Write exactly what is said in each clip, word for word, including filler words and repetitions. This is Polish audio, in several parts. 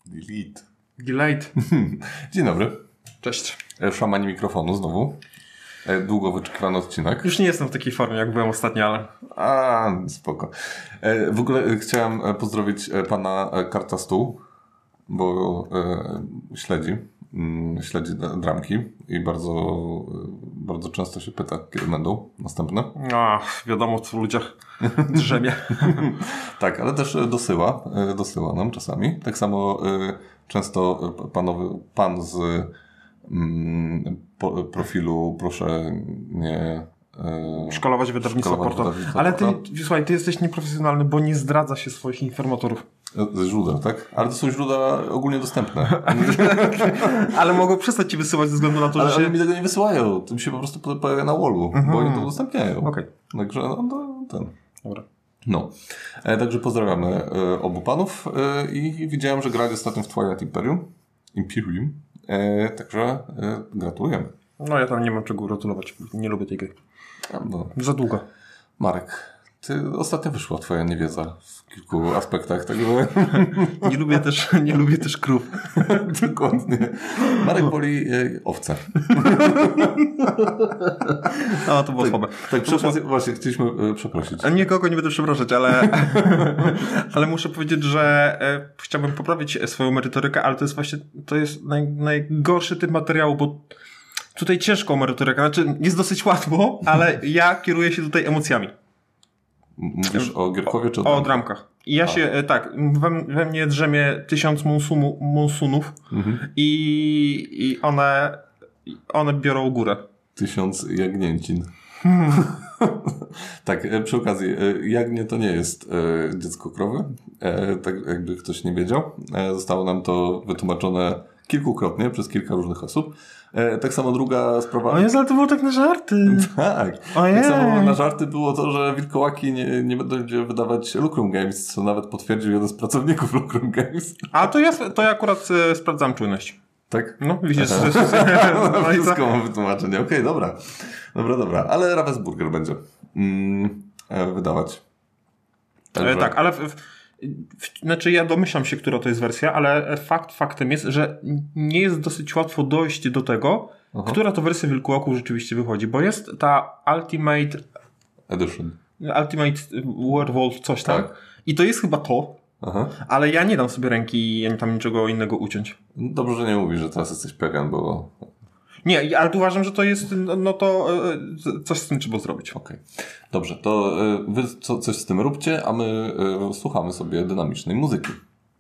Delete. Delete. Dzień dobry. Cześć. Szamani mikrofonu znowu. Długo wyczekiwany odcinek. Już nie jestem w takiej formie, jak byłem ostatnio, ale... A, spoko. W ogóle chciałem pozdrowić pana Kartastu, bo śledzi. Śledzi dramki i bardzo, bardzo często się pyta, kiedy będą następne. A, wiadomo, co w ludziach drzemie. Tak, ale też dosyła, dosyła nam czasami. Tak samo często panowy, pan z mm, po, profilu proszę nie... Szkalować wydawnictwo Portal. Ale ty, słuchaj, ty jesteś nieprofesjonalny, bo nie zdradza się swoich informatorów. Ze źródeł, tak? Ale to są źródła ogólnie dostępne. Ale mogą przestać ci wysyłać ze względu na to, ale że się... Ale mi tego nie wysyłają. To mi się po prostu pojawia na wallu, mhm. bo oni to udostępniają. Okej. Okay. Także no to ten. Dobra. No. E, także pozdrawiamy e, obu panów e, i widziałem, że grali ostatnio w Twilight Imperium. Imperium. E, także e, gratulujemy. No ja tam nie mam czego gratulować. Nie lubię tej gry. No. Za długo. Marek, ty ostatnio wyszła twoja niewiedza w kilku aspektach, także... nie lubię też, nie lubię też krów. Dokładnie. Marek woli e, owce. No, to było tak, słabe. Tak, przepraszam, właśnie, chcieliśmy e, przeprosić. Nikogo nie będę przepraszać, ale ale muszę powiedzieć, że e, chciałbym poprawić swoją merytorykę, ale to jest właśnie, to jest naj, najgorszy typ materiału, bo tutaj ciężko o merytorykę, znaczy jest dosyć łatwo, ale ja kieruję się tutaj emocjami. Mówisz o Gierkowie czy o dramkach? O dramkach. I ja A. się, tak, we, we mnie drzemie tysiąc monsumu, monsunów mhm. i, i one, one biorą górę. Tysiąc jagnięcin. Tak, przy okazji, jagnię to nie jest dziecko krowy, tak jakby ktoś nie wiedział. Zostało nam to wytłumaczone kilkukrotnie przez kilka różnych osób. E, tak samo druga sprawa... O Jezu, ale to było tak na żarty. Tak. Ojej. Tak samo na żarty było to, że wilkołaki nie, nie będą wydawać Lucrum Games, co nawet potwierdził jeden z pracowników Lucrum Games. A to ja, to ja akurat e, sprawdzam czujność. Tak? No, widzisz. No, wszystko mam wytłumaczenie. Okej, okay, dobra. Dobra, dobra. Ale Ravensburger będzie mm, e, wydawać. Także... E, tak, ale... W, w... Znaczy ja domyślam się, która to jest wersja, ale fakt faktem jest, że nie jest dosyć łatwo dojść do tego, Aha. która to wersja Wilkołaków rzeczywiście wychodzi, bo jest ta Ultimate Edition. Ultimate Werewolf coś tam tak. I to jest chyba to, Aha. ale ja nie dam sobie ręki i tam niczego innego uciąć. Dobrze, że nie mówisz, że teraz jesteś pewien, bo... Nie, ale uważam, że to jest, no to coś z tym trzeba zrobić. Okej. Okay. Dobrze, to wy co, coś z tym róbcie, a my y, słuchamy sobie dynamicznej muzyki.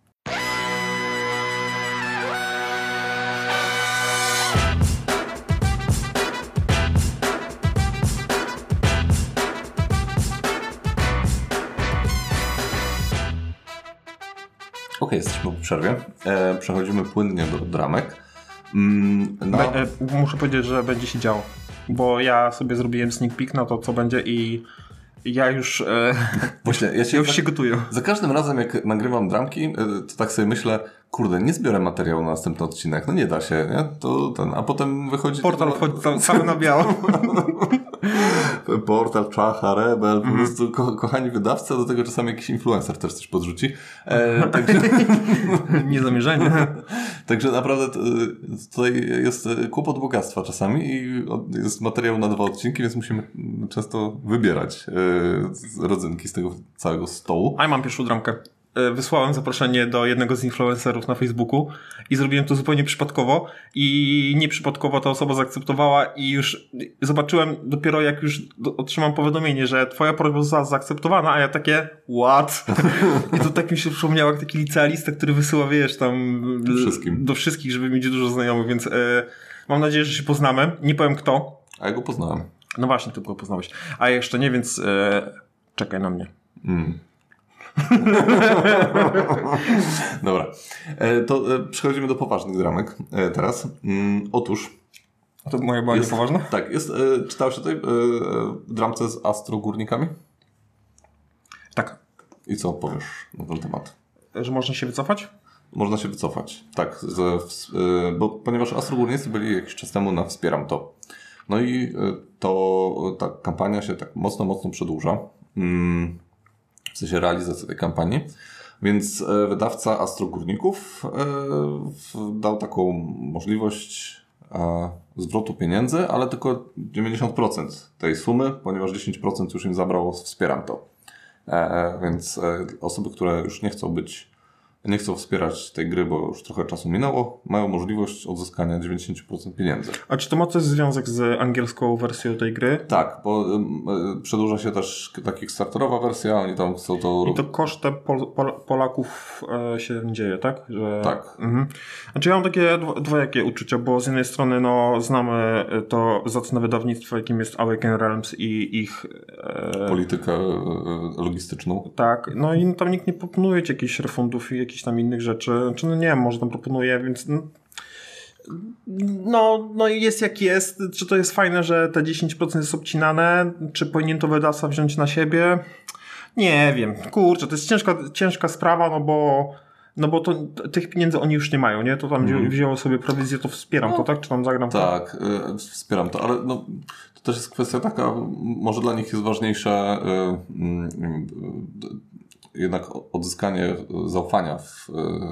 Okej, okay, jesteśmy po przerwie. E, przechodzimy płynnie do dramek. No. Be, e, muszę powiedzieć, że będzie się działo, bo ja sobie zrobiłem sneak peek na to, co będzie i ja już e, Właśnie, ja, się ja już tak, się gotuję. Za każdym razem, jak nagrywam dramki, to tak sobie myślę, kurde, nie zbiorę materiału na następny odcinek, no nie da się, nie? To ten, a potem wychodzi... Portal tego... wchodzi tam cały na biało. Portal, Czacha, Rebel, mm-hmm. po prostu ko- kochani wydawcy, a do tego czasami jakiś influencer też coś podrzuci. E, także... Niezamierzenie. Także naprawdę to, tutaj jest kłopot bogactwa czasami i jest materiał na dwa odcinki, więc musimy często wybierać e, rodzynki z tego całego stołu. A ja mam pierwszą dramkę. Wysłałem zaproszenie do jednego z influencerów na Facebooku i zrobiłem to zupełnie przypadkowo i nieprzypadkowo ta osoba zaakceptowała i już zobaczyłem dopiero jak już otrzymam powiadomienie, że twoja prośba została zaakceptowana, a ja takie what? I to tak mi się przypomniało jak taki licealista, który wysyła, wiesz, tam do wszystkim, do wszystkich żeby mieć dużo znajomych, więc e, mam nadzieję, że się poznamy. Nie powiem kto. A ja go poznałem. No właśnie, ty go poznałeś. A ja jeszcze nie, więc e, czekaj na mnie. Mm. Dobra, e, to e, przechodzimy do poważnych dramek e, teraz. Mm, otóż A to moje była niepoważna? Tak, jest, e, czytałeś o tej e, dramce z astrogórnikami? Tak. I co powiesz na ten temat? Że można się wycofać? Można się wycofać, tak, z, w, e, bo ponieważ astrogórnicy byli jakiś czas temu na Wspieram To. No i e, to ta kampania się tak mocno, mocno przedłuża. Mm. W sensie realizacji tej kampanii. Więc e, wydawca Astro Górników e, dał taką możliwość e, zwrotu pieniędzy, ale tylko dziewięćdziesiąt procent tej sumy, ponieważ dziesięć procent już im zabrało, wspieram to. E, więc e, osoby, które już nie chcą być, nie chcą wspierać tej gry, bo już trochę czasu minęło, mają możliwość odzyskania dziewięćdziesiąt procent pieniędzy. A czy to ma coś związek z angielską wersją tej gry? Tak, bo y, przedłuża się też ta kickstarterowa wersja, oni tam chcą to... I to kosztem Pol- Pol- Polaków e, się dzieje, tak? Że... Tak. Mhm. Znaczy ja mam takie dwo- dwojakie uczucia, bo z jednej strony no, znamy to zacne wydawnictwo, jakim jest Awaken Realms i ich... E, politykę y, logistyczną. Tak, no i tam nikt nie proponuje ci jakichś refundów i jakichś tam innych rzeczy. Znaczy, no nie wiem, może tam proponuje, więc... No, no, no jest jak jest. Czy to jest fajne, że te dziesięć procent jest obcinane? Czy powinien to wydawca wziąć na siebie? Nie wiem. Kurczę, to jest ciężka, ciężka sprawa, no bo no bo to, tych pieniędzy oni już nie mają, nie? To tam mm. wzięło sobie prowizję, to wspieram no, to, tak? Czy tam zagram? Tak, y, wspieram to, ale no, to też jest kwestia taka, może dla nich jest ważniejsze y, y, y, jednak odzyskanie zaufania, w,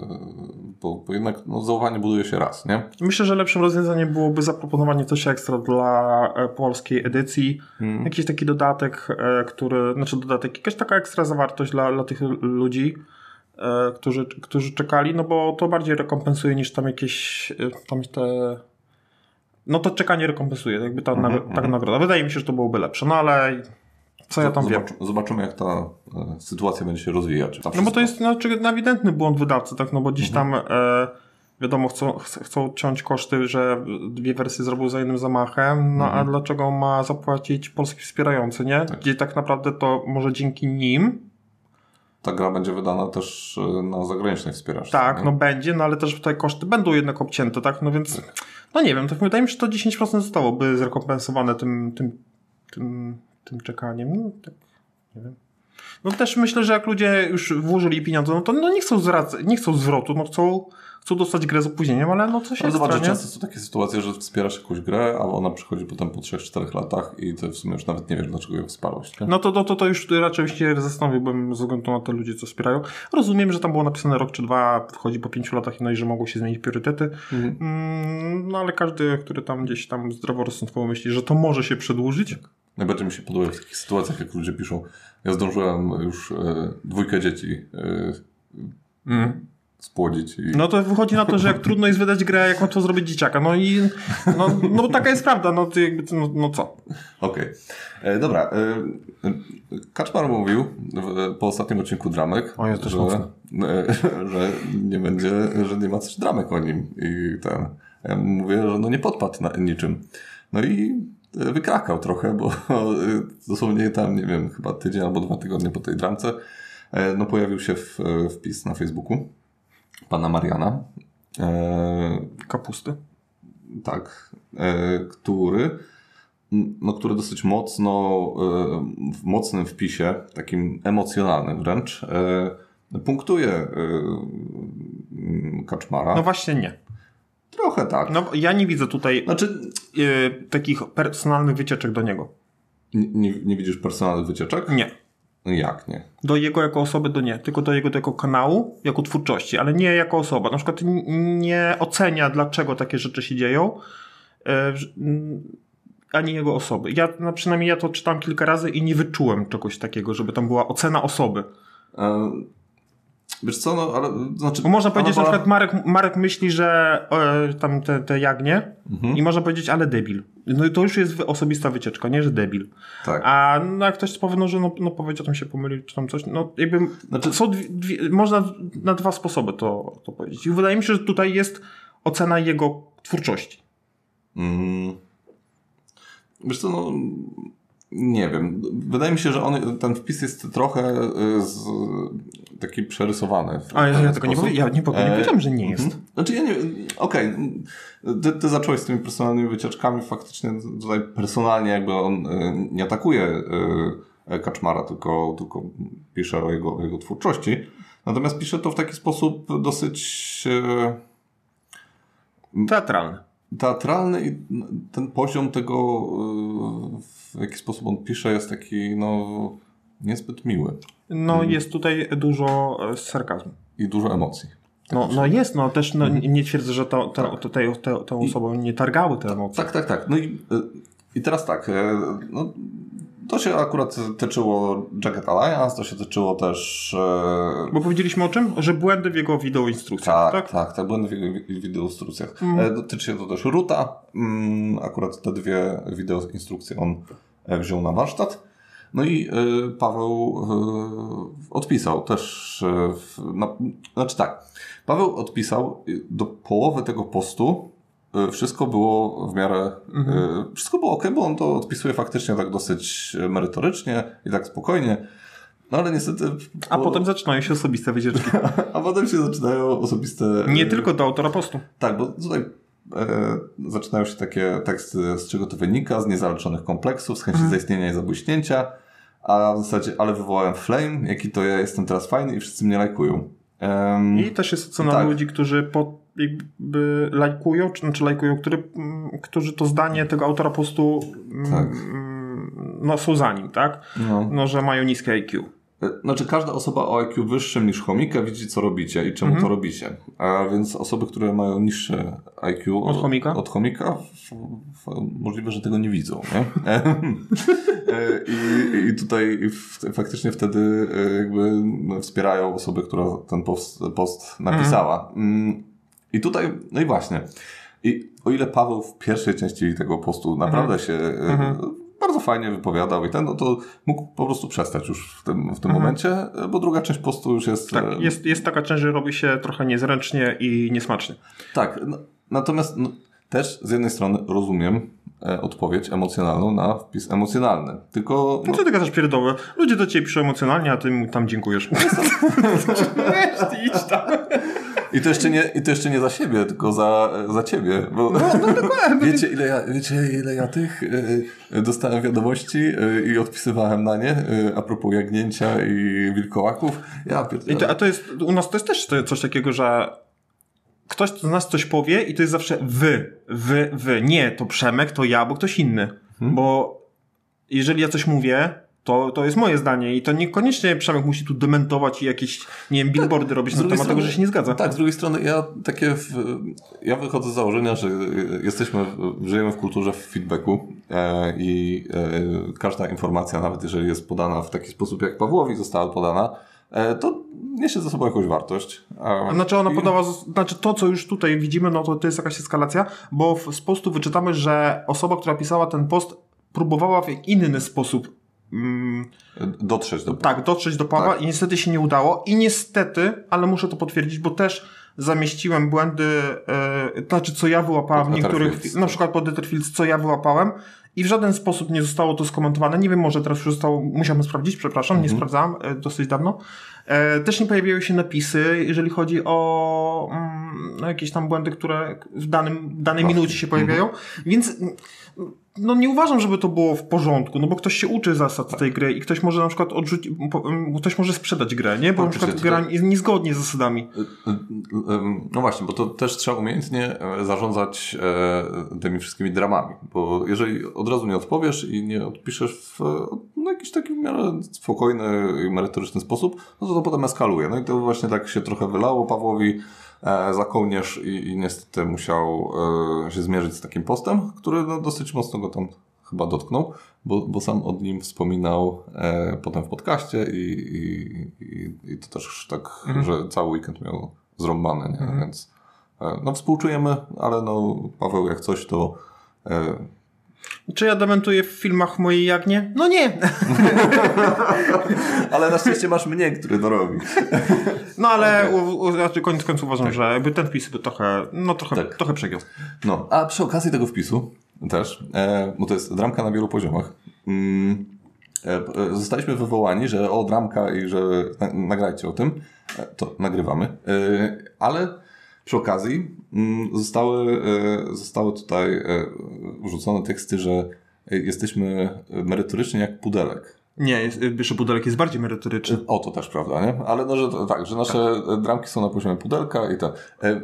bo, bo jednak no, zaufanie buduje się raz, nie? Myślę, że lepszym rozwiązaniem byłoby zaproponowanie coś ekstra dla polskiej edycji. Hmm. Jakiś taki dodatek, który, znaczy dodatek, jakaś taka ekstra zawartość dla, dla tych ludzi, którzy, którzy czekali, no bo to bardziej rekompensuje niż tam jakieś tam te... No to czekanie rekompensuje, jakby ta, mm-hmm, ta mm-hmm. nagroda. Wydaje mi się, że to byłoby lepsze, no ale... Co ja tam Zobacz, wiem? Zobaczymy, jak ta e, sytuacja będzie się rozwijać. No bo to jest znaczy, ewidentny błąd wydawcy, tak? No bo gdzieś tam mhm. e, wiadomo, chcą, chcą ciąć koszty, że dwie wersje zrobił za jednym zamachem, no mhm. a dlaczego ma zapłacić polski wspierający, nie? Tak. Gdzie tak naprawdę to może dzięki nim ta gra będzie wydana też na zagranicznych wspieraczach. Tak, nie? no będzie, no ale też te koszty będą jednak obcięte, tak? No więc, tak. no nie wiem, tak wydaje mi się, że to dziesięć procent zostałoby zrekompensowane tym, tym, tym tym czekaniem, no tak, nie wiem. No też myślę, że jak ludzie już włożyli pieniądze, no to no nie chcą zwrac- nie chcą zwrotu, no chcą, chcą dostać grę z opóźnieniem, ale no coś jest. Zobacz, że często są takie sytuacje, że wspierasz jakąś grę, a ona przychodzi potem po trzech czterech latach i ty w sumie już nawet nie wiesz, dlaczego ją wsparłeś. Nie? No to, to, to, to już raczej się zastanowiłbym ze względu na te ludzie, co wspierają. Rozumiem, że tam było napisane rok czy dwa, wchodzi po pięciu latach, no i że mogą się zmienić priorytety. Mhm. Mm, no ale każdy, który tam gdzieś tam zdroworozsądkowo myśli, że to może się przedłużyć. Tak. Najbardziej mi się podoba w takich sytuacjach, jak ludzie piszą, ja zdążyłem już e, dwójkę dzieci e, mm. spłodzić. I... No to wychodzi na to, że jak trudno jest wydać grę, jak łatwo zrobić dzieciaka. No i no, no taka jest prawda, no, to jakby, no, no co? Okej. Okay. Dobra. E, Kaczmar mówił w, po ostatnim odcinku Dramek, o, jest że, e, że nie będzie, że nie ma też dramek o nim. I ten, ja mówię, że no nie podpadł na niczym. No i wykrakał trochę, bo dosłownie tam, nie wiem, chyba tydzień albo dwa tygodnie po tej dramce no pojawił się w, wpis na Facebooku pana Mariana. E, Kapusty? Tak. E, który no, który dosyć mocno e, w mocnym wpisie, takim emocjonalnym wręcz, e, punktuje e, Kaczmara. No właśnie nie. Trochę tak. No ja nie widzę tutaj znaczy, yy, takich personalnych wycieczek do niego. Nie, nie widzisz personalnych wycieczek? Nie. Jak nie? Do jego jako osoby to nie, tylko do jego jako kanału, jako twórczości, ale nie jako osoba. Na przykład nie ocenia, dlaczego takie rzeczy się dzieją, yy, ani jego osoby. Ja, no przynajmniej ja to czytam kilka razy i nie wyczułem czegoś takiego, żeby tam była ocena osoby. E, wiesz co, no ale... Znaczy, Bo można powiedzieć, była... na przykład Marek, Marek myśli, że e, tam te, te jagnie mhm. i można powiedzieć, ale debil. No i to już jest osobista wycieczka, nie, że debil. Tak. A no, jak ktoś powie, no, że no, no powiedział, tam się pomylił, czy tam coś, no jakby znaczy... są dwie, dwie, można na dwa sposoby to, to powiedzieć. I wydaje mi się, że tutaj jest ocena jego twórczości. Mm. Wiesz co, no... Nie wiem. Wydaje mi się, że on, ten wpis jest trochę z, taki przerysowany. A ja, ja tego nie powiem. Ja nie, powiem, nie powiedziałem, że nie jest. Mhm. Znaczy ja nie okej. Okay. Ty, ty zacząłeś z tymi personalnymi wycieczkami. Faktycznie tutaj personalnie jakby on nie atakuje Kaczmara, tylko, tylko pisze o jego, o jego twórczości. Natomiast pisze to w taki sposób dosyć teatralny. Teatralny i ten poziom tego, w jaki sposób on pisze, jest taki no niezbyt miły. No hmm. jest tutaj dużo sarkazmu. I dużo emocji. No, no jest, no też no, hmm. nie twierdzę, że to, to, to, tej, te, tą osobą nie targały te emocje. Tak, tak, tak. No i, i teraz tak, no, to się akurat tyczyło Jagged Alliance, to się tyczyło też... E... Bo powiedzieliśmy o czym? Że błędy w jego wideoinstrukcjach, tak? Tak, tak, tak, błędy w jego wideoinstrukcjach. Mm. Dotyczy się to też Roota. Akurat te dwie wideoinstrukcje on wziął na warsztat. No i e, Paweł e, odpisał też... E, w, na, znaczy tak, Paweł odpisał do połowy tego postu. Wszystko było w miarę... Mhm. Wszystko było ok, bo on to odpisuje faktycznie tak dosyć merytorycznie i tak spokojnie. No ale niestety... A po... potem zaczynają się osobiste wycieczki. A potem się zaczynają osobiste... Nie tylko do autora postu. Tak, bo tutaj e, zaczynają się takie teksty, z czego to wynika, z niezaleczonych kompleksów, z chęci mhm. zaistnienia i zabłyśnięcia, a w zasadzie, ale wywołałem flame, jaki to ja jestem teraz fajny i wszyscy mnie lajkują. Um, I też jest ocena tak. ludzi, którzy po, jakby lajkują, czy znaczy lajkują, który, którzy to zdanie tego autora postu tak. no, są za nim, tak? No. no, że mają niskie I Q. Znaczy każda osoba o I Q wyższym niż chomika widzi, co robicie i czemu mhm. to robicie. A więc osoby, które mają niższe I Q od chomika, od chomika f, f, możliwe, że tego nie widzą. Nie? I, I tutaj w, faktycznie wtedy jakby wspierają osobę, która ten post, post napisała. Mhm. I tutaj, no i właśnie. I o ile Paweł w pierwszej części tego postu naprawdę mhm. się... Mhm. bardzo fajnie wypowiadał i ten, no to mógł po prostu przestać już w tym, w tym mhm. momencie, bo druga część postu już jest... Tak, jest, jest taka część, że robi się trochę niezręcznie i niesmacznie. Tak, no, natomiast no, też z jednej strony rozumiem e, odpowiedź emocjonalną na wpis emocjonalny, tylko... No, no co ty gadasz pierdoły? Ludzie do ciebie piszą emocjonalnie, a ty im tam dziękujesz. Wiesz, ty idź tam. I to jeszcze nie, i to jeszcze nie za siebie, tylko za, za ciebie. Bo no, no dokładnie. Wiecie, ile ja, wiecie, ile ja tych y, dostałem wiadomości y, i odpisywałem na nie y, a propos jagnięcia i wilkołaków. Ja I to, a to jest, u nas to jest też coś takiego, że ktoś z nas coś powie i to jest zawsze wy, wy, wy. Nie, to Przemek, to ja, bo ktoś inny. Hmm? Bo jeżeli ja coś mówię, To, to jest moje zdanie i to niekoniecznie Przemek musi tu dementować i jakieś, nie wiem, billboardy tak, robić na temat strony, tego, że się nie zgadza. Tak, z drugiej strony ja takie, w, ja wychodzę z założenia, że jesteśmy, żyjemy w kulturze feedbacku e, i e, każda informacja, nawet jeżeli jest podana w taki sposób, jak Pawłowi została podana, e, to niesie ze sobą jakąś wartość. A znaczy ona i... podała, znaczy to, co już tutaj widzimy, no to, to jest jakaś eskalacja, bo w, z postu wyczytamy, że osoba, która pisała ten post, próbowała w inny sposób dotrzeć do Tak, dotrzeć do Pawła tak. i niestety się nie udało. I niestety, ale muszę to potwierdzić, bo też zamieściłem błędy, yy, znaczy co ja wyłapałem w niektórych, na przykład po Detterfields, co ja wyłapałem i w żaden sposób nie zostało to skomentowane. Nie wiem, może teraz już zostało, musiałem sprawdzić, przepraszam, mhm. nie sprawdzałem yy, dosyć dawno. Yy, też nie pojawiały się napisy, jeżeli chodzi o yy, jakieś tam błędy, które w danym, danej Właśnie. minucie się pojawiają, mhm. więc no nie uważam, żeby to było w porządku, no bo ktoś się uczy zasad tej gry i ktoś może na przykład odrzucić, ktoś może sprzedać grę, nie? Bo na przykład gra jest niezgodnie z zasadami. No właśnie, bo to też trzeba umiejętnie zarządzać tymi wszystkimi dramami, bo jeżeli od razu nie odpowiesz i nie odpiszesz w no, jakiś taki w miarę spokojny i merytoryczny sposób, no to to potem eskaluje. No i to właśnie tak się trochę wylało Pawłowi za kołnierz i, i niestety musiał e, się zmierzyć z takim postem, który no, dosyć mocno go tam chyba dotknął, bo, bo sam od nim wspominał e, potem w podcaście i, i, i, i to też tak, mhm. że cały weekend miał zrąbany, nie? Mhm. Więc e, no współczujemy, ale no Paweł jak coś to e, Czy ja dementuję w filmach mojej Jagnie? No nie! Ale na szczęście masz mnie, który to robi. No ale okay. u, u, znaczy koniec końców uważam, tak. że jakby ten wpis by trochę, no trochę, tak. trochę przegiął. No, a przy okazji tego wpisu też, e, bo to jest dramka na wielu poziomach, mm, e, zostaliśmy wywołani, że o dramka i że na, nagrajcie o tym, e, to nagrywamy, e, ale przy okazji mm, zostały, e, zostały tutaj e, wrzucone teksty, że jesteśmy merytoryczni jak pudelek. Nie, jest, jeszcze pudelek jest bardziej merytoryczny. O, to też prawda, nie? Ale no, że tak, że nasze tak. dramki są na poziomie pudelka i to. E, e,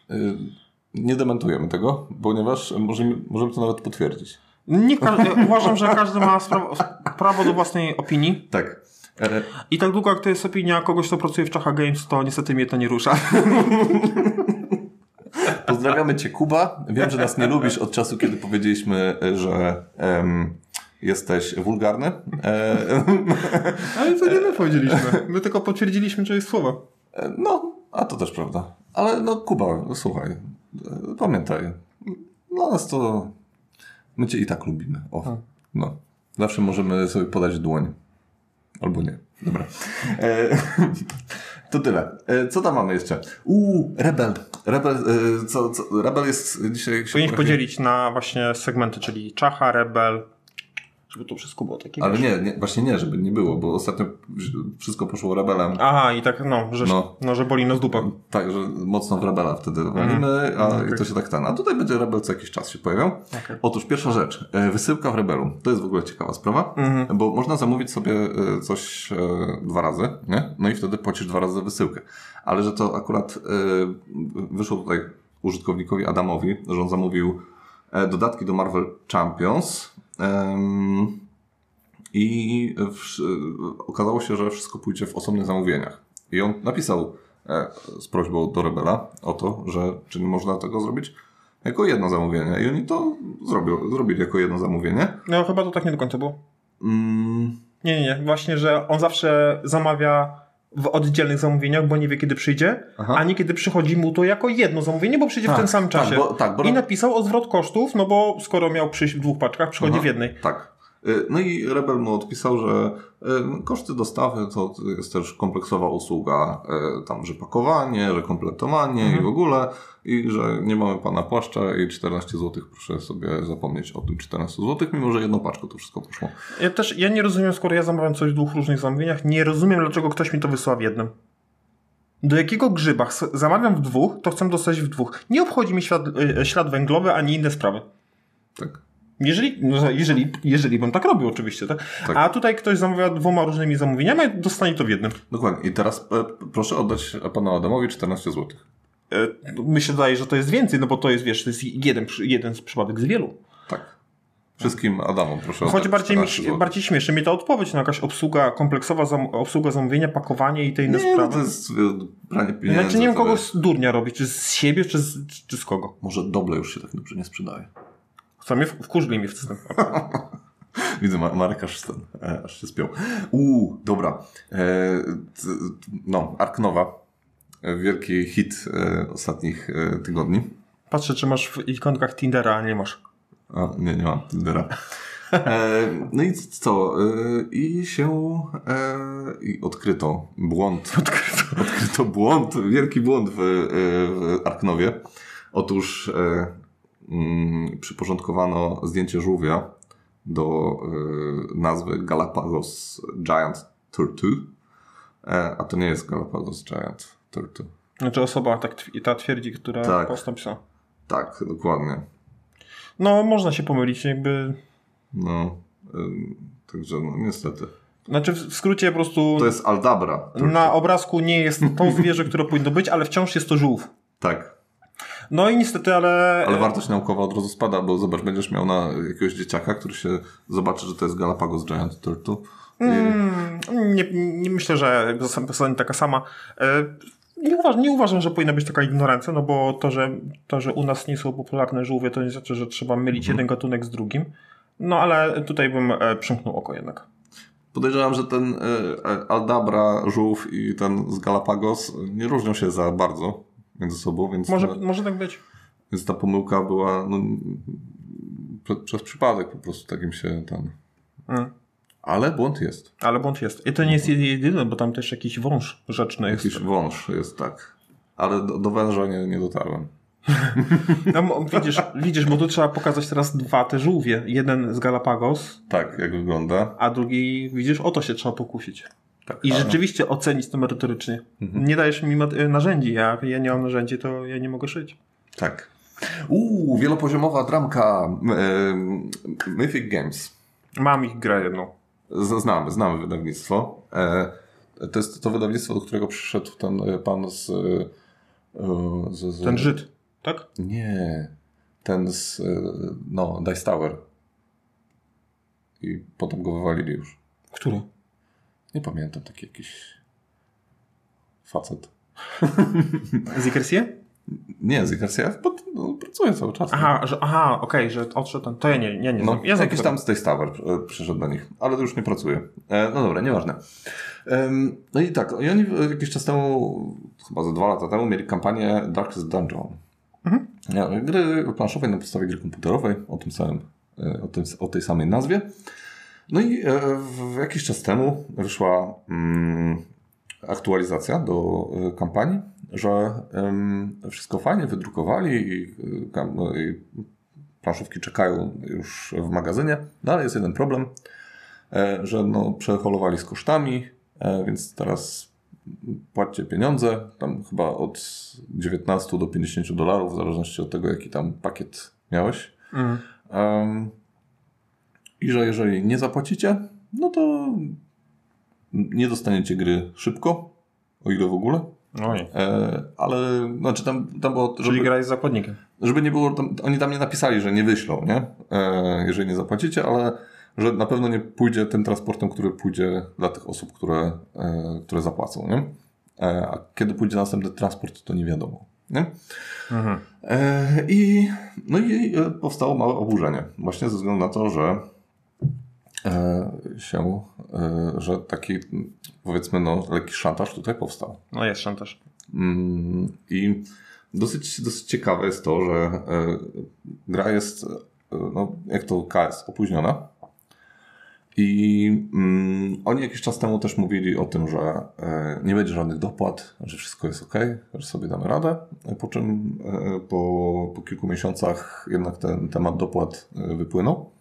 nie dementujemy tego, ponieważ możemy, możemy to nawet potwierdzić. Nie, uważam, że każdy ma spra- prawo do własnej opinii. Tak. E... I tak długo jak to jest opinia kogoś, kto pracuje w Czacha Games, to niestety mnie to nie rusza. Pozdrawiamy Cię, Kuba. Wiem, że nas nie lubisz od czasu, kiedy powiedzieliśmy, że um, jesteś wulgarny. E... Ale to nie my powiedzieliśmy. My tylko potwierdziliśmy, że jest słowo. No, a to też prawda. Ale no Kuba, no, słuchaj, pamiętaj, dla nas to my Cię i tak lubimy. O, no. Zawsze możemy sobie podać dłoń. Albo nie. Dobra. E, to tyle. E, co tam mamy jeszcze? Uuu, Rebel. Rebel, e, co, co, Rebel jest dzisiaj... Powinieneś podzielić na właśnie segmenty, czyli Czacha, Rebel, żeby to wszystko było takie... Ale nie, nie, właśnie nie, żeby nie było, bo ostatnio wszystko poszło Rebelem. Aha, i tak, no, że, no. no, że boli nas dupa. Tak, że mocno w Rebela wtedy walimy, mm. a okay. to się tak ten. A tutaj będzie Rebel co jakiś czas się pojawiał. Okay. Otóż pierwsza rzecz, wysyłka w Rebelu. To jest w ogóle ciekawa sprawa, mm. bo można zamówić sobie coś dwa razy, nie? No i wtedy płacisz dwa razy za wysyłkę. Ale że to akurat wyszło tutaj użytkownikowi Adamowi, że on zamówił dodatki do Marvel Champions, Um, i w, okazało się, że wszystko pójdzie w osobnych zamówieniach. I on napisał e, z prośbą do Rebela o to, że czy nie można tego zrobić jako jedno zamówienie. I oni to zrobią, zrobili jako jedno zamówienie. No chyba to tak nie do końca było. Mm. Nie, nie, nie. Właśnie, że on zawsze zamawia w oddzielnych zamówieniach, bo nie wie kiedy przyjdzie, Aha. a nie kiedy przychodzi mu to jako jedno zamówienie, bo przyjdzie tak, w tym samym czasie. Tak, bo, tak, bo... I napisał o zwrot kosztów, no bo skoro miał przyjść w dwóch paczkach, przychodzi Aha, w jednej. Tak. No i Rebel mu odpisał, że koszty dostawy to jest też kompleksowa usługa, tam, że pakowanie, że kompletowanie mhm. i w ogóle, i że nie mamy pana płaszcza i czternaście złotych, proszę sobie zapomnieć o tym czternaście złotych, mimo że jedną paczką to wszystko poszło. Ja też, ja nie rozumiem, skoro ja zamawiam coś w dwóch różnych zamówieniach, nie rozumiem, dlaczego ktoś mi to wysłał w jednym. Do jakiego grzyba zamawiam w dwóch, to chcę dostać w dwóch. Nie obchodzi mi ślad, ślad węglowy, ani inne sprawy. Tak. Jeżeli, no, jeżeli, jeżeli bym tak robił oczywiście, tak? tak? A tutaj ktoś zamawia dwoma różnymi zamówieniami, dostanie to w jednym. Dokładnie. I teraz e, proszę oddać panu Adamowi czternaście złotych. E, mi się wydaje, że to jest więcej, no bo to jest, wiesz, to jest jeden, jeden z przypadek z wielu. Tak. Wszystkim Adamom proszę Choć oddać bardziej, mi, bardziej śmieszy mnie ta odpowiedź, no jakaś obsługa, kompleksowa zam, obsługa zamówienia, pakowanie i te inne nie, sprawy. Nie, to jest branie pieniędzy. Znaczy nie wiem kogo z durnia robić, czy z siebie, czy z, czy z kogo. Może Doble już się tak dobrze nie sprzedaje. Co mnie wkurzyli mnie w tym. Widzę, Marek aż, ten, aż się spiął. Uuu, dobra. E, no, Ark Nova. Wielki hit e, ostatnich e, tygodni. Patrzę, czy masz w ikonkach Tindera, a nie masz. A, nie, nie mam Tindera. E, no i co? E, I się e, i odkryto błąd. Odkryto. Odkryto błąd, wielki błąd w, w Ark Nowie. Otóż e, mm, przyporządkowano zdjęcie żółwia do e, nazwy Galapagos Giant Turtle. E, a to nie jest Galapagos Giant Turtle. Znaczy osoba tak ta twierdzi, która tak, post napisała. Tak, dokładnie. No, można się pomylić, jakby... No, yy, także no, niestety. Znaczy, w skrócie po prostu... To jest Aldabra. Turtle. Na obrazku nie jest to zwierzę, które powinno być, ale wciąż jest to żółw. Tak. No i niestety, ale... Ale wartość naukowa od razu spada, bo zobacz, będziesz miał na jakiegoś dzieciaka, który się zobaczy, że to jest Galapagos Giant Turtle. I... Mm, nie, nie myślę, że zasada taka sama. Nie uważam, nie uważam, że powinna być taka ignorancja, no bo to, że, to, że u nas nie są popularne żółwie, to nie znaczy, że trzeba mylić hmm. jeden gatunek z drugim. No ale tutaj bym e, przymknął oko jednak. Podejrzewam, że ten e, Aldabra, żółw i ten z Galapagos nie różnią się za bardzo między sobą, więc... Może, ta, może tak być. Więc ta pomyłka była no, pre, przez przypadek po prostu takim się ten... Hmm. Ale błąd jest. Ale błąd jest. I to nie jest jedyny, bo tam też jakiś wąż rzeczny jest. Jakiś wąż jest, tak. Ale do, do węża nie, nie dotarłem. No, widzisz, widzisz, bo tu trzeba pokazać teraz dwa te żółwie. Jeden z Galapagos. Tak, jak wygląda. A drugi, widzisz, o to się trzeba pokusić. Tak, I ale... rzeczywiście ocenić to merytorycznie. Mhm. Nie dajesz mi narzędzi. Jak ja nie mam narzędzi, to ja nie mogę szyć. Tak. Uuu, wielopoziomowa dramka. Mythic Games. Mam ich grę jedną. Znamy, znamy wydawnictwo. To jest to wydawnictwo, do którego przyszedł ten pan z... z, z... Ten Żyd, tak? Nie. Ten z... No, Dice Tower. I potem go wywalili już. Który? Nie pamiętam, taki jakiś facet. Z Ikersie? Nie, z Ikersie, bo no, pracuje cały czas. Aha, że, aha okej, okay, że odszedł. To ja nie, ja nie no, znam. Ja jakiś tam z tej Tower przyszedł do nich, ale to już nie pracuje. E, no dobra, nieważne. E, no i tak, i oni jakiś czas temu, chyba za dwa lata temu, mieli kampanię Darkest Dungeon. Mhm. Ja, gry planszowej na podstawie gry komputerowej, o tym samym, o, tym, o tej samej nazwie. No i e, w jakiś czas temu wyszła mm, aktualizacja do e, kampanii, że y, wszystko fajnie wydrukowali i, y, i planszówki czekają już w magazynie, no ale jest jeden problem, y, że no, przeholowali z kosztami, y, więc teraz płaccie pieniądze, tam chyba od dziewiętnaście do pięćdziesiąt dolarów, w zależności od tego, jaki tam pakiet miałeś. Mm. Y, I że jeżeli nie zapłacicie, no to nie dostaniecie gry szybko, o ile w ogóle. Oj. E, ale znaczy tam, tam było... Żeby, Czyli gra jest zakładnikiem. Żeby nie było... Tam, oni tam nie napisali, że nie wyślą, nie? E, jeżeli nie zapłacicie, ale że na pewno nie pójdzie tym transportem, który pójdzie dla tych osób, które, e, które zapłacą, nie? E, a kiedy pójdzie następny transport, to nie wiadomo, nie? Mhm. E, I no i powstało małe oburzenie. Właśnie ze względu na to, że e, się, e, że taki, powiedzmy, no, lekki szantaż tutaj powstał. No jest szantaż. Mm, I dosyć, dosyć ciekawe jest to, że e, gra jest, e, no, jak to K S, opóźniona. I mm, oni jakiś czas temu też mówili o tym, że e, nie będzie żadnych dopłat, że wszystko jest ok, że sobie damy radę. Po czym e, po, po kilku miesiącach jednak ten temat dopłat e, wypłynął.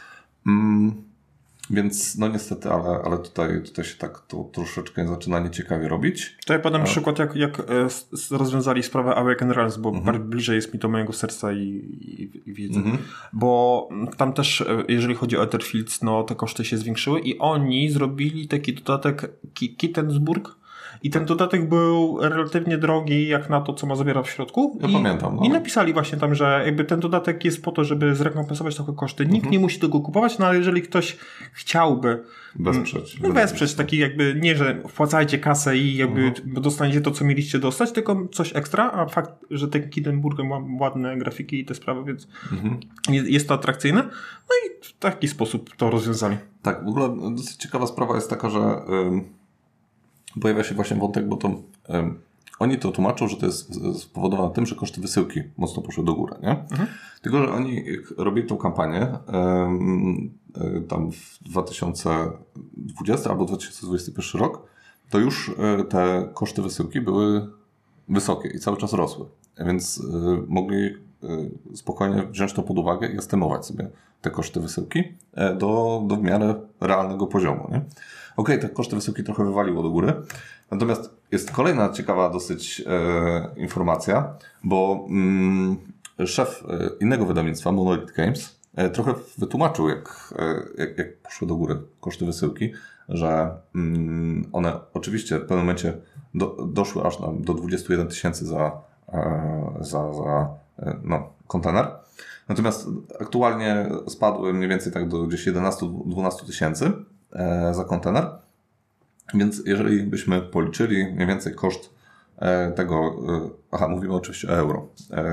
Mm, Więc no niestety, ale, ale tutaj, tutaj się tak to troszeczkę zaczyna nieciekawie robić. To ja podam A. przykład, jak, jak rozwiązali sprawę Awaken Realms, bo mhm. bardziej bliżej jest mi do mojego serca i, i, i wiedzy. Mhm. Bo tam też, jeżeli chodzi o Etherfields, no te koszty się zwiększyły i oni zrobili taki dodatek Kittensburg. I ten dodatek był relatywnie drogi jak na to, co ma zawiera w środku. Ja I, pamiętam. No. I napisali właśnie tam, że jakby ten dodatek jest po to, żeby zrekompensować trochę koszty. Nikt mhm. nie musi tego kupować, no ale jeżeli ktoś chciałby wesprzeć, no, wesprzeć taki jakby, nie, że wpłacajcie kasę i jakby mhm. dostaniecie to, co mieliście dostać, tylko coś ekstra, a fakt, że ten Kittensburg ma ładne grafiki i te sprawy, więc mhm. jest to atrakcyjne. No i w taki sposób to rozwiązali. Tak, w ogóle dosyć ciekawa sprawa jest taka, że ym... pojawia się właśnie wątek, bo to um, oni to tłumaczą, że to jest spowodowane tym, że koszty wysyłki mocno poszły do góry, nie? Mhm. Tylko, że oni jak robili tą kampanię um, tam w dwa tysiące dwudziesty albo dwa tysiące dwudziesty pierwszy rok, to już um, te koszty wysyłki były wysokie i cały czas rosły. Więc um, mogli um, spokojnie wziąć to pod uwagę i estymować sobie te koszty wysyłki um, do, do w miarę realnego poziomu, nie? Okej, okay, te koszty wysyłki trochę wywaliło do góry. Natomiast jest kolejna ciekawa dosyć e, informacja, bo mm, szef e, innego wydawnictwa, Monolith Games, e, trochę wytłumaczył, jak, e, jak, jak poszły do góry koszty wysyłki, że mm, one oczywiście w pewnym momencie do, doszły aż na, do dwadzieścia jeden tysięcy za, e, za, za e, no, kontener. Natomiast aktualnie spadły mniej więcej tak do gdzieś jedenaście do dwunastu tysięcy za kontener. Więc jeżeli byśmy policzyli mniej więcej koszt tego, aha, mówimy oczywiście o euro.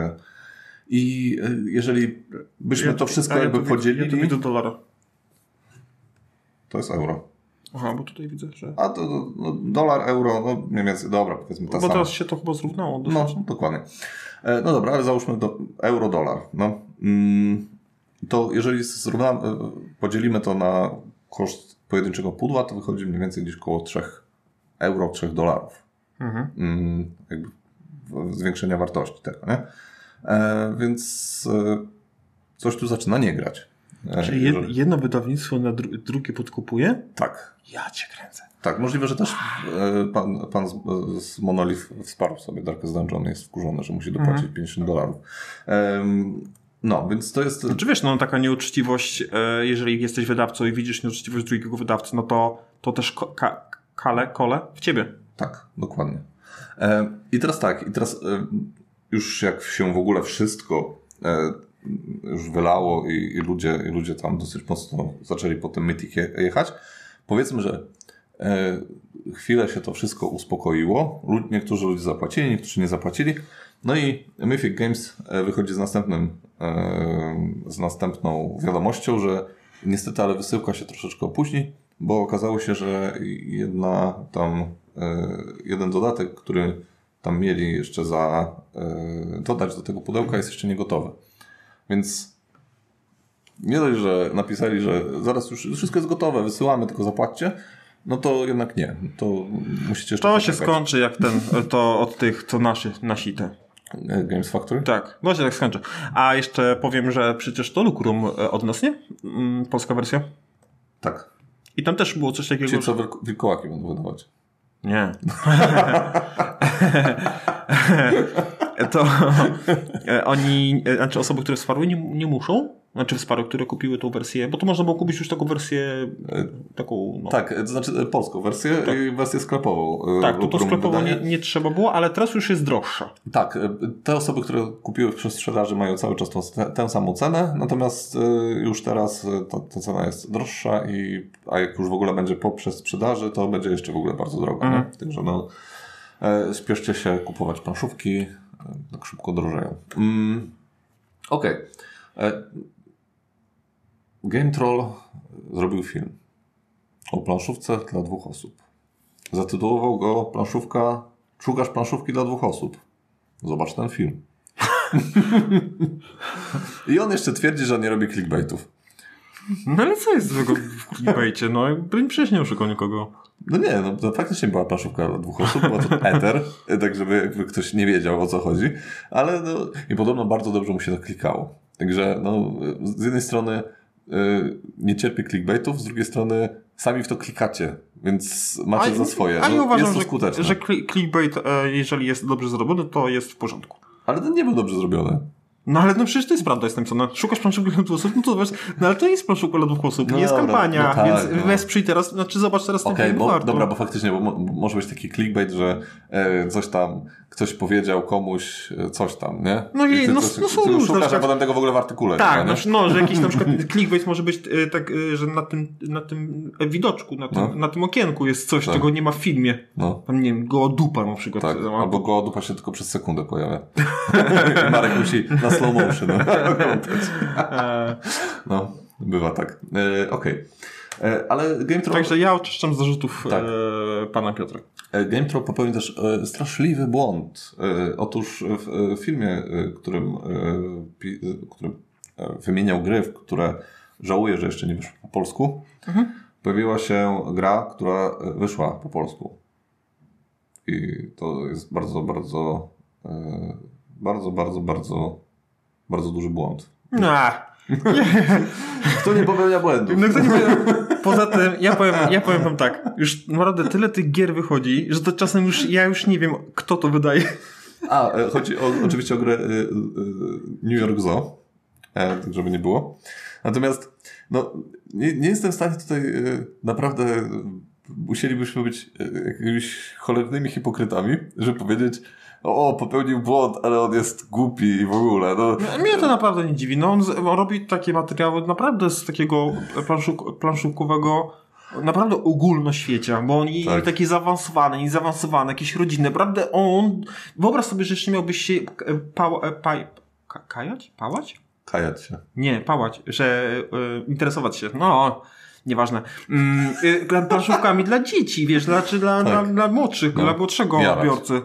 I jeżeli byśmy ja, to wszystko ja jakby ja podzielili... Ja to widzę dolara. To jest euro. Aha, bo tutaj widzę, że... A to no, dolar, euro, no mniej więcej, dobra, powiedzmy ta Bo sama. teraz się to chyba zrównało. No, no, dokładnie. No dobra, ale załóżmy do euro, dolar. No. To jeżeli zrównamy, podzielimy to na koszt pojedynczego pudła, to wychodzi mniej więcej gdzieś około trzy euro, trzy dolarów. Mhm. Mm, jakby zwiększenia wartości tego, nie? E, więc e, coś tu zaczyna nie grać. E, Czyli jeżeli... jedno wydawnictwo na dru- drugie podkupuje? Tak. Ja cię kręcę. Tak, możliwe, że też e, pan, pan z, z Monolith wsparł sobie Darkest Dungeon, jest wkurzony, że musi dopłacić mhm. pięćdziesiąt dolarów. E, No, więc to jest... Znaczy wiesz, no taka nieuczciwość, e, jeżeli jesteś wydawcą i widzisz nieuczciwość drugiego wydawcy, no to, to też ko- ka- kale, kole w ciebie. Tak, dokładnie. E, I teraz tak, i teraz e, już jak się w ogóle wszystko e, już wylało i, i, ludzie, i ludzie tam dosyć mocno zaczęli po tym Mythic je, jechać, powiedzmy, że e, chwilę się to wszystko uspokoiło. Niektórzy ludzie zapłacili, niektórzy nie zapłacili. No i Mythic Games wychodzi z następnym, e, z następną wiadomością, że niestety, ale wysyłka się troszeczkę opóźni, bo okazało się, że jedna tam, e, jeden dodatek, który tam mieli jeszcze za e, dodać do tego pudełka, jest jeszcze nie gotowy. Więc nie dość, że napisali, że zaraz już wszystko jest gotowe, wysyłamy, tylko zapłaćcie, no to jednak nie. To musicie jeszcze To poczekać. się skończy jak ten, to od tych, co nasi, nasi te. Games Factory? Tak, no się tak skończy. A jeszcze powiem, że przecież to Lucrum od nas, nie? Polska wersja. Tak. I tam też było coś takiego. Ci co wilk- wilkołaki będą wydawać. Nie. To oni, znaczy osoby, które wsparły, nie, nie muszą. Znaczy wsparły, które kupiły tą wersję, bo to można było kupić już taką wersję taką... No. Tak, to znaczy polską wersję tak. i wersję sklepową. Tak, to, to sklepowo nie, nie trzeba było, ale teraz już jest droższa. Tak, te osoby, które kupiły w sprzedaży, mają cały czas tą, tę samą cenę, natomiast już teraz ta, ta cena jest droższa, i, a jak już w ogóle będzie po sprzedaży, to będzie jeszcze w ogóle bardzo droga. Mhm. Nie? Także no, e, spieszcie się kupować planszówki, tak szybko drożeją. Mm, Okej. Okay. Game Troll zrobił film o planszówce dla dwóch osób. Zatytułował go planszówka Szukasz planszówki dla dwóch osób. Zobacz ten film. I on jeszcze twierdzi, że nie robi clickbaitów. No ale co jest złego w clickbaicie? No przecież nie oszukał nikogo. No nie, no to faktycznie była planszówka dla dwóch osób, była to eter, tak żeby jakby ktoś nie wiedział, o co chodzi, ale no i podobno bardzo dobrze mu się to klikało. Także no z jednej strony yy, nie cierpię clickbaitów, z drugiej strony sami w to klikacie, więc macie a, za swoje. A ja no, uważam, jest to że, skuteczne. że clickbait, jeżeli jest dobrze zrobiony, to jest w porządku. Ale to nie był dobrze zrobiony. No ale no przecież to jest prawda, jest napisane. Szukasz planszówki dla dwóch osób, no to wiesz, no ale to jest planszówka dla dwóch osób, no jest dobra, kampania, no tak, więc no. Wesprzyj teraz, znaczy zobacz teraz ten okay, film, bo, warto. Dobra, bo faktycznie, bo mo- może być taki clickbait, że e, coś tam, ktoś powiedział komuś e, coś tam, nie? No i, i ty, no, coś, no są ty już, szukasz, a potem tego w ogóle w artykule. Tak, nie? No, no, że jakiś na przykład clickbait może być e, tak, e, że na tym, na tym widoczku, na tym, no. na tym okienku jest coś, tak. czego nie ma w filmie. No. Tam, nie wiem, goła dupa na przykład. Tak, no. albo goła dupa się tylko przez sekundę pojawia. Marek musi na slow motion. No, bywa tak. E, Okej. Okay. Ale Game Troll... Także ja oczyszczam z zarzutów tak. e, pana Piotra. Game Troll popełnił też e, straszliwy błąd. E, otóż w, w filmie, e, którym, e, pi, którym e, wymieniał gry, które żałuję, że jeszcze nie wyszły po polsku, mhm. pojawiła się gra, która wyszła po polsku. I to jest bardzo, bardzo e, bardzo, bardzo, bardzo bardzo duży błąd. No. Kto nie popełnia błędów? No, kto nie popełnia... Poza tym, ja powiem, ja powiem wam tak, już naprawdę tyle tych gier wychodzi, że to czasem już, ja już nie wiem, kto to wydaje. A, chodzi o, oczywiście o grę y, y, New York Zoo, e, tak żeby nie było. Natomiast no, nie, nie jestem w stanie tutaj y, naprawdę, musielibyśmy być y, jakimiś cholernymi hipokrytami, żeby powiedzieć, o, popełnił błąd, ale on jest głupi i w ogóle. No. Mnie to naprawdę nie dziwi. No on, on robi takie materiały naprawdę z takiego planszuk, planszówkowego naprawdę ogólnoświecia, bo oni tak. takie zaawansowane, nie zaawansowane, jakieś rodzinne. Naprawdę on, wyobraź sobie, że jeszcze miałbyś się pał, pa, ka, kajać? Pałać? Kajać się. Nie, pałać, że y, interesować się. No, nieważne. Mm, y, planszówkami dla dzieci, wiesz, dla, czy dla, tak. dla, dla młodszych, no. dla młodszego Jarać. odbiorcy.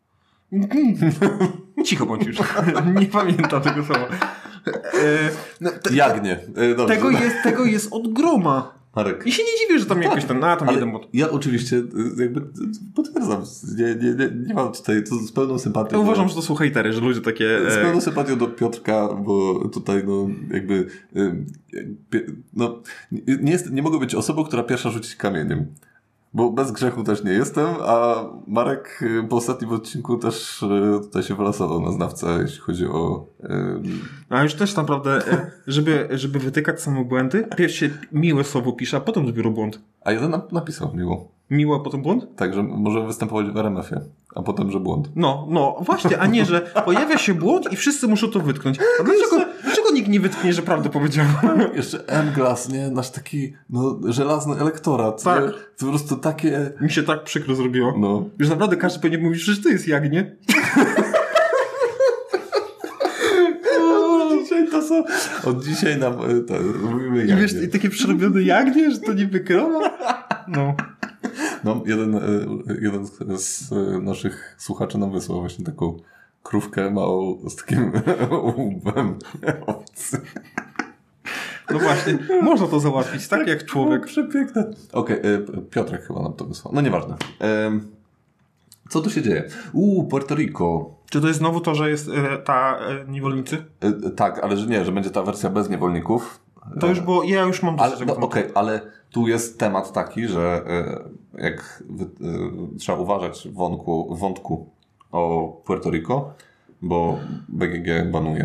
Cicho bądź już. Nie pamiętam tego słowa. E, no, te, Jagnie. E, tego, jest, tego jest od groma. Marek. I się nie dziwię, że tam no jakoś tam, na tam ale jeden mod. Ja oczywiście jakby potwierdzam. Nie, nie, nie, nie mam tutaj to z pełną sympatią. Ja uważam, do, że to są hejtery, że ludzie takie... Z pełną sympatią do Piotrka, bo tutaj no jakby no nie, jest, nie mogę być osobą, która pierwsza rzuci kamieniem. Bo bez grzechu też nie jestem, a Marek po ostatnim odcinku też tutaj się wylasował na znawcę, jeśli chodzi o... Yy... A już też naprawdę, żeby, żeby wytykać same błędy, pierw się miłe słowo pisze, a potem dopiero błąd. A jeden napisał miło. Miło, a potem błąd? Tak, że może występować w R M F ie, a potem, że błąd. No, no, właśnie, a nie, że pojawia się błąd i wszyscy muszą to wytknąć. A dlaczego, dlaczego nikt nie wytknie, że prawdę powiedziałem? Jeszcze M-Glass, nie? Nasz taki, no, żelazny elektorat. Tak. Nie? To po prostu takie... Mi się tak przykro zrobiło. No. Już naprawdę każdy powinien mówić, że to jest Jagnie. Dzisiaj to są... Od dzisiaj nam to, mówimy Jagnie. I wiesz, i takie przerobione Jagnie, że to niby krowa. No. No, jeden, jeden z naszych słuchaczy nam wysłał właśnie taką krówkę małą z takim łbem owcy. No właśnie, można to załatwić, tak jak człowiek. O, przepiękne. Okej, okay, Piotrek chyba nam to wysłał. No nieważne. Co tu się dzieje? Uuu, Puerto Rico. Czy to jest znowu to, że jest e, ta e, niewolnicy? E, tak, ale że nie, że będzie ta wersja bez niewolników. To już było, ja już mam ale, no, Okej, okay, ale tu jest temat taki, że e, jak wy, e, trzeba uważać w wątku, wątku o Puerto Rico, bo B G G banuje.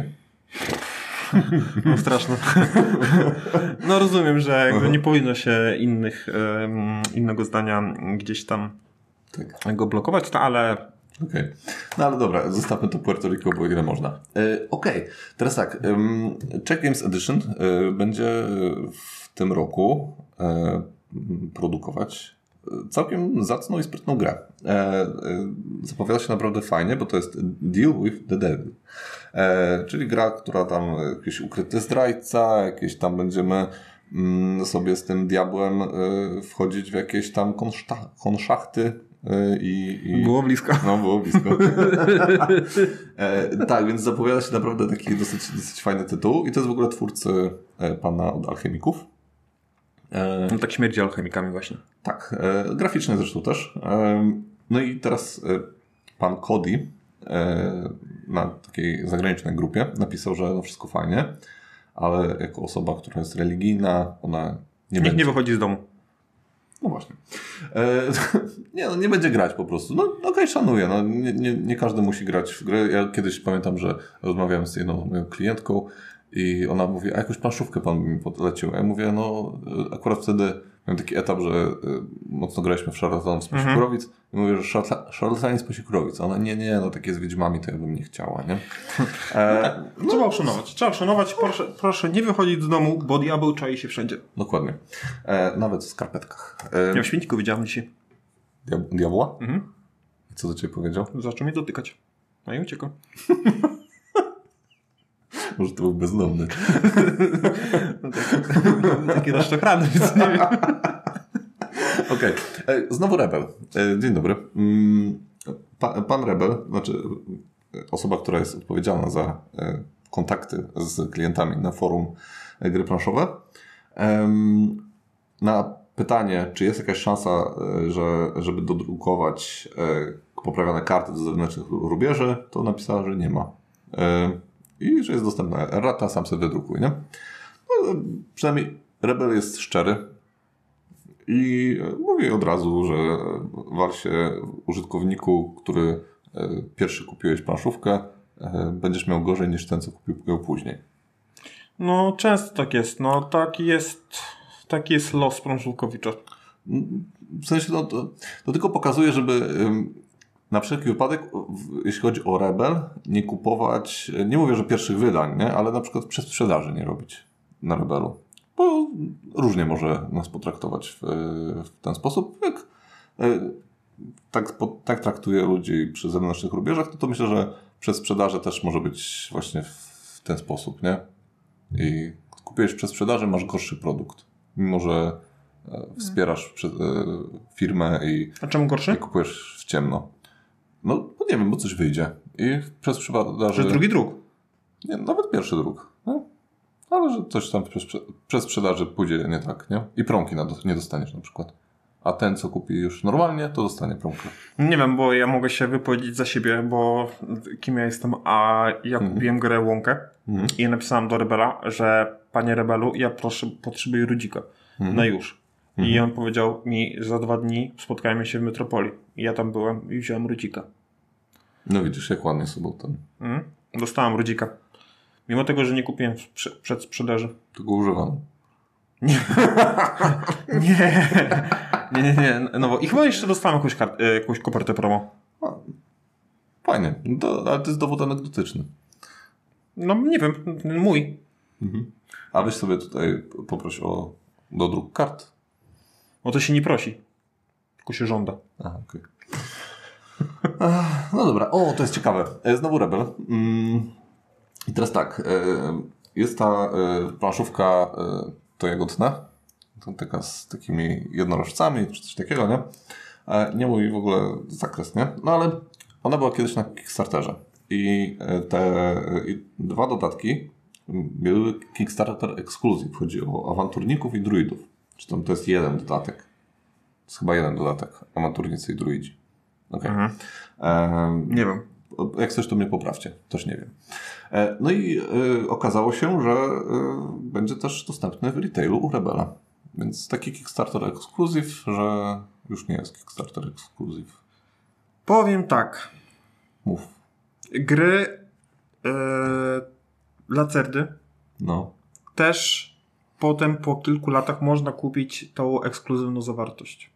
No straszne. No rozumiem, że jakby nie powinno się innych, um, innego zdania gdzieś tam tak. go blokować, to ale... Okej. Okay. No ale dobra, zostawmy to Puerto Rico, bo ile można. E, Okej, okay. Teraz tak. Um, Czech Games Edition e, będzie w tym roku e, produkować całkiem zacną i sprytną grę. E, e, zapowiada się naprawdę fajnie, bo to jest Deal with the Devil. E, czyli gra, która tam jakiś ukryty zdrajca, jakieś tam będziemy mm, sobie z tym diabłem e, wchodzić w jakieś tam konszta, konszachty. I, i... Było blisko. No, było blisko. e, tak, więc zapowiada się naprawdę taki dosyć, dosyć fajny tytuł i to jest w ogóle twórcy e, pana od Alchemików. E, no tak śmierdzi alchemikami właśnie. Tak, e, graficznie zresztą też. E, no i teraz e, pan Cody e, na takiej zagranicznej grupie napisał, że no wszystko fajnie, ale jako osoba, która jest religijna, ona nie Nikt będzie... nie wychodzi z domu. No właśnie. E, nie, no nie będzie grać po prostu. No okej, okay, szanuję. No, nie, nie, nie każdy musi grać w grę. Ja kiedyś pamiętam, że rozmawiałem z jedną moją klientką i ona mówi, a jakąś planszówkę pan mi podlecił. A ja mówię, no akurat wtedy miałem taki etap, że y, mocno graliśmy w szarlatanów z Pasikórowic. Mhm. I mówię, że szarla, szarlatani z Pasikórowic. A ona, nie, nie, no takie z Wiedźmami to ja bym nie chciała, nie? E, no, trzeba uszanować. Trzeba uszanować. Proszę, proszę nie wychodzić z domu, bo diabeł czai się wszędzie. Dokładnie. E, nawet w skarpetkach. E, ja w święciku widziałem dzisiaj. Diab diabła? Mhm. I co do ciebie powiedział? Zaczął mnie dotykać. No i uciekł. Może to był bezdomny. No tak, taki rozczochrany, więc nie wiem. Okej. Okay. Znowu Rebel. Dzień dobry. Pan, pan Rebel, znaczy osoba, która jest odpowiedzialna za kontakty z klientami na forum Gry Planszowe, na pytanie, czy jest jakaś szansa, że, żeby dodrukować poprawione karty do zewnętrznych rubieży, to napisała, że nie ma. I że jest dostępna rata, sam sobie wydrukuj, nie? No, przynajmniej Rebel jest szczery i mówi od razu, że wal się użytkowniku, który pierwszy kupiłeś planszówkę, będziesz miał gorzej niż ten, co kupił ją później. No często tak jest. No taki jest, taki jest los planszówkowicza. W sensie no, to, to tylko pokazuje, żeby na wszelki wypadek, jeśli chodzi o Rebel, nie kupować, nie mówię, że pierwszych wydań, nie? Ale na przykład przez sprzedaży nie robić na Rebelu. Bo różnie może nas potraktować w, w ten sposób. Jak tak, tak traktuje ludzi przy zewnętrznych rubieżach, to, to myślę, że przez sprzedaży też może być właśnie w ten sposób, nie? I kupiłeś przez sprzedaży, masz gorszy produkt. Mimo, że wspierasz firmę i, A czemu gorszy? i kupujesz w ciemno. No, bo nie wiem, bo coś wyjdzie. I przez sprzedaży... Przez drugi druk. Nie, nawet pierwszy druk. No? Ale że coś tam przez, przez sprzedaży pójdzie nie tak, nie? I promki nie dostaniesz na przykład. A ten, co kupi już normalnie, to dostanie promkę. Nie wiem, bo ja mogę się wypowiedzieć za siebie, bo kim ja jestem, a ja kupiłem mhm. grę Łąkę mhm. i napisałem do Rebela, że panie Rebelu, ja proszę, potrzebuję rudzika. Mhm. Na już. Mhm. I on powiedział mi, że za dwa dni spotkajmy się w Metropolii. I ja tam byłem i wziąłem rudzika. No widzisz, jak ładnie sobie ten. Mhm. Dostałem rudzika. Mimo tego, że nie kupiłem prze- przed sprzedaży. Tylko używam. Nie. nie. Nie, nie, nie. No bo i chyba jeszcze dostałem jakąś, kart- jakąś kopertę promo. A, fajnie. To, ale to jest dowód anegdotyczny. No nie wiem, mój. Mhm. A weź sobie tutaj poproś o dodruk kart. No to się nie prosi, tylko się żąda. Aha, okej. Okay. No dobra, o, to jest ciekawe. Znowu Rebel. I teraz tak, jest ta planszówka to Jagodna, to taka z takimi jednorożcami, czy coś takiego, nie? Nie mój w ogóle zakres, nie? No ale ona była kiedyś na Kickstarterze i te i dwa dodatki były Kickstarter Exclusive. Chodzi o awanturników i druidów. Czy tam to jest jeden dodatek? To jest chyba jeden dodatek. Awanturnicy i druidzi. Okej. Okay. Mhm. Nie wiem. Jak coś, to mnie poprawcie. Też nie wiem. E, no i e, okazało się, że e, będzie też dostępny w retailu u Rebela. Więc taki Kickstarter Exclusive, że już nie jest Kickstarter Exclusive. Powiem tak. Mów. Gry e, Lacerdy no. też potem po kilku latach można kupić tą ekskluzywną zawartość.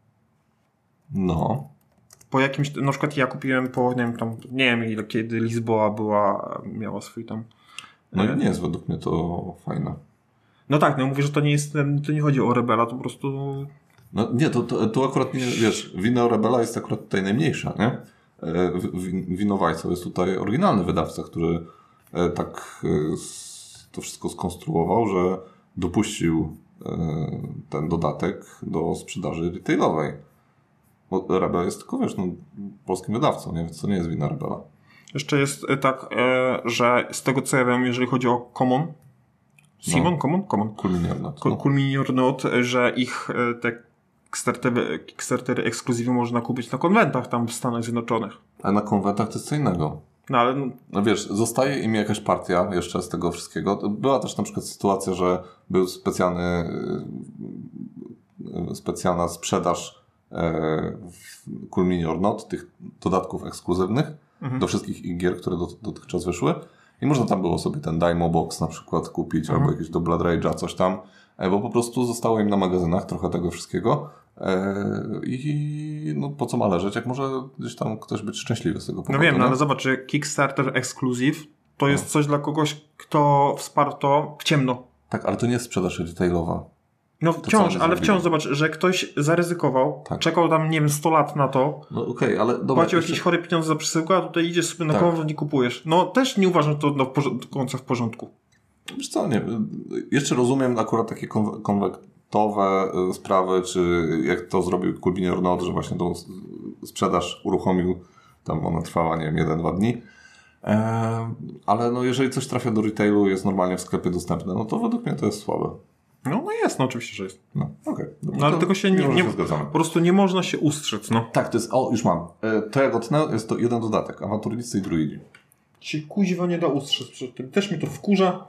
No. Po jakimś, na przykład ja kupiłem po, nie wiem, tam, nie wiem ile, kiedy Lisboa była, miała swój tam... No i nie jest według mnie to fajne. No tak, no mówię, że to nie jest, to nie chodzi o Rebela, to po prostu... No nie, to, to, to akurat nie, wiesz, wina Rebela jest akurat tutaj najmniejsza, nie? Winowajcą jest tutaj oryginalny wydawca, który tak to wszystko skonstruował, że dopuścił ten dodatek do sprzedaży retailowej. Bo Rebel jest tylko, wiesz, no, polskim wydawcą, nie? Więc to nie jest wina Rebela. Jeszcze jest tak, że z tego co ja wiem, jeżeli chodzi o Common, Simon, no. Common? Common. Cool Mini or Not. Cool, cool Mini or Not, że ich te Kickstartery, Kickstartery ekskluzywy można kupić na konwentach tam w Stanach Zjednoczonych. A na konwentach to jest co innego. No ale... No wiesz, zostaje im jakaś partia jeszcze z tego wszystkiego. Była też na przykład sytuacja, że był specjalny specjalna sprzedaż w Cool Mini or Not tych dodatków ekskluzywnych mhm. do wszystkich gier, które do, dotychczas wyszły. I można tam było sobie ten Daimo Box na przykład kupić, mhm. albo jakieś do Blood Rage'a coś tam, bo po prostu zostało im na magazynach trochę tego wszystkiego i no po co ma leżeć, jak może gdzieś tam ktoś być szczęśliwy z tego powodu. No wiem, nie? no ale zobacz, że Kickstarter Exclusive to jest no. coś dla kogoś, kto wsparł to w ciemno. Tak, ale to nie jest sprzedaż retailowa. No wciąż, ale wciąż zobacz, że ktoś zaryzykował, tak. czekał tam, nie wiem, sto lat na to, no okej, okay, ale dobra, płacił jeszcze... jakieś chore pieniądze za przesyłkę, a tutaj idziesz sobie na tak. konwent i kupujesz. No też nie uważam, że to do końca w porządku. Wiesz co, nie, jeszcze rozumiem akurat takie konwe- konwektowe sprawy, czy jak to zrobił Cool Mini or Not, że właśnie tą sprzedaż uruchomił, tam ona trwała, nie wiem, jeden, dwa dni. Eee, ale no jeżeli coś trafia do retailu, jest normalnie w sklepie dostępne, no to według mnie to jest słabe. No, no jest, no oczywiście, że jest. No, okej. Okay. No, ale tego się nie, nie, nie po prostu nie można się ustrzec, no. Tak, to jest, o, już mam. E, to Jagodne jest to jeden dodatek, awanturnicy i druidzi. Się kuźwa nie da ustrzec przed tym. Też mi to wkurza.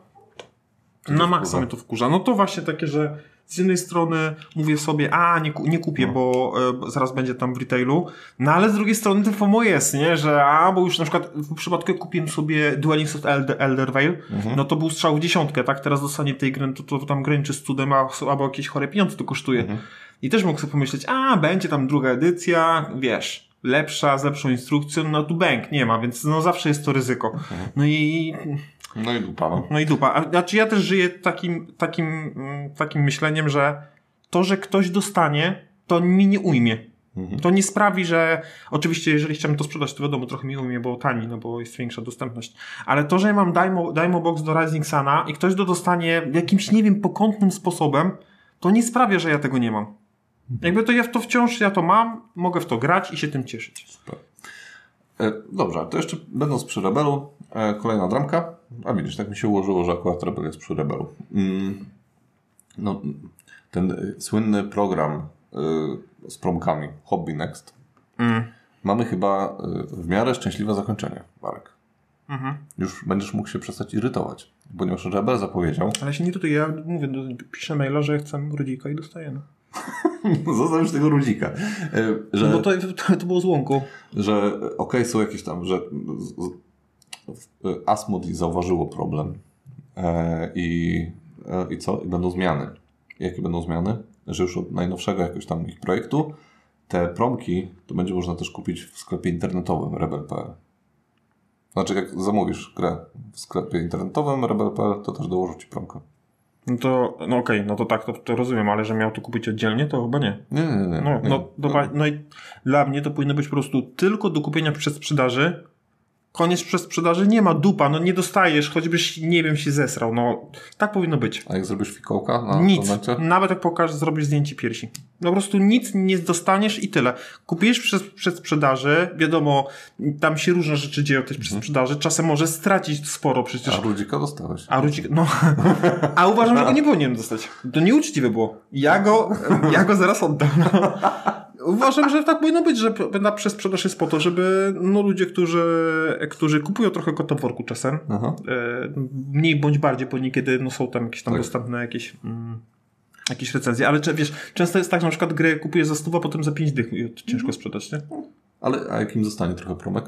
Na maksa mnie to wkurza. No to właśnie takie, że z jednej strony mówię sobie, a nie, nie kupię, no. bo e, zaraz będzie tam w retailu, no ale z drugiej strony to FOMO jest, nie, że a, bo już na przykład w przypadku jak kupiłem sobie Duel Links of Elder, Elder Vale, mhm. no to był strzał w dziesiątkę, tak, teraz dostanie tej gry, to, to tam graniczy z cudem, a, albo jakieś chore pieniądze to kosztuje. Mhm. I też mógł sobie pomyśleć, a, będzie tam druga edycja, wiesz, lepsza, z lepszą instrukcją, no tu bank nie ma, więc no zawsze jest to ryzyko. Mhm. No i... No i dupa. No, no i dupa. A, znaczy ja też żyję takim, takim, takim myśleniem, że to, że ktoś dostanie, to mi nie ujmie. Mhm. To nie sprawi, że oczywiście jeżeli chciałbym to sprzedać, to wiadomo, trochę mi ujmie, bo taniej, no bo jest większa dostępność. Ale to, że ja mam Daimo, Daimo Box do Rising Suna i ktoś to dostanie jakimś, nie wiem, pokątnym sposobem, to nie sprawia, że ja tego nie mam. Mhm. Jakby to ja w to wciąż, ja to mam, mogę w to grać i się tym cieszyć. Super. E, dobrze, to jeszcze będąc przy Rebelu, e, kolejna dramka. A widzisz, tak mi się ułożyło, że akurat Rebel jest przy Rebelu. Mm, no, ten y, słynny program y, z promkami Hobby Next mm. mamy chyba y, w miarę szczęśliwe zakończenie, Marek. Mm-hmm. Już będziesz mógł się przestać irytować, ponieważ Rebel zapowiedział. Ale się nie tutaj, ja mówię, piszę maila, że chcę rudzika i dostaję. No. Zostawisz tego rudzika. Że, no bo to, to, to było złąką. Że okej, okay, są jakieś tam, że Asmodee zauważyło problem e, i, e, i co? I będą zmiany. Jakie będą zmiany? Że już od najnowszego jakiegoś tam ich projektu te promki to będzie można też kupić w sklepie internetowym rebel kropka p l. Znaczy, jak zamówisz grę w sklepie internetowym rebel kropka p l, to też dołożą ci promkę. No to, no okej, okay, no to tak, to, to rozumiem, ale że miał to kupić oddzielnie, to chyba nie. Nie, nie, nie. No, nie. no, no, no, no i dla mnie to powinno być po prostu tylko do kupienia przez sprzedaży. Koniec przez sprzedaży, nie ma dupa, no nie dostajesz, choćbyś, nie wiem, się zesrał, no tak powinno być. A jak zrobisz fikołka na nic, konwencie? Nawet jak pokażesz, zrobisz zdjęcie piersi. No po prostu nic nie dostaniesz i tyle. Kupujesz przez, przez sprzedaży, wiadomo, tam się różne rzeczy dzieją też mhm. przez sprzedaży, czasem może stracić sporo przecież. A rudzika dostałeś. A rudzika, no. A uważam, że go nie powinienem dostać. To nieuczciwe było. Ja go, ja go zaraz oddam. No. Uważam, że tak powinno być, że na przesprzedaż jest po to, żeby no, ludzie, którzy, którzy kupują trochę kota w worku czasem, e, mniej bądź bardziej, bo niekiedy no, są tam jakieś tam tak. dostępne jakieś, mm, jakieś recenzje, ale wiesz, często jest tak, że na przykład grę kupujesz za stówę, a potem za pięć dych i to ciężko sprzedać, nie? Ale a jakim zostanie trochę promek?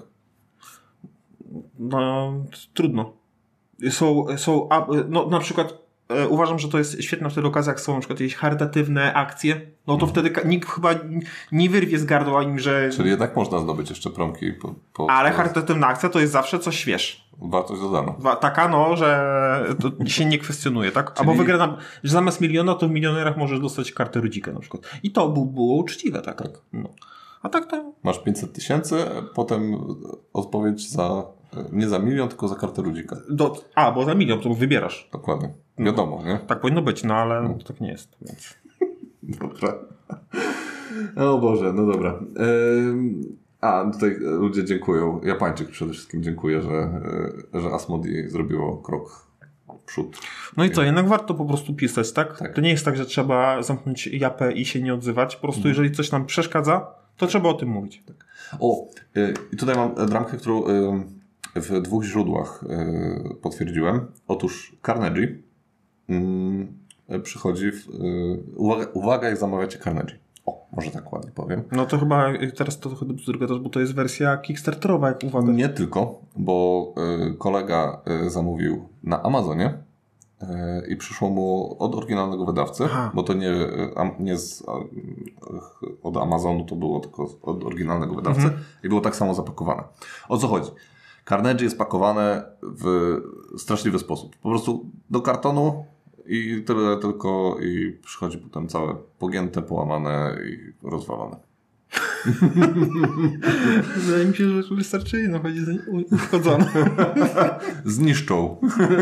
No, trudno. Są, są no, na przykład E, uważam, że to jest świetna wtedy okazja, jak są na przykład jakieś charytatywne akcje, no to wtedy nikt chyba nie wyrwie z gardła im, że... Czyli jednak można zdobyć jeszcze promki. Po, po, Ale po... charytatywna akcja to jest zawsze coś, wiesz... Wartość dodana. Taka, no, że to się nie kwestionuje, tak? Czyli... Albo wygra nam, że zamiast miliona, to w milionerach możesz dostać kartę Rudzika na przykład. I to było, było uczciwe, tak? tak. No. A tak to... Masz pięćset tysięcy, potem odpowiedź za... Nie za milion, tylko za kartę Rudzika. Do, a, bo za milion, to wybierasz. Dokładnie. Wiadomo, nie? Tak powinno być, no ale no. tak nie jest. Więc. Dobra. O Boże, no dobra. Ym, a, tutaj ludzie dziękują. Japończyk przede wszystkim dziękuję, że, że Asmodee zrobiło krok w przód. No i co, jednak warto po prostu pisać, tak? tak? To nie jest tak, że trzeba zamknąć japę i się nie odzywać. Po prostu hmm. jeżeli coś nam przeszkadza, to trzeba o tym mówić. Tak. O, i yy, tutaj mam dramkę, którą... Yy, w dwóch źródłach y, potwierdziłem. Otóż Carnegie y, przychodzi w... Y, uwaga, uwaga, jak zamawiacie Carnegie. O, może tak ładnie powiem. No to chyba teraz to chyba zdrugadasz, bo to jest wersja kickstarterowa, jak uwaga. Nie tylko, bo y, kolega y, zamówił na Amazonie y, i przyszło mu od oryginalnego wydawcy, Aha. bo to nie, y, nie z, y, od Amazonu to było, tylko od oryginalnego wydawcy mhm. i było tak samo zapakowane. O co chodzi? Carnegie jest pakowane w straszliwy sposób. Po prostu do kartonu i tyle tylko i przychodzi potem całe pogięte, połamane i rozwalone. Wydaje mi się, że wystarczy no chodzi uszkodzone. Zniszczą.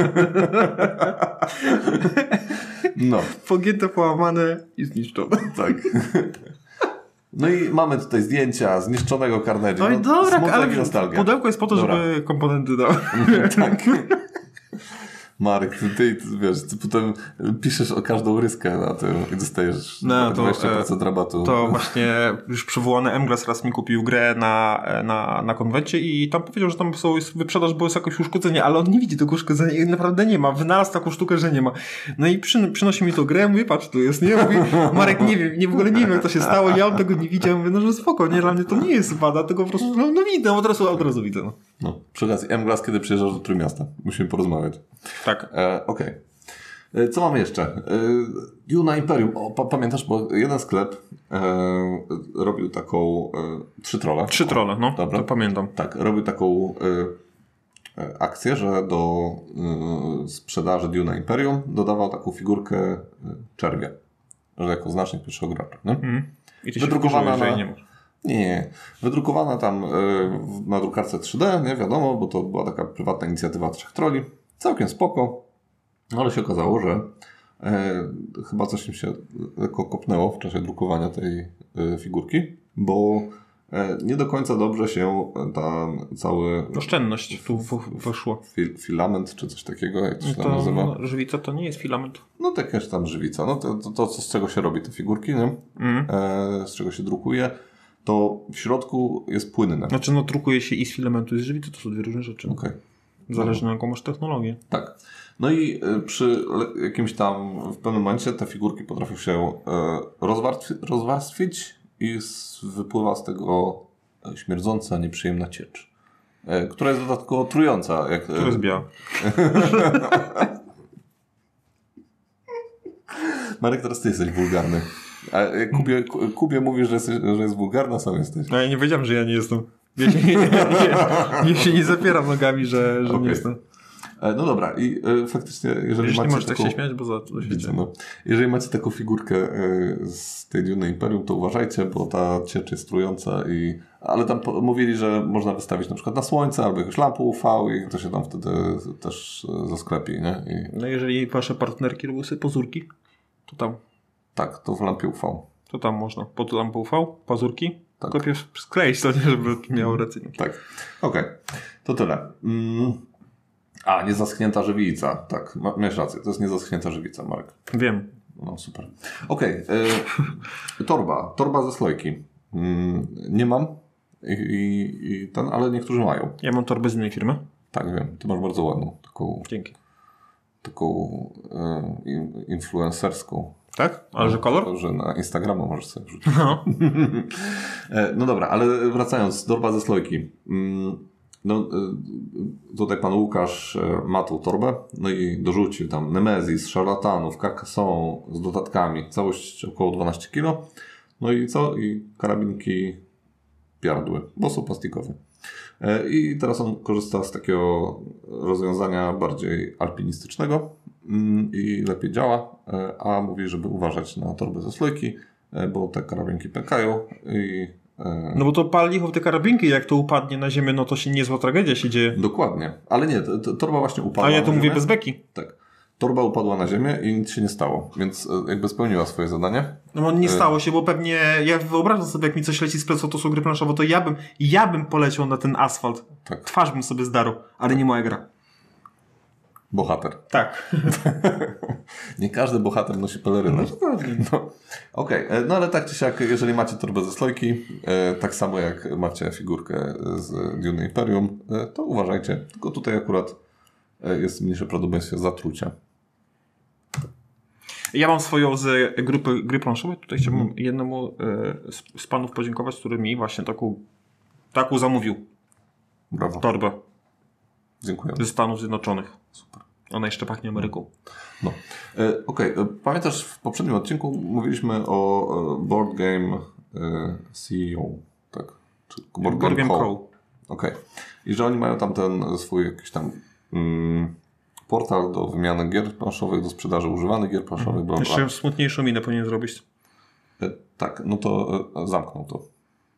No. Pogięte, połamane i zniszczone. Tak. No i mamy tutaj zdjęcia zniszczonego Carnegie. No i no, dobra, ale pudełko jest po to, dobra. żeby komponenty dały. Tak. Marek, ty, ty wiesz, ty potem piszesz o każdą ryskę na tym i dostajesz no, dwadzieścia procent to, rabatu. To właśnie już przywołany M-Glass raz mi kupił grę na, na, na konwencie i tam powiedział, że tam są, jest wyprzedaż, bo jest jakieś uszkodzenie, ale on nie widzi tego uszkodzenia i naprawdę nie ma. Wynalazł taką sztukę, że nie ma. No i przy, przynosi mi to grę, mówię, patrz, tu jest, nie? Mówi, Marek, nie wiem, nie, w ogóle nie wiem, jak to się stało, ja on tego nie widział. Mówię, no, że spoko, nie, dla mnie to nie jest wada, tego po prostu, no, no widzę, od razu, od razu widzę. No, no przy okazji M-Glass, kiedy przyjeżdżasz do Trójmiasta, musimy porozmawiać. Tak. E, Okej. Okay. Co mamy jeszcze? E, Duna Imperium. O, pa, pamiętasz, bo jeden sklep e, robił taką e, trzy trole. Trzy trole, no. Dobra. To pamiętam. Tak, robił taką e, akcję, że do e, sprzedaży Duna Imperium dodawał taką figurkę e, czerwia. Że jako znacznik pierwszego gracza. Nie? Mm. I ty wydrukowana się wkurzyłeś, na... nie masz. Nie, wydrukowana tam y, na drukarce trzy D, nie wiadomo, bo to była taka prywatna inicjatywa trzech troli. Całkiem spoko, ale się okazało, że y, chyba coś im się lekko kopnęło w czasie drukowania tej y, figurki, bo y, nie do końca dobrze się tam cały... Oszczędność tu weszło. Fil, filament czy coś takiego, jak to się to, tam nazywa? No, żywica to nie jest filament. No tak jakaś tam żywica. No to, to, to z czego się robi te figurki, nie? Mm. E, z czego się drukuje. To w środku jest płynne. Znaczy, no drukuje się i z filamentu, i z żywicy, to są dwie różne rzeczy. Okay. Zależy na jaką masz technologię. Tak. No i przy jakimś tam, w pewnym momencie te figurki potrafią się rozwarstwi- rozwarstwić i z, wypływa z tego śmierdząca, nieprzyjemna ciecz, która jest dodatkowo trująca. Jak... Która jest biała. Marek, teraz ty jesteś wulgarny. A Kubie, Kubie mówisz, że, jesteś, że jest wulgarna, sam jesteś. No ja nie wiedziałem, że ja nie jestem. Ja się nie, nie, nie, się nie zapieram nogami, że, że okay. nie jestem. No dobra, i e, faktycznie, jeżeli Wiesz, macie nie możesz taką... tak się śmiać, bo za to się widzę, no. Jeżeli macie taką figurkę e, z tej Dune Imperium, to uważajcie, bo ta ciecz jest trująca i... Ale tam po, mówili, że można wystawić na przykład na słońce albo jakąś lampę U V i to się tam wtedy też zasklepi, nie? I... No jeżeli wasze partnerki robią sobie pazurki, to tam... Tak, to w lampie U V. To tam można. Pod lampą U V, pazurki, tak. tylko pierw skleić to, nie, żeby miało rację. Tak, okej. Okay. To tyle. Mm. A, niezaschnięta żywica. Tak, ma, miałeś rację. To jest niezaschnięta żywica, Marek. Wiem. No, super. Okej. Okay. Torba. Torba ze slojki. Mm, nie mam, I, i, i ten, ale niektórzy mają. Ja mam torbę z innej firmy. Tak, wiem. Ty masz bardzo ładną. Taką, Dzięki. Taką e, in, influencerską. Tak? Ale że kolor? Że na Instagrama możesz sobie wrzucić. No. No dobra, ale wracając. Torba ze slojki. Mm, No, tutaj pan Łukasz ma tą torbę, no i dorzucił tam Nemezis, szarlatanów, Carcassonne z dodatkami, całość około dwanaście kilo. No i co? I karabinki piardły, bo są plastikowe. I teraz on korzysta z takiego rozwiązania bardziej alpinistycznego i lepiej działa, a mówi, żeby uważać na torbę ze slojki, bo te karabinki pękają i no bo to pal licho w te karabinki, jak to upadnie na ziemię, no to się niezła tragedia się dzieje. Dokładnie, ale nie, to, to, torba właśnie upadła. A ja to na mówię ziemię. bez beki. Tak. Torba upadła na ziemię i nic się nie stało, więc jakby spełniła swoje zadanie. No nie stało się, bo pewnie, ja wyobrażam sobie, jak mi coś leci z plecu, to są gry planszowe, to ja bym, ja bym poleciał na ten asfalt. Tak. Twarz bym sobie zdarł, ale nie moja gra. Bohater. Tak. Nie każdy bohater nosi pelerynę. No, no. Okej, okay. No ale tak czy siak, jeżeli macie torbę ze slojki, e, tak samo jak macie figurkę z Dune Imperium, e, to uważajcie. Tylko tutaj akurat e, jest mniejsze prawdopodobieństwo zatrucia. Ja mam swoją z grupy gry planszowej. Tutaj chciałbym hmm. jednemu e, z, z panów podziękować, który mi właśnie taką, taką zamówił. Brawo. Torbę. Dziękuję. Ze Stanów Zjednoczonych. Super. Ona jeszcze pachnie Ameryką. No. E, Okej. Okay. Pamiętasz, w poprzednim odcinku mówiliśmy o Board Game e, C E O, tak? Czy Board, Board Game Co. Okej. Okay. I że oni mają tam ten swój jakiś tam mm, portal do wymiany gier planszowych, do sprzedaży używanych gier planszowych. Mm. Bla, bla. Jeszcze smutniejszą minę powinien zrobić. E, tak, no to e, zamknął to.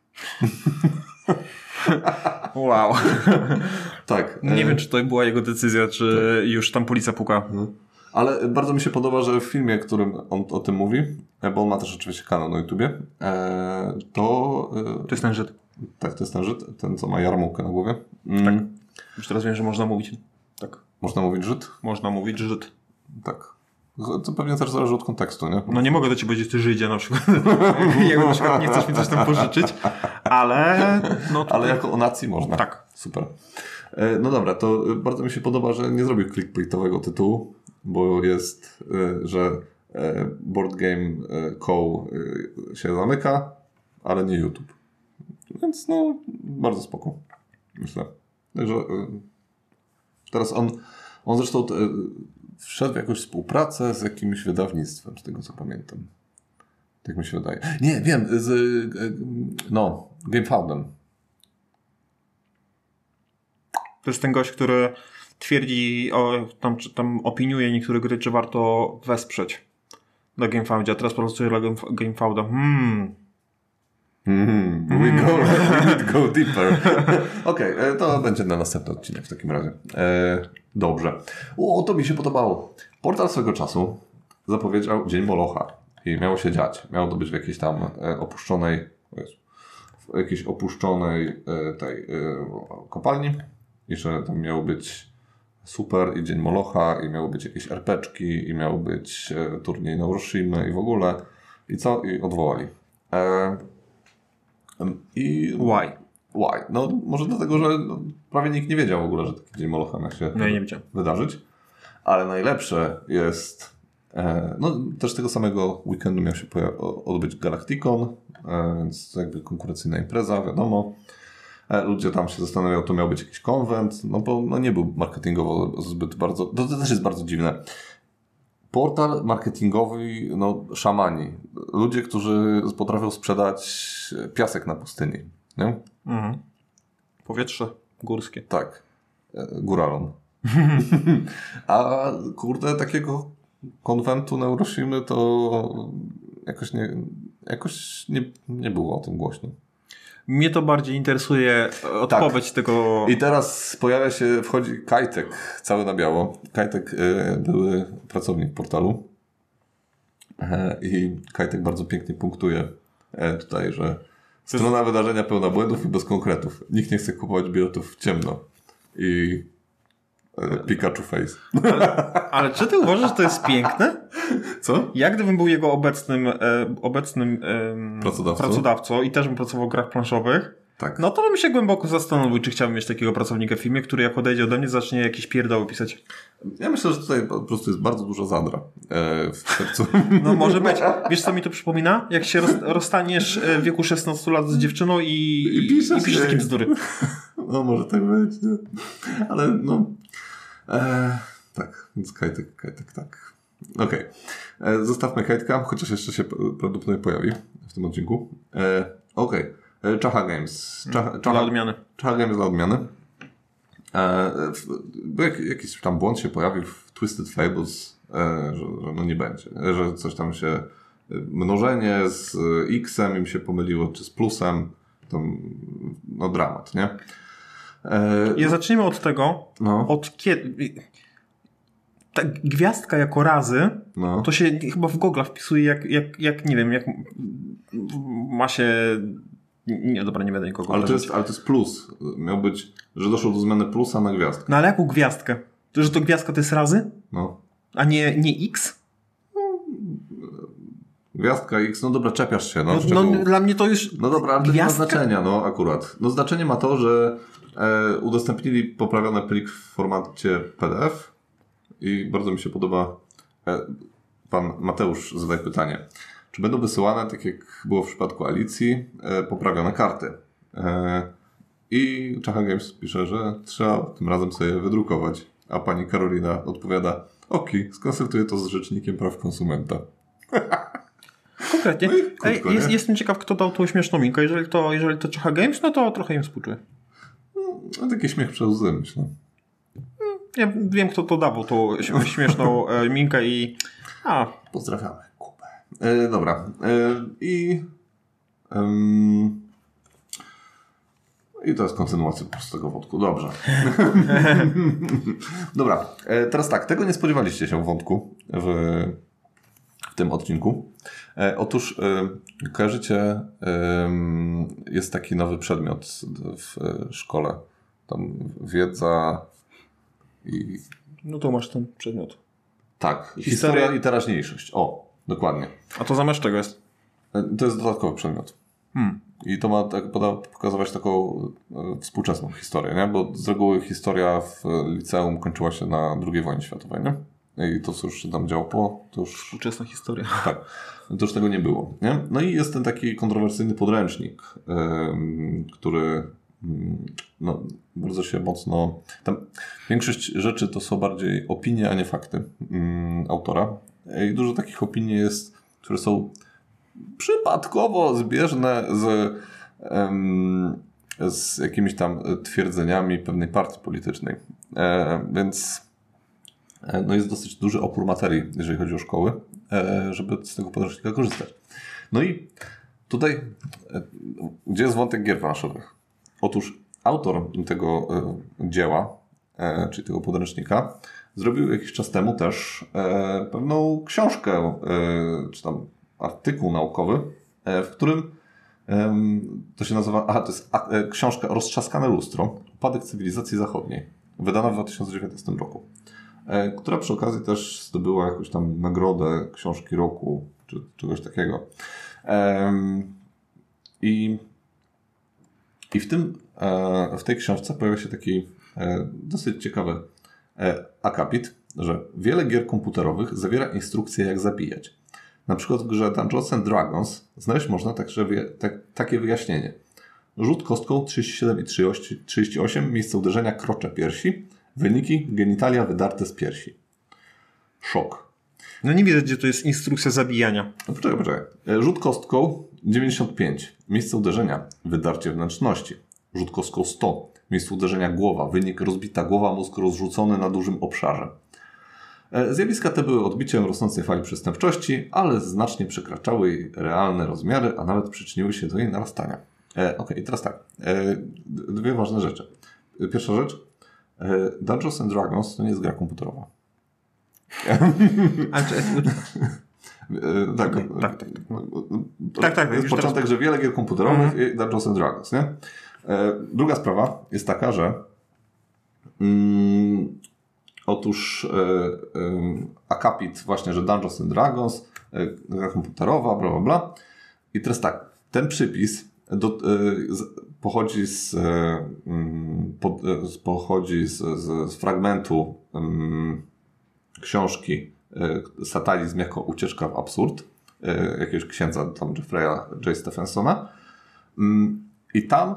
Wow. Tak. Nie wiem, czy to była jego decyzja, czy tak. już tam policja puka. Mhm. Ale bardzo mi się podoba, że w filmie, w którym on o tym mówi, bo on ma też oczywiście kanał na YouTubie, to... To jest ten Żyd. Tak, to jest ten Żyd, ten co ma jarmułkę na głowie. Mm. Tak. Już teraz wiem, że można mówić. Tak. Można mówić Żyd? Można mówić Żyd. Tak. To pewnie też zależy od kontekstu, nie? No nie mogę do ciebie powiedzieć, ty Żydzie na przykład. Jak na przykład nie chcesz mi coś tam pożyczyć, ale... No to... Ale jako o nacji można. Tak. Super. No dobra, to bardzo mi się podoba, że nie zrobił clickbaitowego tytułu, bo jest, że Board Game Co. się zamyka, ale nie YouTube. Więc no, bardzo spoko. Myślę. Także teraz on, on zresztą wszedł w jakąś współpracę z jakimś wydawnictwem, z tego co pamiętam. Tak mi się wydaje. Nie, wiem, z no, GameFoundem. To jest ten gość, który twierdzi, o, tam, tam opiniuje niektóre gry, czy warto wesprzeć na GameFoundzie, a teraz pracuje dla GameFounda. Hmm. Mm, we, go, we need go deeper. Okej, okay, to będzie na następny odcinek w takim razie. E, dobrze. O, to mi się podobało. Portal swego czasu zapowiedział Dzień Molocha i miało się dziać. Miało to być w jakiejś tam e, opuszczonej w jakiejś opuszczonej e, tej e, kopalni i że tam miało być super i Dzień Molocha i miało być jakieś erpeczki i miał być e, turniej na Uroshimy i w ogóle i co? I odwołali. E, I why? Why? No może dlatego, że no, prawie nikt nie wiedział w ogóle, że taki Dzień Molocha ma się no, nie wiedział. wydarzyć. Ale najlepsze jest e, no też tego samego weekendu miał się odbyć Galacticon, e, więc jakby konkurencyjna impreza, wiadomo. E, ludzie tam się zastanawiają, to miał być jakiś konwent, no bo no, nie był marketingowo zbyt bardzo, to, to też jest bardzo dziwne. Portal marketingowy, no szamani. Ludzie, którzy potrafią sprzedać piasek na pustyni. Nie? Mhm. Powietrze górskie. Tak. Góralom. A kurde, takiego konwentu Neuroshimy to jakoś nie, jakoś nie, nie było o tym głośno. Mnie to bardziej interesuje odpowiedź tak. tego... I teraz pojawia się, wchodzi Kajtek, cały na biało. Kajtek y, były pracownik portalu e, i Kajtek bardzo pięknie punktuje e, tutaj, że strona wydarzenia pełna błędów i bez konkretów. Nikt nie chce kupować biletów w ciemno. I e, Pikachu face. Ale, ale czy ty uważasz, że to jest piękne? Co? Ja gdybym był jego obecnym, e, obecnym e, pracodawcą. pracodawcą i też bym pracował w grach planszowych, tak. No to bym się głęboko zastanowił, czy chciałbym mieć takiego pracownika w firmie, który jak odejdzie ode mnie, zacznie jakieś pierdoły pisać. Ja myślę, że tutaj po prostu jest bardzo dużo zadra e, w sercu. No może być. Wiesz, co mi to przypomina? Jak się roz, rozstaniesz w wieku szesnastu lat z dziewczyną i, I piszesz, i piszesz takie bzdury. No może tak być, nie? Ale no... E, tak, więc Kajtek, Kajtek, tak. Okej. Okay. Zostawmy Kajtka, chociaż jeszcze się prawdopodobnie pojawi w tym odcinku. E, Okej. Okay. Czacha Games. Czacha, Czacha, dla odmiany. Czacha Games dla odmiany. E, w, jak, jakiś tam błąd się pojawił w Twisted Fables, e, że, że no nie będzie. Że coś tam się... Mnożenie z X-em im się pomyliło, czy z plusem. To, no dramat, nie? E, ja zaczniemy od tego, no. od kiedy... Ta gwiazdka jako razy, no. To się chyba w Google wpisuje jak, jak, jak nie wiem, jak ma się... Nie, dobra, nie będę nikogo ale to, jest, ale to jest plus. Miał być, że doszło do zmiany plusa na gwiazdkę. No ale jaką gwiazdkę? To, że to gwiazdka to jest razy? No. A nie, nie X? No, gwiazdka X, no dobra, czepiasz się. No, no, no dla mnie to już no dobra, ale to nie ma znaczenia, no akurat. No znaczenie ma to, że e, udostępnili poprawiony plik w formacie P D F i bardzo mi się podoba. E, pan Mateusz zadaje pytanie. Czy będą wysyłane, tak jak było w przypadku Alicji, e, poprawione karty? E, I Czacha Games pisze, że trzeba tym razem sobie je wydrukować. A pani Karolina odpowiada, okej, skonsultuję to z Rzecznikiem Praw Konsumenta. Konkretnie. No krótko, Ej, jest, jestem ciekaw, kto dał tą śmieszną minkę. Jeżeli to, jeżeli to Czacha Games, no to trochę im współczuję. No, taki śmiech przez łzy, myślę. Ja wiem, kto to dawał tą śmieszną e, minkę i... A. Pozdrawiamy Kubę. E, dobra. E, I... Um, I to jest kontynuacja po prostu tego wątku. Dobrze. Dobra. E, teraz tak. Tego nie spodziewaliście się wątku w, w tym odcinku. E, otóż e, kojarzycie, e, jest taki nowy przedmiot w e, szkole. Tam wiedza i... No to masz ten przedmiot. Tak. Historia, Historia i teraźniejszość. O, dokładnie. A to zamiast czego jest? To jest dodatkowy przedmiot. Hmm. I to ma tak, pokazywać taką e, współczesną historię, nie? Bo z reguły historia w liceum kończyła się na drugiej wojnie światowej, nie? I to, co już się tam działo po, to już... Współczesna historia. Tak. To już tego nie było, nie? No i jest ten taki kontrowersyjny podręcznik, yy, który yy, no, bardzo się mocno... Tam większość rzeczy to są bardziej opinie, a nie fakty yy, autora. I dużo takich opinii jest, które są przypadkowo zbieżne z, z jakimiś tam twierdzeniami pewnej partii politycznej. Więc no jest dosyć duży opór materii, jeżeli chodzi o szkoły, żeby z tego podręcznika korzystać. No i tutaj, gdzie jest wątek gier planszowych? Otóż autor tego dzieła, czyli tego podręcznika, zrobił jakiś czas temu też pewną książkę, czy tam artykuł naukowy, w którym to się nazywa, aha, to jest książka Roztrzaskane lustro, upadek cywilizacji zachodniej, wydana w dwa tysiące dziewiętnastym roku, która przy okazji też zdobyła jakąś tam nagrodę książki roku, czy czegoś takiego. I, i w tym, w tej książce pojawia się taki dosyć ciekawy akapit, że wiele gier komputerowych zawiera instrukcje, jak zabijać. Na przykład w grze Dungeons and Dragons znaleźć można także wie, tak, takie wyjaśnienie. Rzut kostką trzydzieści siedem i trzydzieści osiem, miejsce uderzenia krocze piersi, wyniki genitalia wydarte z piersi. Szok. No nie widzę, gdzie to jest instrukcja zabijania. No poczekaj, poczekaj. Rzut kostką dziewięćdziesiąt pięć, miejsce uderzenia, wydarcie wnętrzności. Rzut kostką sto, miejscu uderzenia głowa. Wynik rozbita głowa, mózg rozrzucony na dużym obszarze. Zjawiska te były odbiciem rosnącej fali przestępczości, ale znacznie przekraczały jej realne rozmiary, a nawet przyczyniły się do jej narastania. E, ok, i teraz tak. E, dwie ważne rzeczy. Pierwsza rzecz. E, Dungeons and Dragons to nie jest gra komputerowa. A czy... e, tak, okay, tak, tak, tak. No. To tak, tak. Jest początek, teraz... że wiele gier komputerowych mm-hmm. i Dungeons and Dragons, nie? E, druga sprawa jest taka, że mm, otóż e, e, akapit właśnie, że Dungeons and Dragons, e, gra komputerowa, bla, bla, bla. I teraz tak, ten przypis do, e, z, pochodzi z, e, po, e, pochodzi z, z, z fragmentu e, książki e, Satanizm jako ucieczka w absurd e, jakiegoś księdza tam Jeffrey'a J. Stephensona. E, I tam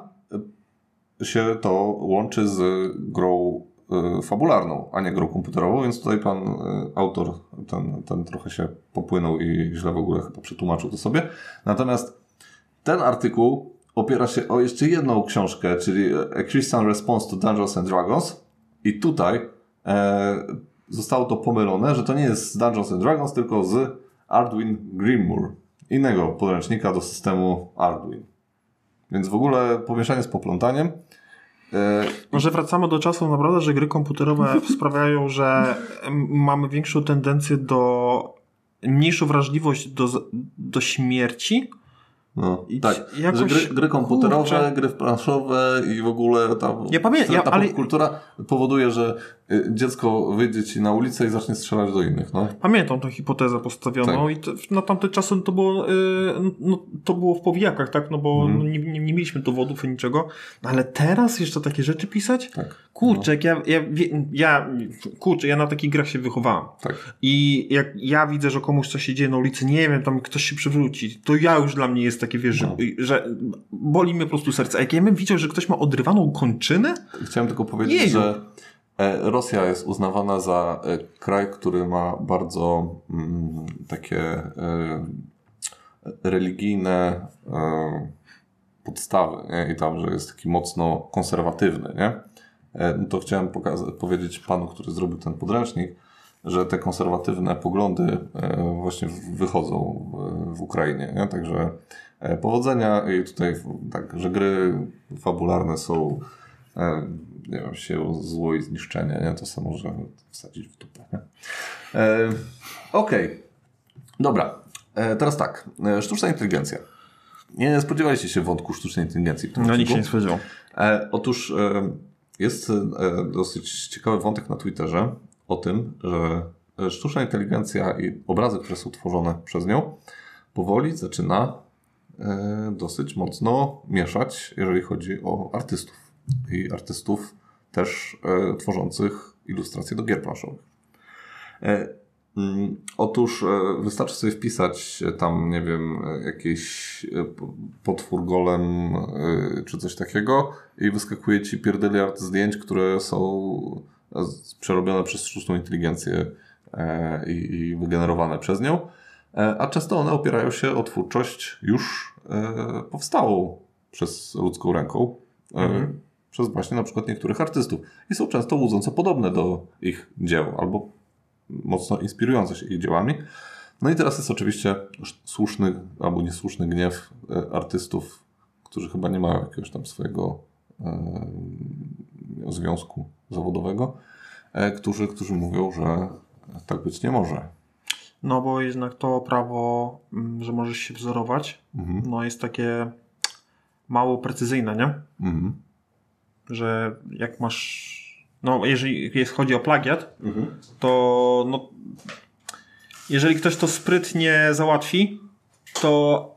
się to łączy z grą fabularną, a nie grą komputerową, więc tutaj pan y, autor ten, ten trochę się popłynął i źle w ogóle chyba przetłumaczył to sobie. Natomiast ten artykuł opiera się o jeszcze jedną książkę, czyli A Christian Response to Dungeons and Dragons i tutaj e, zostało to pomylone, że to nie jest z Dungeons and Dragons, tylko z Arduin Grimoire, innego podręcznika do systemu Arduin. Więc w ogóle pomieszanie z poplątaniem. Może wracamy do czasu naprawdę, że gry komputerowe sprawiają, że mamy większą tendencję do mniejszą wrażliwość do, do śmierci. No, I tak, jakoś, że gry, gry komputerowe, kurczę. gry planszowe i w ogóle ta, ja pamiętam, ja, ta ale... kultura powoduje, że dziecko wyjdzie ci na ulicę i zacznie strzelać do innych. No. Pamiętam tę hipotezę postawioną tak. i to, na tamte czasy to było, yy, no, to było w powijakach, tak? No bo mhm. no, nie, nie, nie mieliśmy dowodów ani niczego. No, ale teraz jeszcze takie rzeczy pisać? Tak. Kurczę, no. jak ja, ja, ja, kurczę, ja na takich grach się wychowałem. Tak. I jak ja widzę, że komuś coś się dzieje na ulicy, nie wiem, tam ktoś się przywróci, to ja już dla mnie jest takie, wiesz, no. że, że boli mnie po prostu serce. A jak ja bym widział, że ktoś ma odrywaną kończynę? Chciałem tylko powiedzieć, Jeju. że Rosja jest uznawana za kraj, który ma bardzo mm, takie e, religijne e, podstawy, nie? I tam, że jest taki mocno konserwatywny, nie? E, no to chciałem pokazać, powiedzieć panu, który zrobił ten podręcznik, że te konserwatywne poglądy e, właśnie wychodzą w, w Ukrainie, nie? Także e, powodzenia i tutaj tak, że gry fabularne są e, nie wiem, się zło i zniszczenie, nie? To samo może wsadzić w dupę. E, Okej. Okay. Dobra. E, teraz tak. E, sztuczna inteligencja. Nie spodziewaliście się wątku sztucznej inteligencji w tym No odcinku? nikt się nie spodziewał. E, otóż e, jest e, dosyć ciekawy wątek na Twitterze o tym, że sztuczna inteligencja i obrazy, które są tworzone przez nią, powoli zaczyna e, dosyć mocno mieszać, jeżeli chodzi o artystów. I artystów też e, tworzących ilustracje do gier planszowych. E, mm, otóż e, wystarczy sobie wpisać tam, nie wiem, jakiś e, potwór golem e, czy coś takiego i wyskakuje ci pierdyliard zdjęć, które są e, przerobione przez sztuczną inteligencję e, i, i wygenerowane przez nią, e, a często one opierają się o twórczość już e, powstałą przez ludzką ręką. E, mhm. Przez właśnie na przykład niektórych artystów. I są często łudząco podobne do ich dzieł, albo mocno inspirujące się ich dziełami. No i teraz jest oczywiście słuszny albo niesłuszny gniew artystów, którzy chyba nie mają jakiegoś tam swojego e, związku zawodowego, e, którzy, którzy mówią, że tak być nie może. No bo jednak to prawo, że możesz się wzorować, mhm. no jest takie mało precyzyjne, nie? Mhm. Że jak masz, no jeżeli jest, chodzi o plagiat, mhm. to no, jeżeli ktoś to sprytnie załatwi, to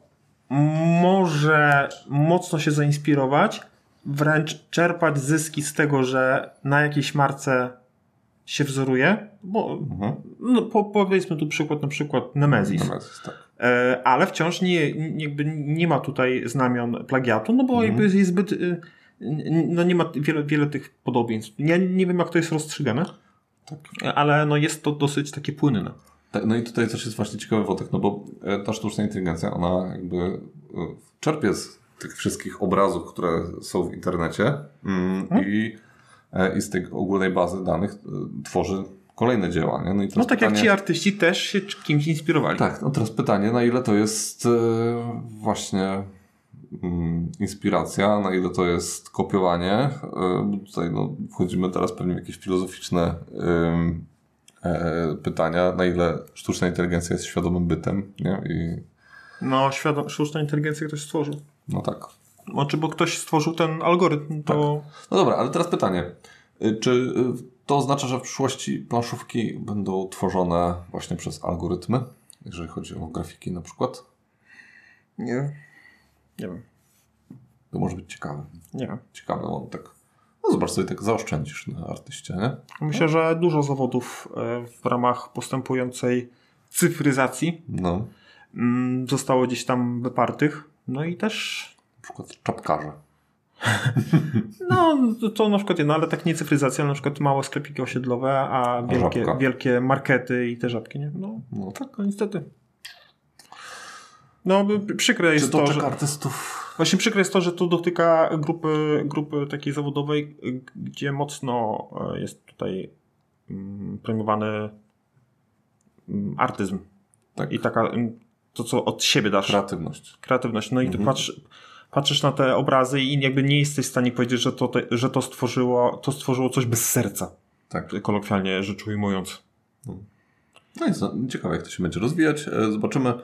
może mocno się zainspirować, wręcz czerpać zyski z tego, że na jakiejś marce się wzoruje, bo mhm. no, po, powiedzmy tu przykład na przykład Nemesis, Nemesis tak. e, ale wciąż nie, jakby nie ma tutaj znamion plagiatu, no bo mhm. jakby jest zbyt no nie ma wiele, wiele tych podobieństw. Ja nie wiem, jak to jest rozstrzygane, tak. ale no jest to dosyć takie płynne. Tak, no i tutaj też jest właśnie ciekawy wątek, no bo ta sztuczna inteligencja, ona jakby czerpie z tych wszystkich obrazów, które są w internecie mm, hmm? i, i z tej ogólnej bazy danych tworzy kolejne dzieła. Nie? No, i no tak pytanie, jak ci artyści też się kimś inspirowali. Tak, no teraz pytanie, na ile to jest właśnie inspiracja, na ile to jest kopiowanie. Tutaj no, wchodzimy teraz pewnie w jakieś filozoficzne pytania, na ile sztuczna inteligencja jest świadomym bytem. Nie? I... No, świadom... sztuczna inteligencja ktoś stworzył. No tak. Znaczy, bo ktoś stworzył ten algorytm, to... Tak. No dobra, ale teraz pytanie. Czy to oznacza, że w przyszłości planszówki będą tworzone właśnie przez algorytmy, jeżeli chodzi o grafiki na przykład? Nie. Nie wiem. To może być ciekawe. Nie wiem. Ciekawe, on tak... No zobacz, sobie tak zaoszczędzisz na artyście, nie? Myślę, że dużo zawodów w ramach postępującej cyfryzacji no. zostało gdzieś tam wypartych. No i też... Na przykład czapkarze. No, to, to na przykład jedno, ale tak nie cyfryzacja, na przykład małe sklepiki osiedlowe, a wielkie, wielkie markety i te żabki, nie? No, no tak, no, niestety. No, przykre jest Czy to, to, że... artystów... Właśnie przykre jest to, że to dotyka grupy, grupy takiej zawodowej, gdzie mocno jest tutaj premiowany artyzm. Tak. I taka, to co od siebie dasz. Kreatywność. Kreatywność. No i mhm. ty patrz, patrzysz na te obrazy i jakby nie jesteś w stanie powiedzieć, że to, te, że to stworzyło, to stworzyło coś bez serca. Tak. Kolokwialnie rzecz ujmując. No i co, ciekawe, jak to się będzie rozwijać. Zobaczymy.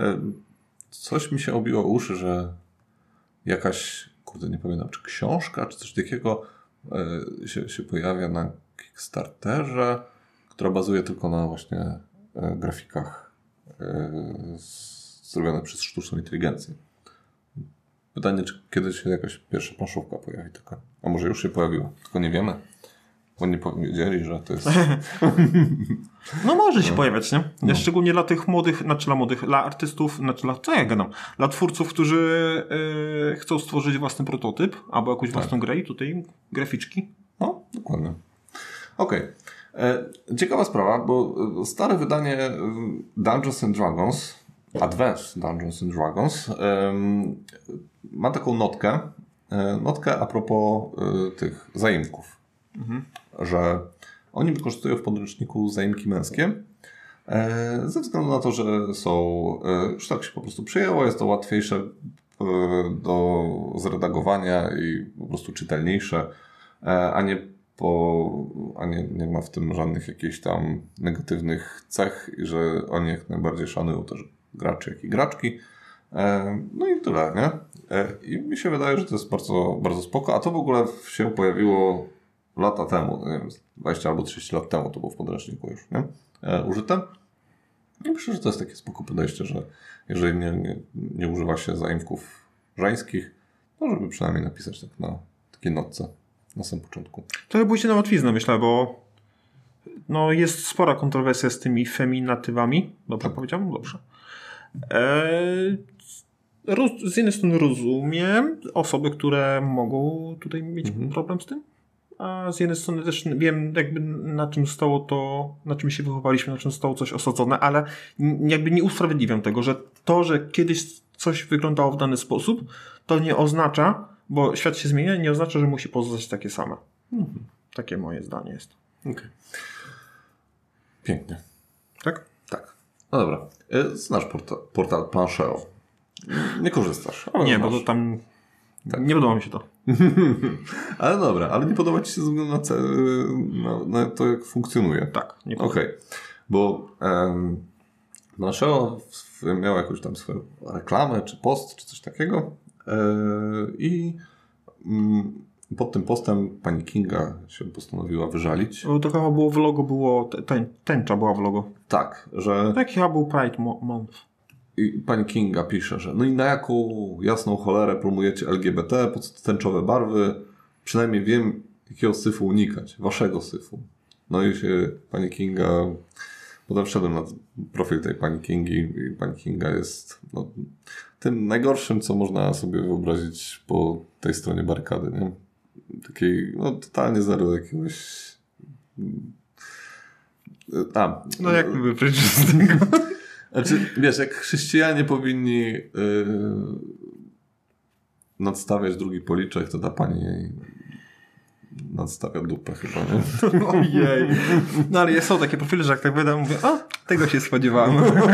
Coś mi się obiło o uszy, że jakaś, kurde, nie pamiętam, czy książka, czy coś takiego e, się, się pojawia na Kickstarterze, która bazuje tylko na właśnie e, grafikach e, zrobione przez sztuczną inteligencję. Pytanie, czy kiedyś się jakaś pierwsza planszówka pojawi taka. A może już się pojawiła, tylko nie wiemy. Bo nie powiedzieli, że to jest... No może się no. pojawiać, nie? No. Szczególnie dla tych młodych, znaczy dla młodych, dla artystów, znaczy dla, co ja gadam, dla twórców, którzy yy, chcą stworzyć własny prototyp, albo jakąś tak. własną grę i tutaj graficzki. No, dokładnie. Okej. Okay. Ciekawa sprawa, bo stare wydanie Dungeons and Dragons, Advanced Dungeons and Dragons, ym, ma taką notkę, y, notkę a propos y, tych zaimków. Mhm. Że oni wykorzystują w podręczniku zaimki męskie e, ze względu na to, że są, e, już tak się po prostu przyjęło, jest to łatwiejsze e, do zredagowania i po prostu czytelniejsze, e, a nie po, a nie, nie ma w tym żadnych jakichś tam negatywnych cech i że oni jak najbardziej szanują też graczy, jak i graczki. E, no i tyle, nie? E, I mi się wydaje, że to jest bardzo, bardzo spoko, a to w ogóle się pojawiło lata temu, nie wiem, dwadzieścia albo trzydzieści lat temu to było w podręczniku już, nie? E, użyte. I myślę, że to jest takie spoko podejście, że jeżeli nie, nie, nie używa się zaimków żeńskich, to żeby przynajmniej napisać tak na takiej notce na samym początku. To chyba pójdzie na łatwiznę, myślę, bo no jest spora kontrowersja z tymi feminatywami. Dobrze tak. powiedziałem? Dobrze. Eee, roz, z jednej strony rozumiem osoby, które mogą tutaj mieć mhm. problem z tym, a z jednej strony też wiem jakby na czym stało to, na czym się wychowaliśmy, na czym stało coś osadzone, ale jakby nie usprawiedliwiam tego, że to, że kiedyś coś wyglądało w dany sposób, to nie oznacza, bo świat się zmienia, nie oznacza, że musi pozostać takie same. Mhm. Takie moje zdanie jest. Okay. Pięknie. Tak? Tak. No dobra. Znasz portal, portal Planszeo. Nie korzystasz. Ale nie, znasz. Bo to tam tak. Nie podoba mi się to. Ale dobra, ale nie podoba ci się ze względu na, ce- na, na to, jak funkcjonuje. Tak. Okej. Okay. Bo um, Planszeo miał jakąś tam swoją reklamę, czy post, czy coś takiego yy, i yy, pod tym postem pani Kinga się postanowiła wyżalić. To chyba było w logo, było ten, tęcza była w logo. Tak, że... Taki chyba był Pride Month. I pani Kinga pisze, że no i na jaką jasną cholerę promujecie L G B T, po co tęczowe barwy? Przynajmniej wiem, jakiego syfu unikać. Waszego syfu. No i się pani Kinga... Potem wszedłem na profil tej pani Kingi i pani Kinga jest no, tym najgorszym, co można sobie wyobrazić po tej stronie barykady, nie? Takiej, no totalnie zero jakiegoś... A, no jak my wyprzeć z tego? Znaczy, wiesz, jak chrześcijanie powinni yy, nadstawiać drugi policzek, to ta pani jej nadstawia dupę chyba, nie? Ojej. No ale są takie profile, że jak tak będę, mówię, o, tego się spodziewałem.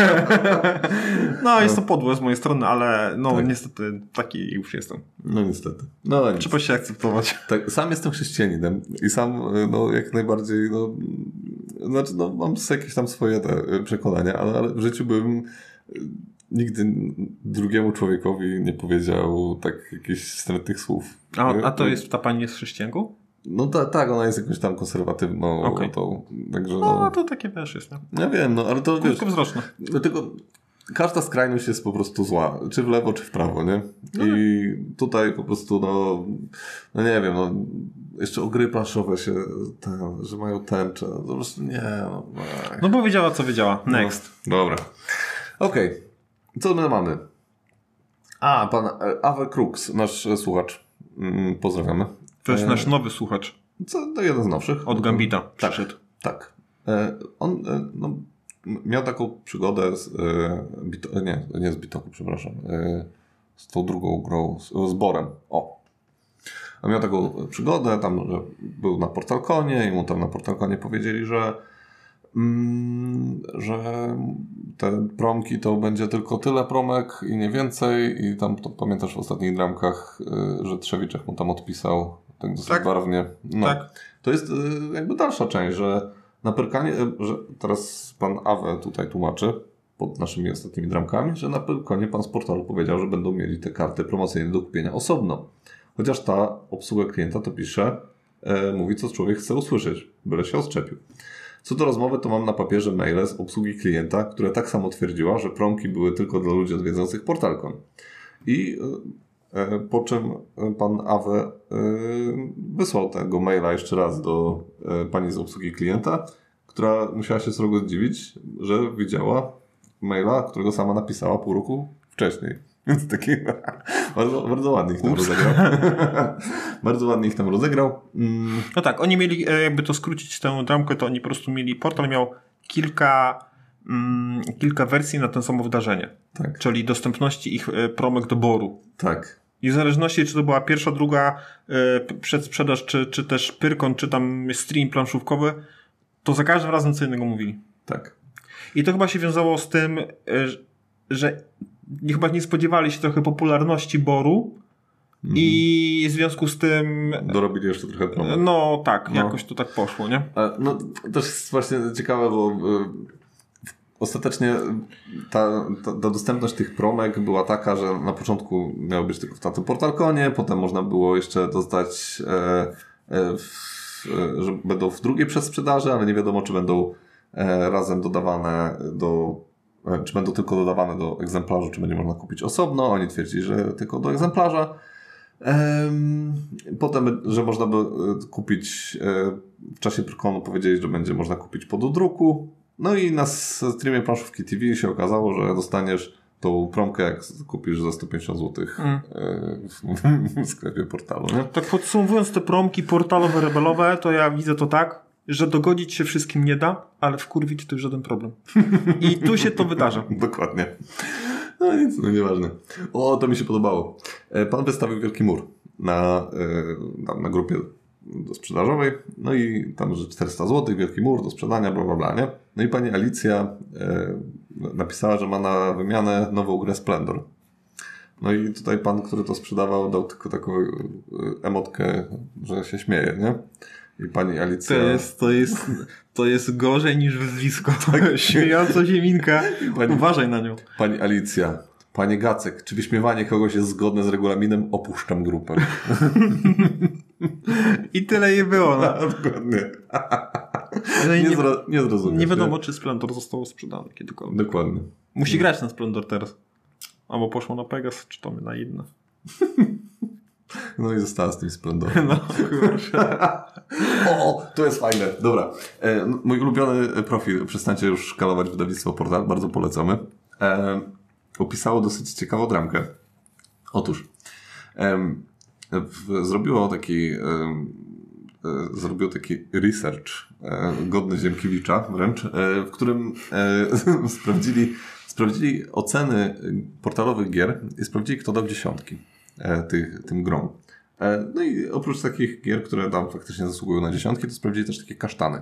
No jest to podłe z mojej strony, ale no tak. Niestety taki już jestem. No niestety. No, trzeba się akceptować. Tak, sam jestem chrześcijaninem i sam no jak najbardziej, no znaczy no mam jakieś tam swoje te przekonania, ale, ale w życiu bym nigdy drugiemu człowiekowi nie powiedział tak jakichś wstrętnych słów. A, a to jest, ta pani jest chrześcijanką? No ta, tak, ona jest jakąś tam konserwatywną. Okay. Tą, także, no, no to takie też jest. Nie? Ja wiem, no ale to wiesz, wzroczne. Dlatego każda skrajność jest po prostu zła. Czy w lewo, czy w prawo, nie? No. I tutaj po prostu, no, no nie wiem, no jeszcze o gry planszowe się, ten, że mają tęczę. Po prostu nie. No, no bo wiedziała, co wiedziała. Next. No, dobra. Okej. Okay. Co my mamy? A, pan Awe Crux, nasz słuchacz. Mm, pozdrawiamy. To jest nasz nowy słuchacz. Co, to jeden z nowszych. Od Gambita przyszedł. Tak. tak. On no, miał taką przygodę z e, Bito- nie, nie z Bitoku, przepraszam. E, z tą drugą grą, z, z Borem. O. On miał taką przygodę, tam, że był na PortalConie i mu tam na PortalConie powiedzieli, że Mm, że te promki to będzie tylko tyle promek i nie więcej i tam to pamiętasz w ostatnich dramkach, y, że Trzewiczek mu tam odpisał tak dosyć tak. barwnie. No. Tak. To jest y, jakby dalsza część, że na Pyrkanie, y, że teraz pan Awe tutaj tłumaczy pod naszymi ostatnimi dramkami, że na Pyrkanie pan z portalu powiedział, że będą mieli te karty promocyjne do kupienia osobno. Chociaż ta obsługa klienta to pisze, y, mówi co człowiek chce usłyszeć, byle się odczepił. Co do rozmowy, to mam na papierze maile z obsługi klienta, która tak samo twierdziła, że promki były tylko dla ludzi odwiedzających PortalCon. I e, po czym pan Awe e, wysłał tego maila jeszcze raz do e, pani z obsługi klienta, która musiała się srogo zdziwić, że widziała maila, którego sama napisała pół roku wcześniej. Więc taki bardzo, bardzo ładnie ich tam Ups. rozegrał. bardzo ładnie ich tam rozegrał. Mm. No tak, oni mieli, jakby to skrócić tę dramkę, to oni po prostu mieli, portal miał kilka, mm, kilka wersji na to samo wydarzenie. Tak. Czyli dostępności ich promek do boru. Tak. I w zależności, czy to była pierwsza, druga y, przedsprzedaż, czy, czy też Pyrkon, czy tam stream planszówkowy, to za każdym razem co innego mówili. Tak. I to chyba się wiązało z tym, y, że chyba nie spodziewali się trochę popularności boru mm. i w związku z tym dorobili jeszcze trochę promek. No tak, no. Jakoś to tak poszło, nie? No też jest właśnie ciekawe, bo y, ostatecznie ta, ta, ta dostępność tych promek była taka, że na początku miało być tylko w tym PortalConie, potem można było jeszcze dostać e, e, w, e, że będą w drugiej przedsprzedaży, ale nie wiadomo, czy będą e, razem dodawane do czy będą tylko dodawane do egzemplarzu, czy będzie można kupić osobno. Oni twierdzili, że tylko do egzemplarza. Potem, że można by kupić w czasie Pyrkonu powiedzieli, że będzie można kupić po dodruku. No i na streamie planszówki T V się okazało, że dostaniesz tą promkę, jak kupisz za sto pięćdziesiąt złotych mm. w sklepie portalu. Nie? Tak podsumowując te promki portalowe, rebelowe, to ja widzę to tak, że dogodzić się wszystkim nie da, ale wkurwić to już żaden problem. I tu się to wydarza. Dokładnie. No nic, no nieważne. O, to mi się podobało. Pan wystawił wielki mur na, na, na grupie sprzedażowej, no i tam, że czterysta złotych, wielki mur do sprzedania, bla, bla, bla, nie? No i pani Alicja e, napisała, że ma na wymianę nową grę Splendor. No i tutaj pan, który to sprzedawał, dał tylko taką emotkę, że się śmieje, nie? I pani Alicja... To jest, to jest, to jest gorzej niż wyzwisko. Tak. Śmiejąca się Minka. Pani, uważaj na nią. Pani Alicja. Panie Gacek, czy wyśmiewanie kogoś jest zgodne z regulaminem? Opuszczam grupę. I tyle je było. No. No, dokładnie. No nie, nie, zro, nie zrozumiesz. Nie wiadomo, nie? Czy Splendor został sprzedany kiedykolwiek. Dokładnie. Musi grać na Splendor teraz. Albo poszło na Pegas, czy to na inne. No i została z tym Splendorem. No, kurczę. O, to jest fajne. Dobra. E, mój ulubiony profil, przestańcie już szkalować wydawnictwo Portal, bardzo polecamy. E, opisało dosyć ciekawą dramkę. Otóż e, w, zrobiło taki e, e, zrobiło taki research e, godny Ziemkiewicza wręcz, e, w którym e, sprawdzili, sprawdzili oceny portalowych gier i sprawdzili, kto dał dziesiątki. e, tych, tym grom. E, no i oprócz takich gier, które tam faktycznie zasługują na dziesiątki, to sprawdzili też takie kasztany.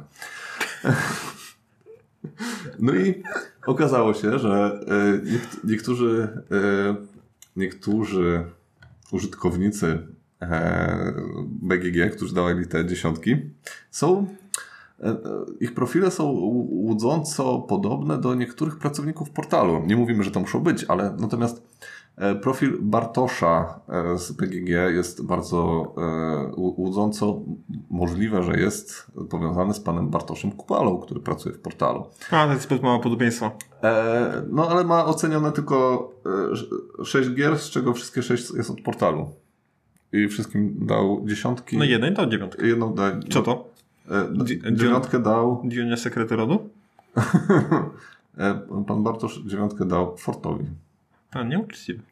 No i okazało się, że e, niektórzy, e, niektórzy użytkownicy e, B G G, którzy dawali te dziesiątki, są ich profile są łudząco podobne do niektórych pracowników portalu. Nie mówimy, że to muszą być, ale natomiast profil Bartosza z P G G jest bardzo łudząco możliwe, że jest powiązany z panem Bartoszem Kupalą, który pracuje w portalu. A, to jest zbyt mało podobieństwa. No, ale ma ocenione tylko sześć gier, z czego wszystkie sześć jest od portalu. I wszystkim dał dziesiątki. No jeden dał dziewiątkę. Jedną da... Co to? E, dziewiątkę dał... Dzielnia Sekrety Rodu? Pan Bartosz dziewiątkę dał Fortowi. A, nieuczciwy.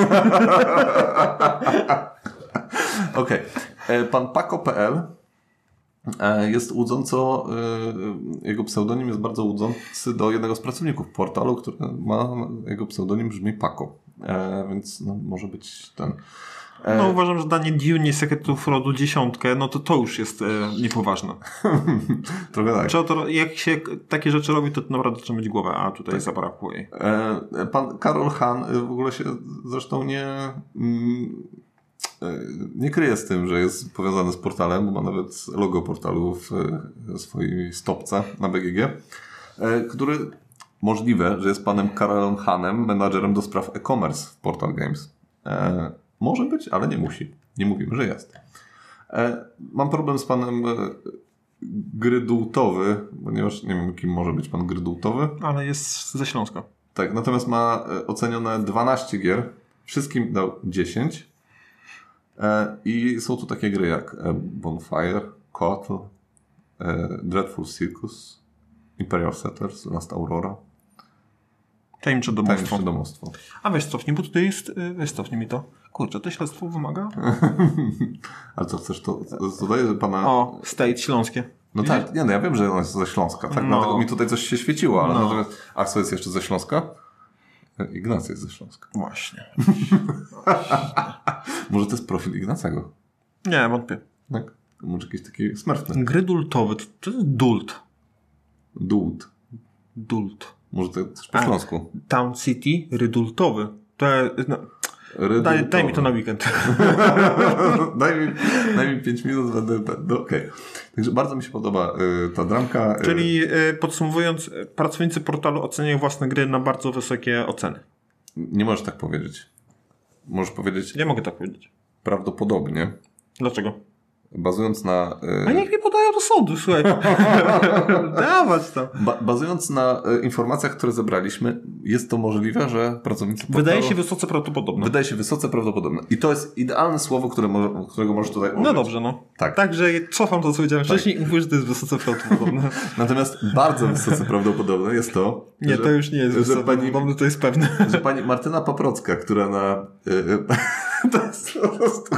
Okej. Okay. Pan Paco kropka p l jest łudząco, jego pseudonim jest bardzo łudzący do jednego z pracowników portalu, który ma, jego pseudonim brzmi Paco. Więc no, może być ten... No uważam, że danie Dzielni Sekretów Rodu dziesiątkę, no to to już jest e, niepoważne. Trochę tak. Trzeba to, jak się takie rzeczy robi, to naprawdę trzeba mieć głowę, a tutaj tak. Zabrakło jej. E, pan Karol Han w ogóle się zresztą nie mm, nie kryje z tym, że jest powiązany z portalem, bo ma nawet logo portalu w swojej stopce na B G G, e, który możliwe, że jest panem Karolem Hanem, menadżerem do spraw e-commerce w Portal Games. E, Może być, ale nie musi. Nie mówimy, że jest. E, mam problem z panem e, Grydultowy, ponieważ nie wiem, kim może być pan Grydultowy. Ale jest ze Śląska. Tak, natomiast ma e, ocenione dwanaście gier. Wszystkim dał dziesięć. E, I są tu takie gry jak e, Bonfire, Kotl, e, Dreadful Circus, Imperial Settlers, Last Aurora. Tajemnicze domostwo. Tajemnicze domostwo. A weź cofnij, bo tutaj jest... Weź cofnij mi to. Kurczę, to śledztwo wymaga? Ale co chcesz, to dodaję, że pana... O, State Śląskie. No widzisz? Tak, nie no, ja wiem, że on jest ze Śląska, tak? No. Dlatego mi tutaj coś się świeciło, ale no. Natomiast... A co jest jeszcze ze Śląska? Ignacy jest ze Śląska. Właśnie. Może to jest profil Ignacego? Nie, wątpię. Tak? Może jakiś taki smerfny. Grydultowy, to, to jest Dult. Dult. Dult. Może to też po śląsku. Town City, Rydultowy. To jest... No. Daj, daj mi to na weekend. daj, mi, daj mi pięć minut, będę... No, okej. Okay. Także bardzo mi się podoba y, ta dramka. Y... Czyli y, podsumowując, pracownicy portalu oceniają własne gry na bardzo wysokie oceny. Nie możesz tak powiedzieć. Możesz powiedzieć... Nie mogę tak powiedzieć. Prawdopodobnie. Dlaczego? Bazując na... Y... A niech mi podają do sądu, słuchaj. Dawać tam. Ba- bazując na y, informacjach, które zebraliśmy, jest to możliwe, że pracownicy portalu... Wydaje się wysoce prawdopodobne. Wydaje się wysoce prawdopodobne. I to jest idealne słowo, które może, którego możesz tutaj użyć. No dobrze, no. Tak. Także cofam to, co powiedziałem tak. wcześniej i mówię, że to jest wysoce prawdopodobne. Natomiast bardzo wysoce prawdopodobne jest to... Nie, że, to już nie jest wysoce pani, prawdopodobne, to jest pewne. Że pani Martyna Paprocka, która na... Y, y, to jest po prostu...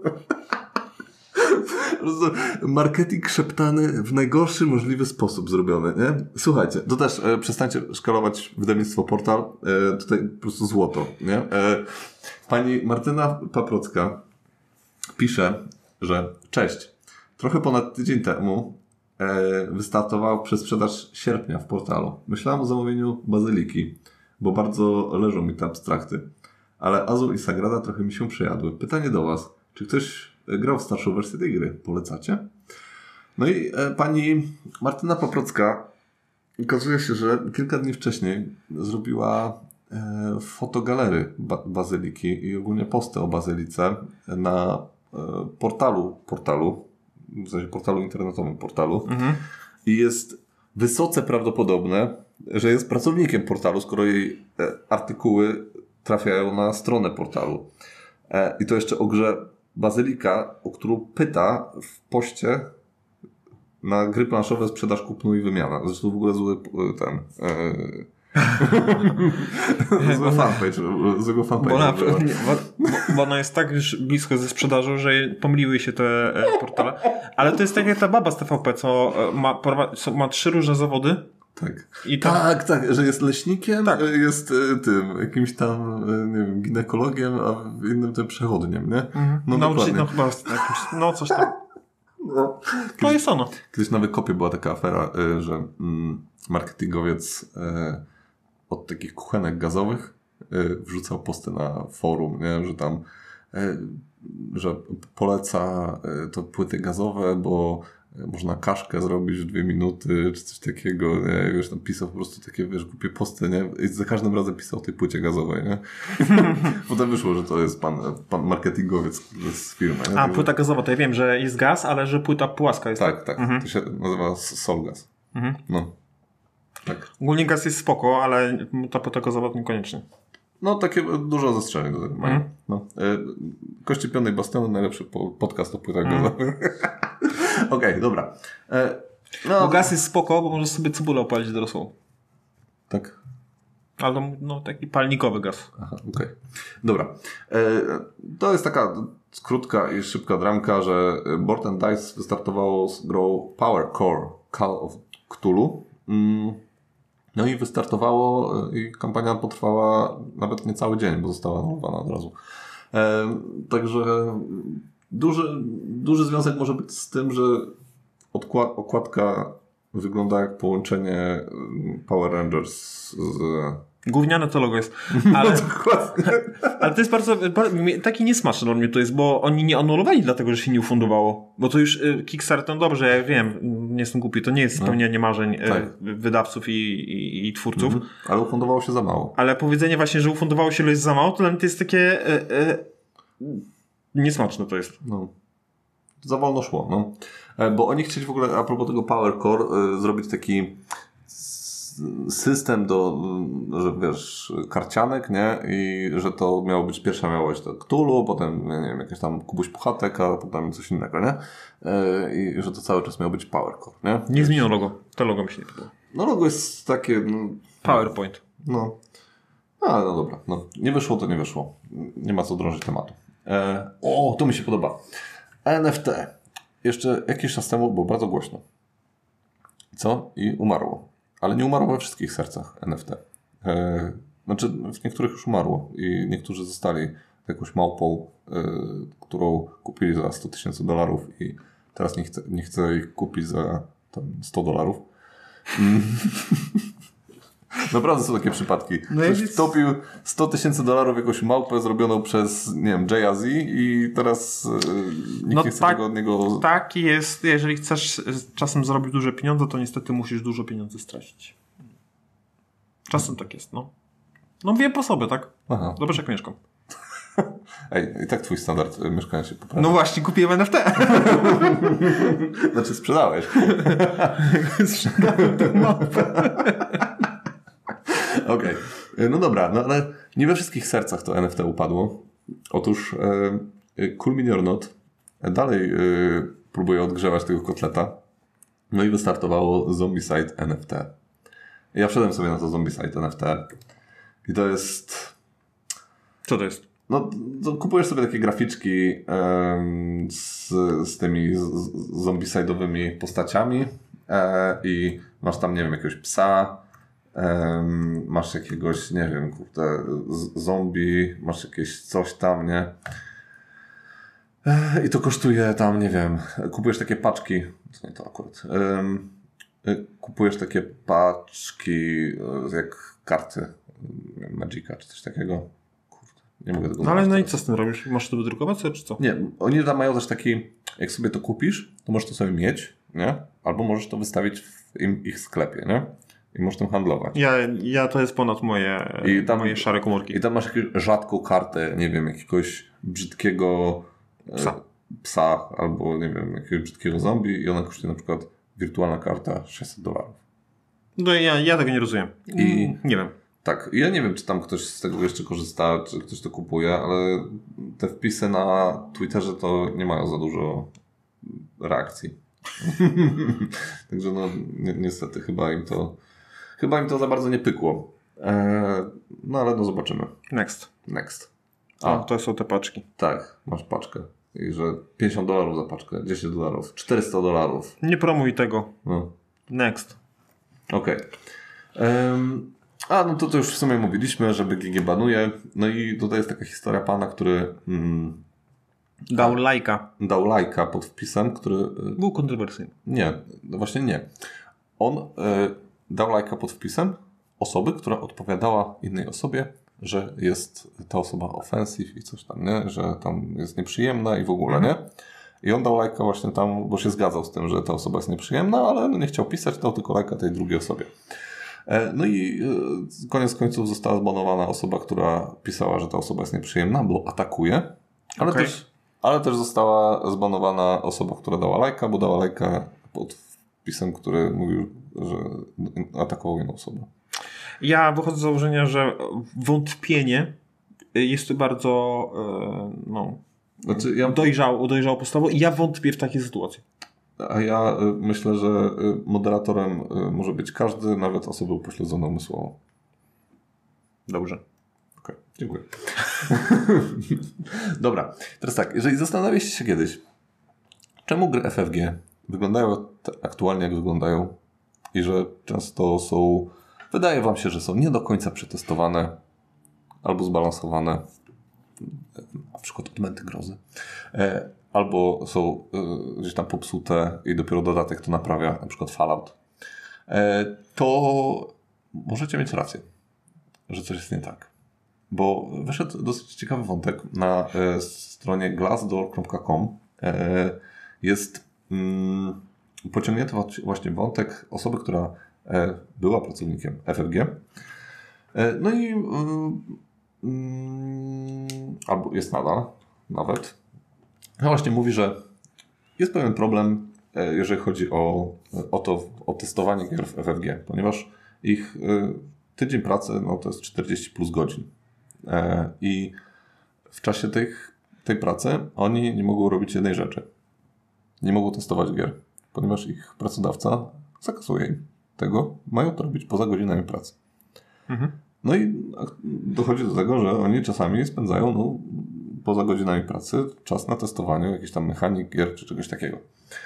Marketing szeptany w najgorszy możliwy sposób zrobiony, nie? Słuchajcie, to też e, przestańcie szkalować wydawnictwo Portal, e, tutaj po prostu złoto, nie? E, pani Martyna Paprocka pisze, że cześć, trochę ponad tydzień temu e, wystartował przez sprzedaż sierpnia w portalu. Myślałem o zamówieniu bazyliki, bo bardzo leżą mi te abstrakty, ale Azul i Sagrada trochę mi się przejadły. Pytanie do was, czy ktoś grał w starszą wersję tej gry? Polecacie? No i e, pani Martyna Paprocka okazuje się, że kilka dni wcześniej zrobiła e, fotogalery ba- bazyliki i ogólnie posty o bazylice na e, portalu, portalu, w sensie portalu internetowym portalu. Mhm. I jest wysoce prawdopodobne, że jest pracownikiem portalu, skoro jej e, artykuły trafiają na stronę portalu. E, I to jeszcze o grze Bazylika, o którą pyta w poście na gry planszowe, sprzedaż, kupno i wymiana. Zresztą w ogóle zły ten... E, zły fanpage. Złego fanpage. Bo, na, nie, bo, bo ona jest tak już blisko ze sprzedażą, że pomyliły się te e, portale. Ale to jest tak jak ta baba z T V P, co ma, ma trzy różne zawody Tak. I to... tak, tak, że jest leśnikiem, Tak. jest y, tym, jakimś tam, y, nie wiem, ginekologiem, a w innym tym przechodniem, nie? Mhm. No, no, dokładnie. no chyba jakimś, no coś tam. No. To jest ono. Kiedyś na Wykopie była taka afera, y, że mm, marketingowiec y, od takich kuchenek gazowych y, wrzucał posty na forum, nie? Że tam y, że poleca y, to płyty gazowe, bo można kaszkę zrobić w dwie minuty, czy coś takiego, nie? Wiesz, tam pisał po prostu takie, wiesz, głupie posty, nie? I za każdym razem pisał o tej płycie gazowej, nie? Potem wyszło, że to jest pan, pan marketingowiec z firmy, nie? A, Także... płyta gazowa, to ja wiem, że jest gaz, ale że płyta płaska jest. Tak, tak. Mhm. To się nazywa Solgas. Mhm. No. Tak. Ogólnie gaz jest spoko, ale ta płyta gazowa niekoniecznie. No, takie dużo zastrzeżeń mają. Mm. No. Kości Pionnej Bastionu, najlepszy po, podcast o płytach Mm. gazowych. Okej, okay, dobra. E, no. Bo gaz jest spoko, bo możesz sobie cebulę opalić dorosłą. Tak. Ale to, no, taki palnikowy gaz. Aha, okej. Okay. Dobra. E, to jest taka krótka i szybka dramka, że Board and Dice wystartowało z grą Power Core Call of Cthulhu. Mm. No i wystartowało i kampania potrwała nawet nie cały dzień, bo została anulowana od razu. E, także duży, duży związek może być z tym, że odkład, okładka wygląda jak połączenie Power Rangers z... Gówniane to logo jest. Ale, ale to jest bardzo, bardzo taki niesmaczny dla mnie to jest, bo oni nie anulowali dlatego, że się nie ufundowało. Bo to już Kickstarter, no dobrze, ja wiem, nie jestem głupi, to nie jest spełnianie no. marzeń tak. wydawców i, i, i twórców. Mhm. Ale ufundowało się za mało. Ale powiedzenie właśnie, że ufundowało się jest za mało, to dla mnie to jest takie e, e, niesmaczne to jest. No. Za wolno szło, no. Bo oni chcieli w ogóle, a propos tego Power Core, y, zrobić taki system do, że wiesz, karcianek, nie? I że to miało być, pierwsza miało być to Cthulhu, potem, nie wiem, jakiś tam Kubuś Puchatek, a potem coś innego, nie? I że to cały czas miało być Power Core, nie? Nie zmieniło logo. To logo mi się nie podoba. No logo jest takie... No, PowerPoint. No. No, no dobra. No, nie wyszło, to nie wyszło. Nie ma co drążyć tematu. E, o, to mi się podoba. N F T. Jeszcze jakiś czas temu było bardzo głośno. Co? I umarło. Ale nie umarło we wszystkich sercach N F T. E, znaczy, w niektórych już umarło i niektórzy zostali jakąś małpą, e, którą kupili za sto tysięcy dolarów i teraz nie chce, nie chce ich kupić za tam sto dolarów. Naprawdę są takie przypadki. No Ktoś jest... wtopił sto tysięcy dolarów w jakąś małpę zrobioną przez, nie wiem, Jay Z i teraz e, nikt no nie chce tak, tego od niego... Tak jest. Jeżeli chcesz czasem zrobić duże pieniądze, to niestety musisz dużo pieniędzy stracić. Czasem tak jest, no. No wiem po sobie, tak? Aha. Zobacz jak mieszkam. Ej, i tak twój standard mieszkania się poprawia. No właśnie, kupiłem N F T. Znaczy sprzedałeś. Sprzedałem tę małpę. Okej. Okay. No dobra, no ale nie we wszystkich sercach to N F T upadło. Otóż e, Cool Mini or Not dalej e, próbuje odgrzewać tego kotleta. No i wystartowało Zombicide N F T. Ja wszedłem sobie na to Zombicide N F T i to jest... Co to jest? No, to kupujesz sobie takie graficzki um, z, z tymi z, z zombicidowymi postaciami e, i masz tam, nie wiem, jakiegoś psa, um, masz jakiegoś, nie wiem, kurde, z, zombie, masz jakieś coś tam, nie? E, I to kosztuje tam, nie wiem, kupujesz takie paczki, to nie to akurat, um, kupujesz takie paczki jak karty Magica czy coś takiego. Nie mogę tego no ale no i co z tym robisz? Masz to wydrukować sobie, czy co? Nie, oni tam mają też taki, jak sobie to kupisz, to możesz to sobie mieć, nie? Albo możesz to wystawić w im, ich sklepie, nie? I możesz tym handlować. Ja, ja to jest ponad moje, I tam, moje szare komórki. I tam masz jakąś rzadką kartę, nie wiem, jakiegoś brzydkiego psa. E, psa albo, nie wiem, jakiegoś brzydkiego zombie i ona kosztuje na przykład wirtualna karta sześćset dolarów. No ja, ja tego nie rozumiem. I nie wiem. Tak, ja nie wiem, czy tam ktoś z tego jeszcze korzysta, czy ktoś to kupuje, ale te wpisy na Twitterze to nie mają za dużo reakcji. Także no ni- niestety chyba im to chyba im to za bardzo nie pykło. Eee, no ale no zobaczymy. Next. Next. A, to są te paczki. Tak, masz paczkę. I że pięćdziesiąt dolarów za paczkę, dziesięć dolarów, czterysta dolarów. Nie promuj tego. No. Next. Okej. Okay. Um, a, no to, to już w sumie mówiliśmy, że B G G banuje. No i tutaj jest taka historia pana, który mm, dał lajka. Dał lajka pod wpisem, który... Był kontrowersyjny. Nie, no właśnie nie. On y, dał lajka pod wpisem osoby, która odpowiadała innej osobie, że jest ta osoba offensive i coś tam, nie? Że tam jest nieprzyjemna i w ogóle, mhm. nie? I on dał lajka właśnie tam, bo się zgadzał z tym, że ta osoba jest nieprzyjemna, ale nie chciał pisać, dał tylko lajka tej drugiej osobie. No i koniec końców została zbanowana osoba, która pisała, że ta osoba jest nieprzyjemna, bo atakuje, ale, okay. też, ale też została zbanowana osoba, która dała lajka, bo dała lajka pod wpisem, który mówił, że atakował inną osobę. Ja wychodzę z założenia, że wątpienie jest to bardzo no, znaczy ja... dojrzałą, dojrzałą postawą i ja wątpię w takiej sytuacji. A ja myślę, że moderatorem może być każdy, nawet osoba upośledzona umysłowo. Dobrze. Okej, okay, dziękuję. Dobra, teraz tak, jeżeli zastanawialiście się kiedyś, czemu gry F F G wyglądają aktualnie jak wyglądają i że często są, wydaje wam się, że są nie do końca przetestowane albo zbalansowane, na przykład Odmęty Grozy, albo są y, gdzieś tam popsute i dopiero dodatek to naprawia, na przykład Fallout, e, to możecie mieć rację, że coś jest nie tak. Bo wyszedł dosyć ciekawy wątek na e, stronie glassdoor kropka com. E, jest mm, pociągnięty właśnie wątek osoby, która e, była pracownikiem F F G. E, no i y, y, albo jest nadal nawet. No właśnie mówi, że jest pewien problem, jeżeli chodzi o, o to, o testowanie gier w F F G, ponieważ ich tydzień pracy no, to jest czterdzieści plus godzin. I w czasie tych, tej pracy oni nie mogą robić jednej rzeczy. Nie mogą testować gier, ponieważ ich pracodawca zakazuje im tego. Mają to robić poza godzinami pracy. Mhm. No i dochodzi do tego, że oni czasami spędzają no, poza godzinami pracy czas na testowaniu jakichś tam mechanik gier czy czegoś takiego.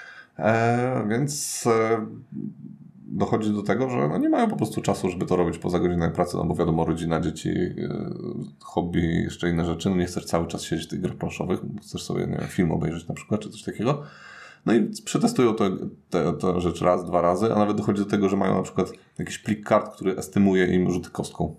E, więc e, dochodzi do tego, że no, nie mają po prostu czasu, żeby to robić poza godzinami pracy, no bo wiadomo, rodzina, dzieci, e, hobby, jeszcze inne rzeczy. No nie chcesz cały czas siedzieć w tych grach planszowych, chcesz sobie nie wiem, film obejrzeć na przykład, czy coś takiego. No i przetestują tę rzecz raz, dwa razy, a nawet dochodzi do tego, że mają na przykład jakiś plik kart, który estymuje im rzuty kostką.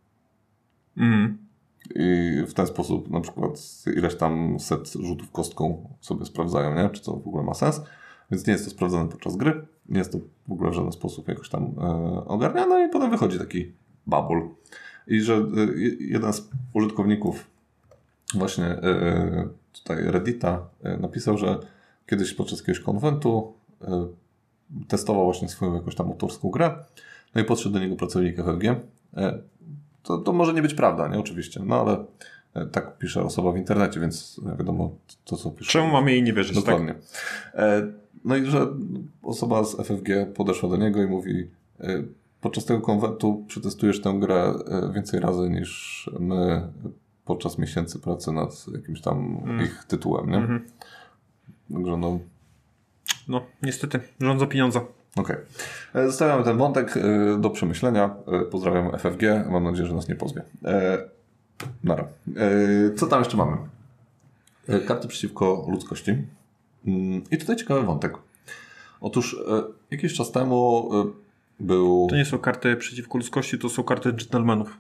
Mhm. I w ten sposób na przykład ileś tam set rzutów kostką sobie sprawdzają, nie? Czy to w ogóle ma sens. Więc nie jest to sprawdzone podczas gry. Nie jest to w ogóle w żaden sposób jakoś tam e, ogarniane i potem wychodzi taki bubble. I że e, jeden z użytkowników właśnie e, tutaj Reddita e, napisał, że kiedyś podczas jakiegoś konwentu e, testował właśnie swoją jakąś tam autorską grę. No i podszedł do niego pracownik F F G. E, To, to może nie być prawda, nie? Oczywiście. No ale tak pisze osoba w internecie, więc wiadomo to, co pisze. Czemu mamy jej nie wierzyć? Dokładnie. Tak? No i że osoba z F F G podeszła do niego i mówi podczas tego konwentu przetestujesz tę grę więcej razy niż my podczas miesięcy pracy nad jakimś tam mm. ich tytułem, nie? Mm-hmm. Także no... No, niestety. Rządzą pieniądze. Okej. Okay. Zostawiamy ten wątek do przemyślenia. Pozdrawiam F F G. Mam nadzieję, że nas nie pozwie. Nara. Co tam jeszcze mamy? Karty przeciwko ludzkości. I tutaj ciekawy wątek. Otóż jakiś czas temu był... To nie są karty przeciwko ludzkości, to są karty dżentelmenów.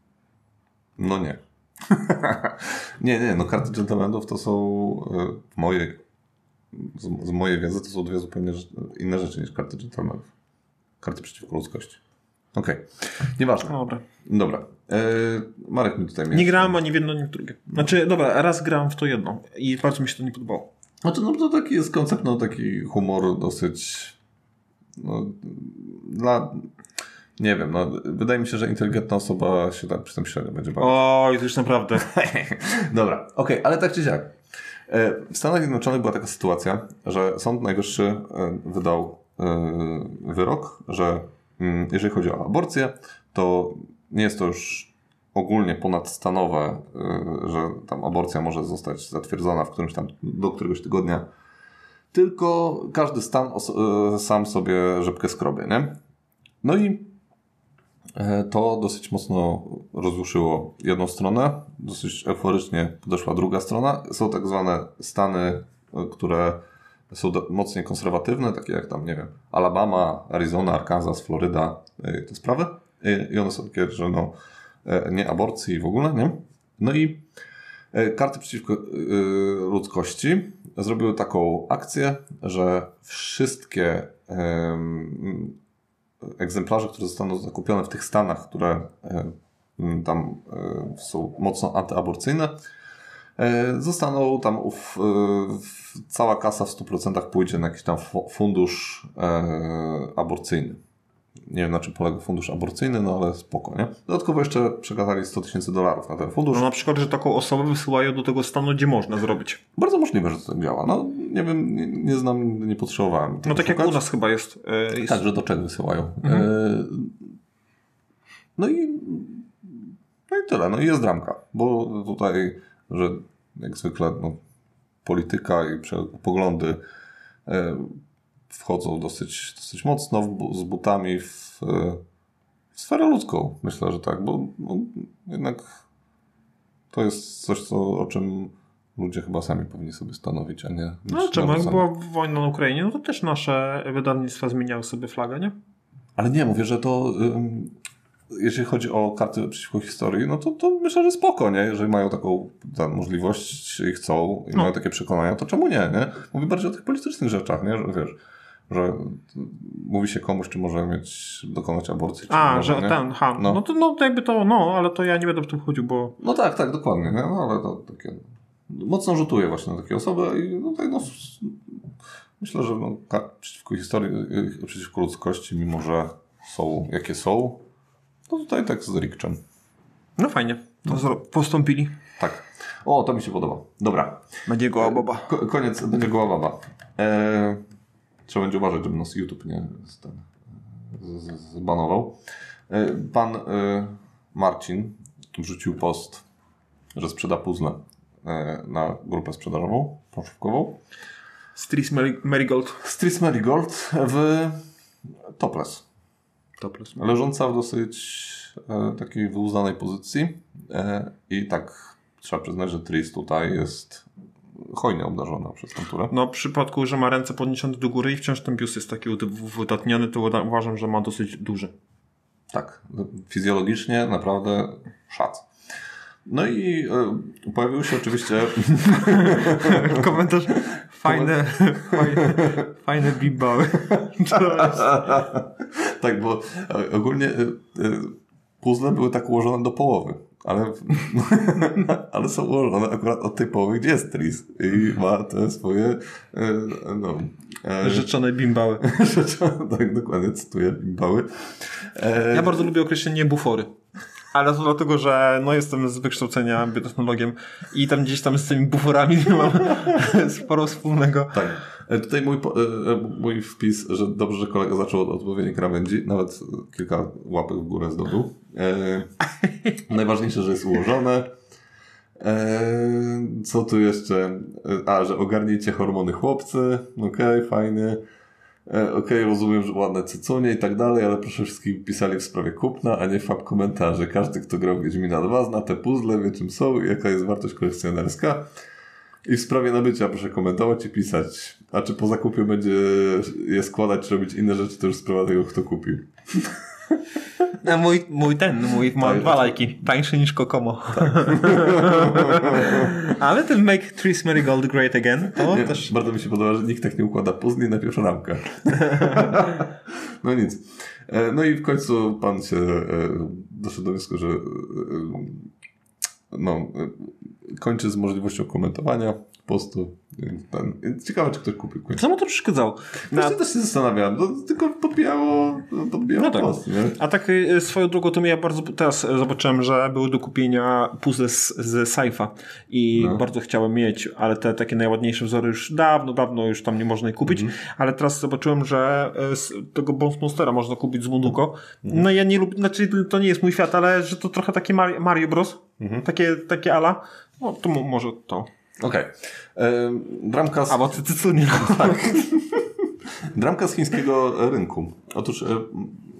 No nie. nie, nie. No karty dżentelmenów to są w mojej Z, z mojej wiedzy to są dwie zupełnie inne rzeczy niż karty dżentelmenów. Karty przeciwko ludzkości. Okej. Okay. Nieważne. Dobra. Dobra. E, Marek mi tutaj... Nie grałem ani w jedno, ani w drugie. Znaczy, dobra, raz grałem w to jedno i bardzo mi się to nie podobało. Znaczy, no to taki jest koncept, no taki humor dosyć... No, dla... Nie wiem, no wydaje mi się, że inteligentna osoba się tam przy tym średnio będzie bawić. Oj, to już naprawdę. Dobra, okej, okay, ale tak czy siak. W Stanach Zjednoczonych była taka sytuacja, że Sąd Najwyższy wydał wyrok, że jeżeli chodzi o aborcję, to nie jest to już ogólnie ponadstanowe, że tam aborcja może zostać zatwierdzona w którymś tam do któregoś tygodnia, tylko każdy stan os- sam sobie rzepkę skrobie, nie? No i to dosyć mocno rozruszyło jedną stronę, dosyć euforycznie podeszła druga strona. Są tak zwane stany, które są mocniej konserwatywne, takie jak tam, nie wiem, Alabama, Arizona, Arkansas, Floryda, te sprawy. I one są takie, że no, nie aborcji w ogóle, nie? No i Karty Przeciwko Ludzkości zrobiły taką akcję, że wszystkie um, egzemplarze, które zostaną zakupione w tych stanach, które um, tam um, są mocno antyaborcyjne, um, zostaną tam uf, um, cała kasa w stu procentach pójdzie na jakiś tam fundusz um, aborcyjny. Nie wiem, na czym polega fundusz aborcyjny, no ale spoko, nie? Dodatkowo jeszcze przekazali sto tysięcy dolarów na ten fundusz. No na przykład, że taką osobę wysyłają do tego stanu, gdzie można zrobić. Bardzo możliwe, że to tak działa. No nie wiem, nie, nie znam, nie potrzebowałem. No tak szukać. Jak u nas chyba jest. Yy, jest... Tak, że do czego wysyłają. Mhm. Yy, no i no i tyle. No i jest dramka. Bo tutaj, że jak zwykle no, polityka i poglądy yy, wchodzą dosyć, dosyć mocno w, z butami w, w sferę ludzką. Myślę, że tak, bo no, jednak to jest coś, co, o czym ludzie chyba sami powinni sobie stanowić, a nie... No czemu? Jak była wojna na Ukrainie, no to też nasze wydawnictwa zmieniały sobie flagę, nie? Ale nie, mówię, że to... Ym, jeśli chodzi o karty przeciwko historii, no to, to myślę, że spoko, nie? Jeżeli mają taką tam, możliwość i chcą i no. mają takie przekonania, to czemu nie, nie? Mówię bardziej o tych politycznych rzeczach, nie? Że wiesz... że mówi się komuś, czy może mieć, dokonać aborcji. Czy A, może, że nie? ten, ha, no. no to no, jakby to, no, ale to ja nie będę w tym wchodził, bo... No tak, tak, dokładnie, nie? No ale to takie, mocno rzutuje właśnie na takie osoby i no tak, no, myślę, że no, przeciwko historii, przeciwko ludzkości, mimo że są, jakie są, to tutaj tak z Rikczem. No fajnie, to no. postąpili. Tak. O, to mi się podoba. Dobra. Będzie goła baba. Ko- koniec, będzie goła baba. Eee... Trzeba będzie uważać, żeby nas YouTube nie zbanował. Pan Marcin wrzucił post, że sprzeda puzzle na grupę sprzedażową, planszówkową. Stris Marigold. Stris Marigold w topless. Topless. Leżąca w dosyć takiej wyuznanej pozycji. I tak trzeba przyznać, że Tris tutaj jest hojnie obdarzona przez naturę. No w przypadku, że ma ręce podniesione do góry i wciąż ten biust jest taki uwydatniony, to uważam, że ma dosyć duży. Tak. Fizjologicznie naprawdę szac. No i y, pojawił się oczywiście komentarz fajne fajne, fajne bimbały. Tak, bo ogólnie y, y, puzzle były tak ułożone do połowy. Ale, ale są ułożone akurat od tej połowy, gdzie jest Tris. I ma te swoje no, e, rzeczone bimbały. Rzeczone, tak, dokładnie, cytuję, bimbały. E, ja bardzo lubię określenie bufory. Ale to dlatego, że no, jestem z wykształcenia biotechnologiem i tam gdzieś tam z tymi buforami mam sporo wspólnego. Tak. Tutaj mój, mój wpis, że dobrze, że kolega zaczął od odpowiedniej krawędzi, nawet kilka łapek w górę zdobył. E, najważniejsze, że jest ułożone. E, co tu jeszcze? A, że ogarnijcie hormony chłopcy. Okej, okay, fajnie. E, Okej, okay, rozumiem, że ładne cycunie i tak dalej, ale proszę wszystkich pisali w sprawie kupna, a nie fab komentarze. Każdy, kto grał w Wiedźmina dwa, zna te puzzle, wie czym są i jaka jest wartość kolekcjonerska. I w sprawie nabycia proszę komentować i pisać. A czy po zakupie będzie je składać, czy robić inne rzeczy, to już sprawa tego, kto kupił. No mój, mój ten, mój ma dwa lajki. Tańszy niż Kokomo. Tak. Ale ten Make Tris Marigold Great Again, to nie, też... Bardzo mi się podoba, że nikt tak nie układa puzli na pierwszą ramkę. No nic. No i w końcu pan się doszedł do wniosku, że no, kończy z możliwością komentowania postu. Ten. Ciekawe, czy ktoś kupił. Co mu to przeszkadzało? Ja też się zastanawiałem. To tylko podbijało, podbijało no tak. post, nie? A tak swoją drogą to ja bardzo teraz zobaczyłem, że były do kupienia puzzle z, z Sci-Fi i no. bardzo chciałem mieć, ale te takie najładniejsze wzory już dawno, dawno już tam nie można ich kupić, mhm. ale teraz zobaczyłem, że z tego Bones Monstera można kupić z Munduko. Mhm. No ja nie lubię, znaczy to nie jest mój świat, ale że to trochę takie Mario Bros. Mhm. Takie, takie ala. No to m- może to. Okej. Okay. Dramka z... A, bo ty, ty co nie. Tak. Dramka z chińskiego rynku. Otóż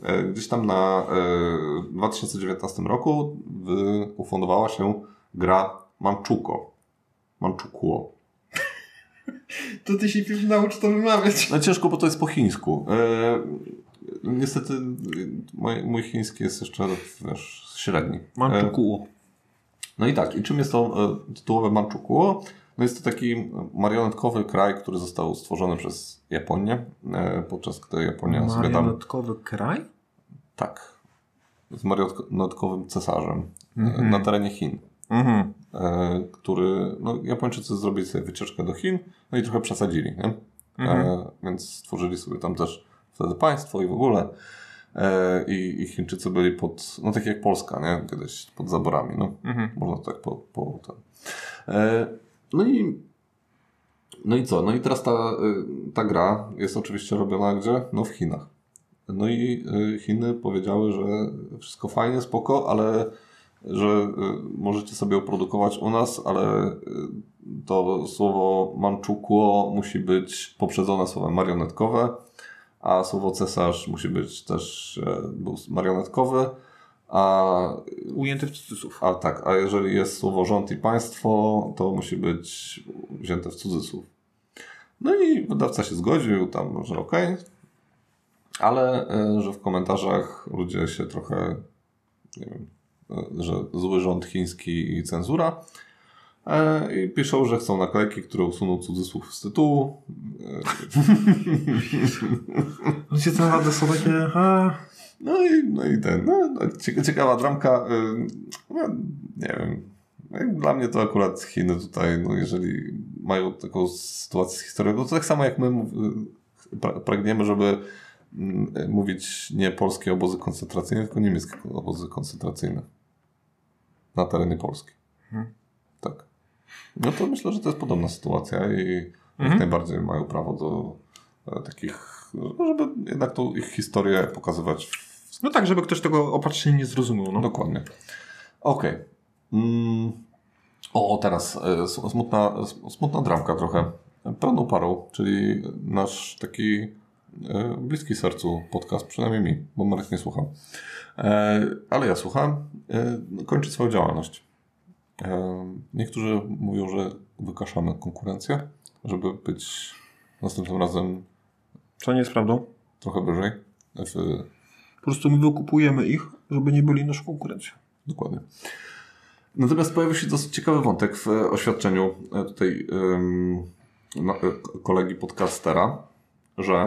gdzieś tam na w dwa tysiące dziewiętnastym roku ufundowała się gra Manchukuo. Manchukuo. To ty się pierw naucz to wymawiać. No ciężko, bo to jest po chińsku. E, niestety mój, mój chiński jest jeszcze, wiesz, średni. Manchukuo. E, no i tak, i czym jest to e, tytułowe Manchukuo? No jest to taki marionetkowy kraj, który został stworzony przez Japonię, e, podczas gdy Japonia sobie tam... Marionetkowy kraj? Tak. Z marionetkowym cesarzem Mhm. e, na terenie Chin. Mhm. E, który, no Japończycy zrobili sobie wycieczkę do Chin, no i trochę przesadzili, nie? Mhm. E, więc stworzyli sobie tam też wtedy państwo i w ogóle e, i, i Chińczycy byli pod, no tak jak Polska, nie? Kiedyś pod zaborami, no. Mhm. Można tak po, po ten. E, no i no i co? No i teraz ta, ta gra jest oczywiście robiona gdzie? No w Chinach. No i Chiny powiedziały, że wszystko fajnie, spoko, ale że możecie sobie oprodukować u nas, ale to słowo Manchukuo musi być poprzedzone słowem marionetkowe, a słowo cesarz musi być też był marionetkowy, a ujęty w cudzysłów. A tak, a jeżeli jest słowo rząd i państwo, to musi być wzięte w cudzysłów. No i wydawca się zgodził tam, że okej, okay, ale że w komentarzach ludzie się trochę, nie wiem, że zły rząd chiński i cenzura. I piszą, że chcą naklejki, które usuną cudzysłów z tytułu. Ludzie to naprawdę są takie... A... No i, no i ten, no, ciekawa dramka. No, nie wiem. Dla mnie to akurat Chiny tutaj, no jeżeli mają taką sytuację z historią, no to tak samo jak my pragniemy, żeby mówić nie polskie obozy koncentracyjne, tylko niemieckie obozy koncentracyjne na terenie Polski. Hmm. Tak. No to myślę, że to jest podobna sytuacja i jak hmm. najbardziej mają prawo do e, takich, no, żeby jednak tą ich historię pokazywać. W... No tak, żeby ktoś tego opatrznie nie zrozumiał. No. Dokładnie. Okej. Okay. Mm. O, teraz e, smutna, smutna dramka trochę. Pełną parą, czyli nasz taki e, bliski sercu podcast, przynajmniej mi, bo Marek nie słuchał. E, ale ja słucham. E, kończy swoją działalność. E, niektórzy mówią, że wykaszamy konkurencję, żeby być następnym razem... Co nie jest prawdą? Trochę wyżej. W... Po prostu my wykupujemy ich, żeby nie byli naszą konkurencją. Dokładnie. Natomiast pojawił się dosyć ciekawy wątek w oświadczeniu tutaj um, no, kolegi podcastera, że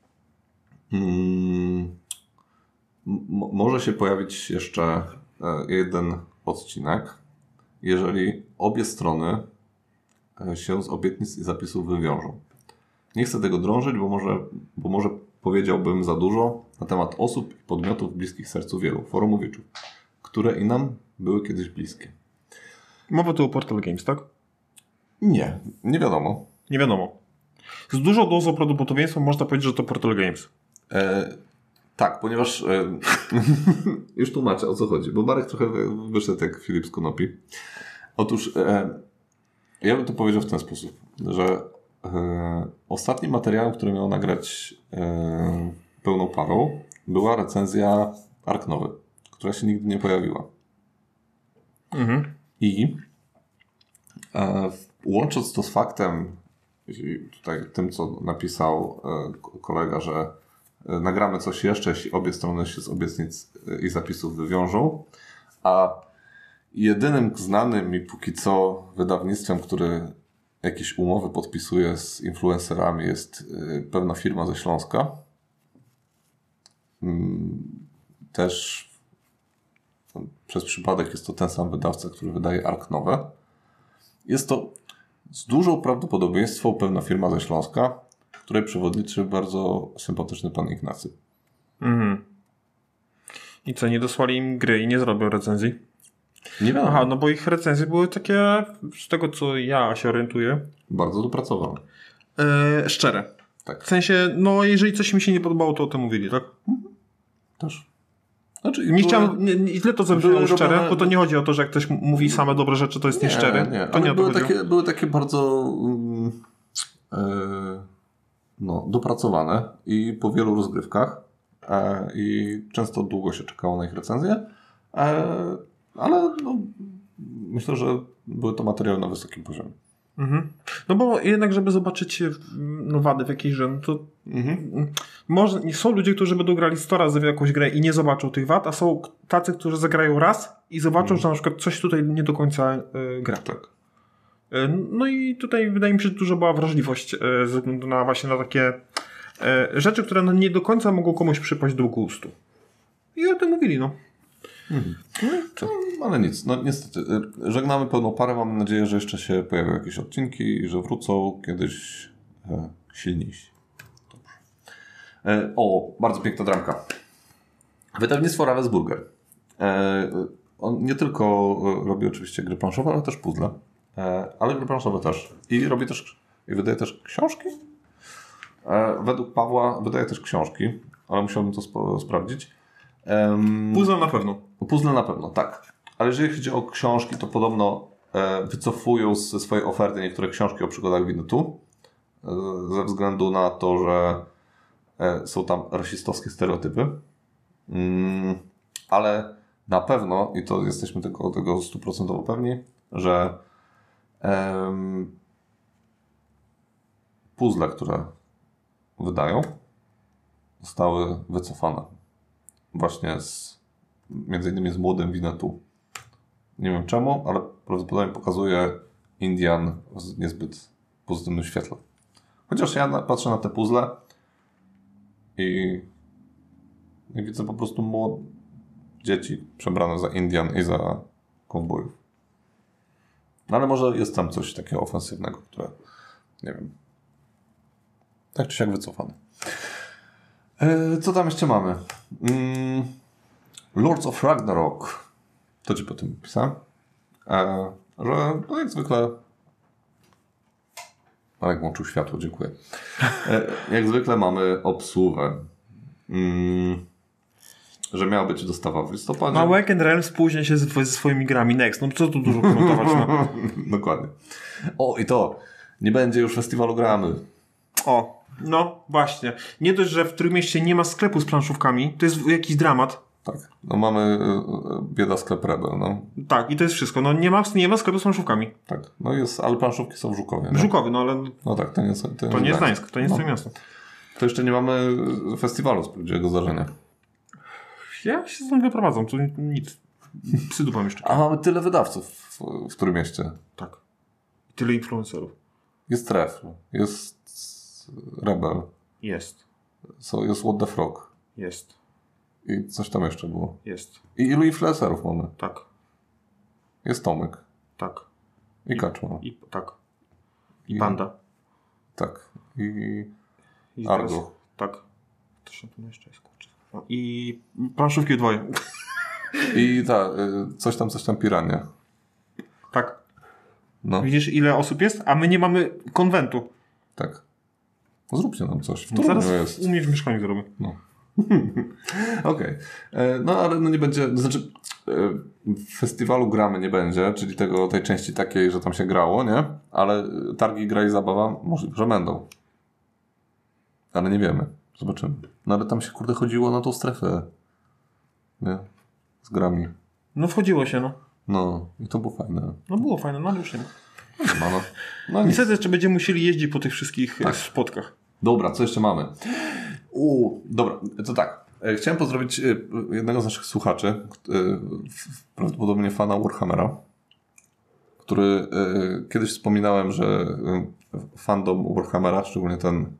um, m- może się pojawić jeszcze jeden odcinek, jeżeli obie strony się z obietnic i zapisów wywiążą. Nie chcę tego drążyć, bo może, bo może powiedziałbym za dużo na temat osób i podmiotów bliskich sercu wielu forumowiczów, które i nam były kiedyś bliskie. Mowa tu o Portal Games, tak? Nie, nie wiadomo. Nie wiadomo. Z dużą dozą prawdopodobieństwa można powiedzieć, że to Portal Games. E, tak, ponieważ e, już tłumaczę, o co chodzi, bo Marek trochę wyszedł jak Filip z Konopi. Otóż e, ja bym to powiedział w ten sposób, że e, ostatnim materiałem, który miał nagrać e, pełną parą, była recenzja Ark Nowy, która się nigdy nie pojawiła. Mhm. I e, łącząc to z faktem, tutaj tym, co napisał e, kolega, że e, nagramy coś jeszcze, jeśli obie strony się z obietnic i zapisów wywiążą, a jedynym znanym mi póki co wydawnictwem, który jakieś umowy podpisuje z influencerami, jest e, pewna firma ze Śląska. Mm, też przez przypadek jest to ten sam wydawca, który wydaje Ark Nowe. Jest to z dużą prawdopodobieństwem pewna firma ze Śląska, której przewodniczy bardzo sympatyczny pan Ignacy. Mhm. I co, nie dosłali im gry i nie zrobią recenzji? Nie wiem. Aha, no bo ich recenzje były takie, z tego co ja się orientuję, bardzo dopracowane. Yy, szczere. Tak. W sensie, no jeżeli coś mi się nie podobało, to o tym mówili, tak? Mhm. Też. Znaczy, nie były, chciałem, nie, nie, źle to zabrzmiało szczere, robione... bo to nie chodzi o to, że jak ktoś mówi same dobre rzeczy, to jest nie, nieszczery. Nie, to nie były, to takie, były takie bardzo um, yy, no, dopracowane i po wielu rozgrywkach e, i często długo się czekało na ich recenzję, e, ale no, myślę, że były to materiały na wysokim poziomie. Mhm. No bo jednak, żeby zobaczyć no, wady w jakiejś grze, no to mhm. może, są ludzie, którzy będą grali sto razy w jakąś grę i nie zobaczą tych wad, a są tacy, którzy zagrają raz i zobaczą, mhm. że na przykład coś tutaj nie do końca y, gra. Tak. Y, no i tutaj wydaje mi się, że dużo była wrażliwość y, ze względu na właśnie na takie y, rzeczy, które no, nie do końca mogą komuś przypaść do gustu. I o tym mówili, no. Mhm. No, ale nic, no niestety. Żegnamy pełną parę, mam nadzieję, że jeszcze się pojawią jakieś odcinki i że wrócą kiedyś e, silniejsi. Dobrze. E, o, bardzo piękna dramka. Wydawnictwo Ravensburger. E, on nie tylko robi oczywiście gry planszowe, ale też puzzle. E, ale gry planszowe też. I robi też, i wydaje też książki. E, według Pawła wydaje też książki, ale musiałbym to sp- sprawdzić. Um, puzzle na pewno. Puzzle na pewno, tak. Ale jeżeli chodzi o książki, to podobno e, wycofują ze swojej oferty niektóre książki o przygodach Winetu e, ze względu na to, że e, są tam rasistowskie stereotypy. Mm, ale na pewno, i to jesteśmy tylko tego stuprocentowo pewni, że em, puzzle, które wydają, zostały wycofane. Właśnie z, między innymi z młodym Winetu. Nie wiem czemu, ale prawdopodobnie pokazuje Indian w niezbyt pozytywnym świetle. Chociaż ja na, patrzę na te puzzle i, i widzę po prostu młode dzieci przebrane za Indian i za kowbojów. No ale może jest tam coś takiego ofensywnego, które nie wiem. Tak czy siak wycofane. Co tam jeszcze mamy? Mm, Lords of Ragnarok. To ci po tym pisałem. E, że no jak zwykle Marek włączył światło, dziękuję. E, jak zwykle mamy obsługę. Mm, że miała być dostawa w listopadzie. A Awakened Realms spóźnia się ze swoimi grami Next. No co tu dużo komentować? No. Dokładnie. O i to. Nie będzie już festiwalu gramy. O. No, właśnie. Nie dość, że w Trójmieście nie ma sklepu z planszówkami, to jest jakiś dramat. Tak. No mamy y, bieda sklep Rebel, no. Tak, i to jest wszystko. No nie ma, nie ma sklepu z planszówkami. Tak. No jest, ale planszówki są w Żukowie. W Żukowie, no ale... No tak, to nie jest... To, to nie jest Gdańsk, to nie jest no. Trójmiasto. To jeszcze nie mamy festiwalu z prawdziwego zdarzenia. Ja się stąd wyprowadzam, tu nic. Psy dupam jeszcze. A mamy tyle wydawców w, w Trójmieście. Tak. Tyle influencerów. Jest Tref, jest Rebel. Jest. So, jest What the Frog. Jest. I coś tam jeszcze było. Jest. I ilu influencerów mamy? Tak. Jest Tomek. Tak. I, I Kaczma. I, tak. I, I Panda. Tak. I, I Argo. Teraz, tak. To się tu jeszcze jest, kurczę. No. I planszówki dwoje. I ta, coś tam, coś tam Pirania. Tak. No. Widzisz, ile osób jest? A my nie mamy konwentu. Tak. Zróbcie nam coś. W no zaraz jest. u mnie w mieszkaniu zrobię. No. Okej. Okay. No ale no nie będzie, to znaczy w festiwalu gramy nie będzie, czyli tego, tej części takiej, że tam się grało, nie? Ale targi gra i zabawa możliwe, że będą. Ale nie wiemy. Zobaczymy. No ale tam się kurde chodziło na tą strefę. Nie? Z grami. No wchodziło się, no. No i to było fajne. No było fajne, no ale już nie ma. No, no. No niestety jeszcze będziemy musieli jeździć po tych wszystkich tak. spotkach. Dobra, co jeszcze mamy? U, dobra, to tak. Chciałem pozdrowić jednego z naszych słuchaczy, prawdopodobnie fana Warhammera, który kiedyś wspominałem, że fandom Warhammera, szczególnie ten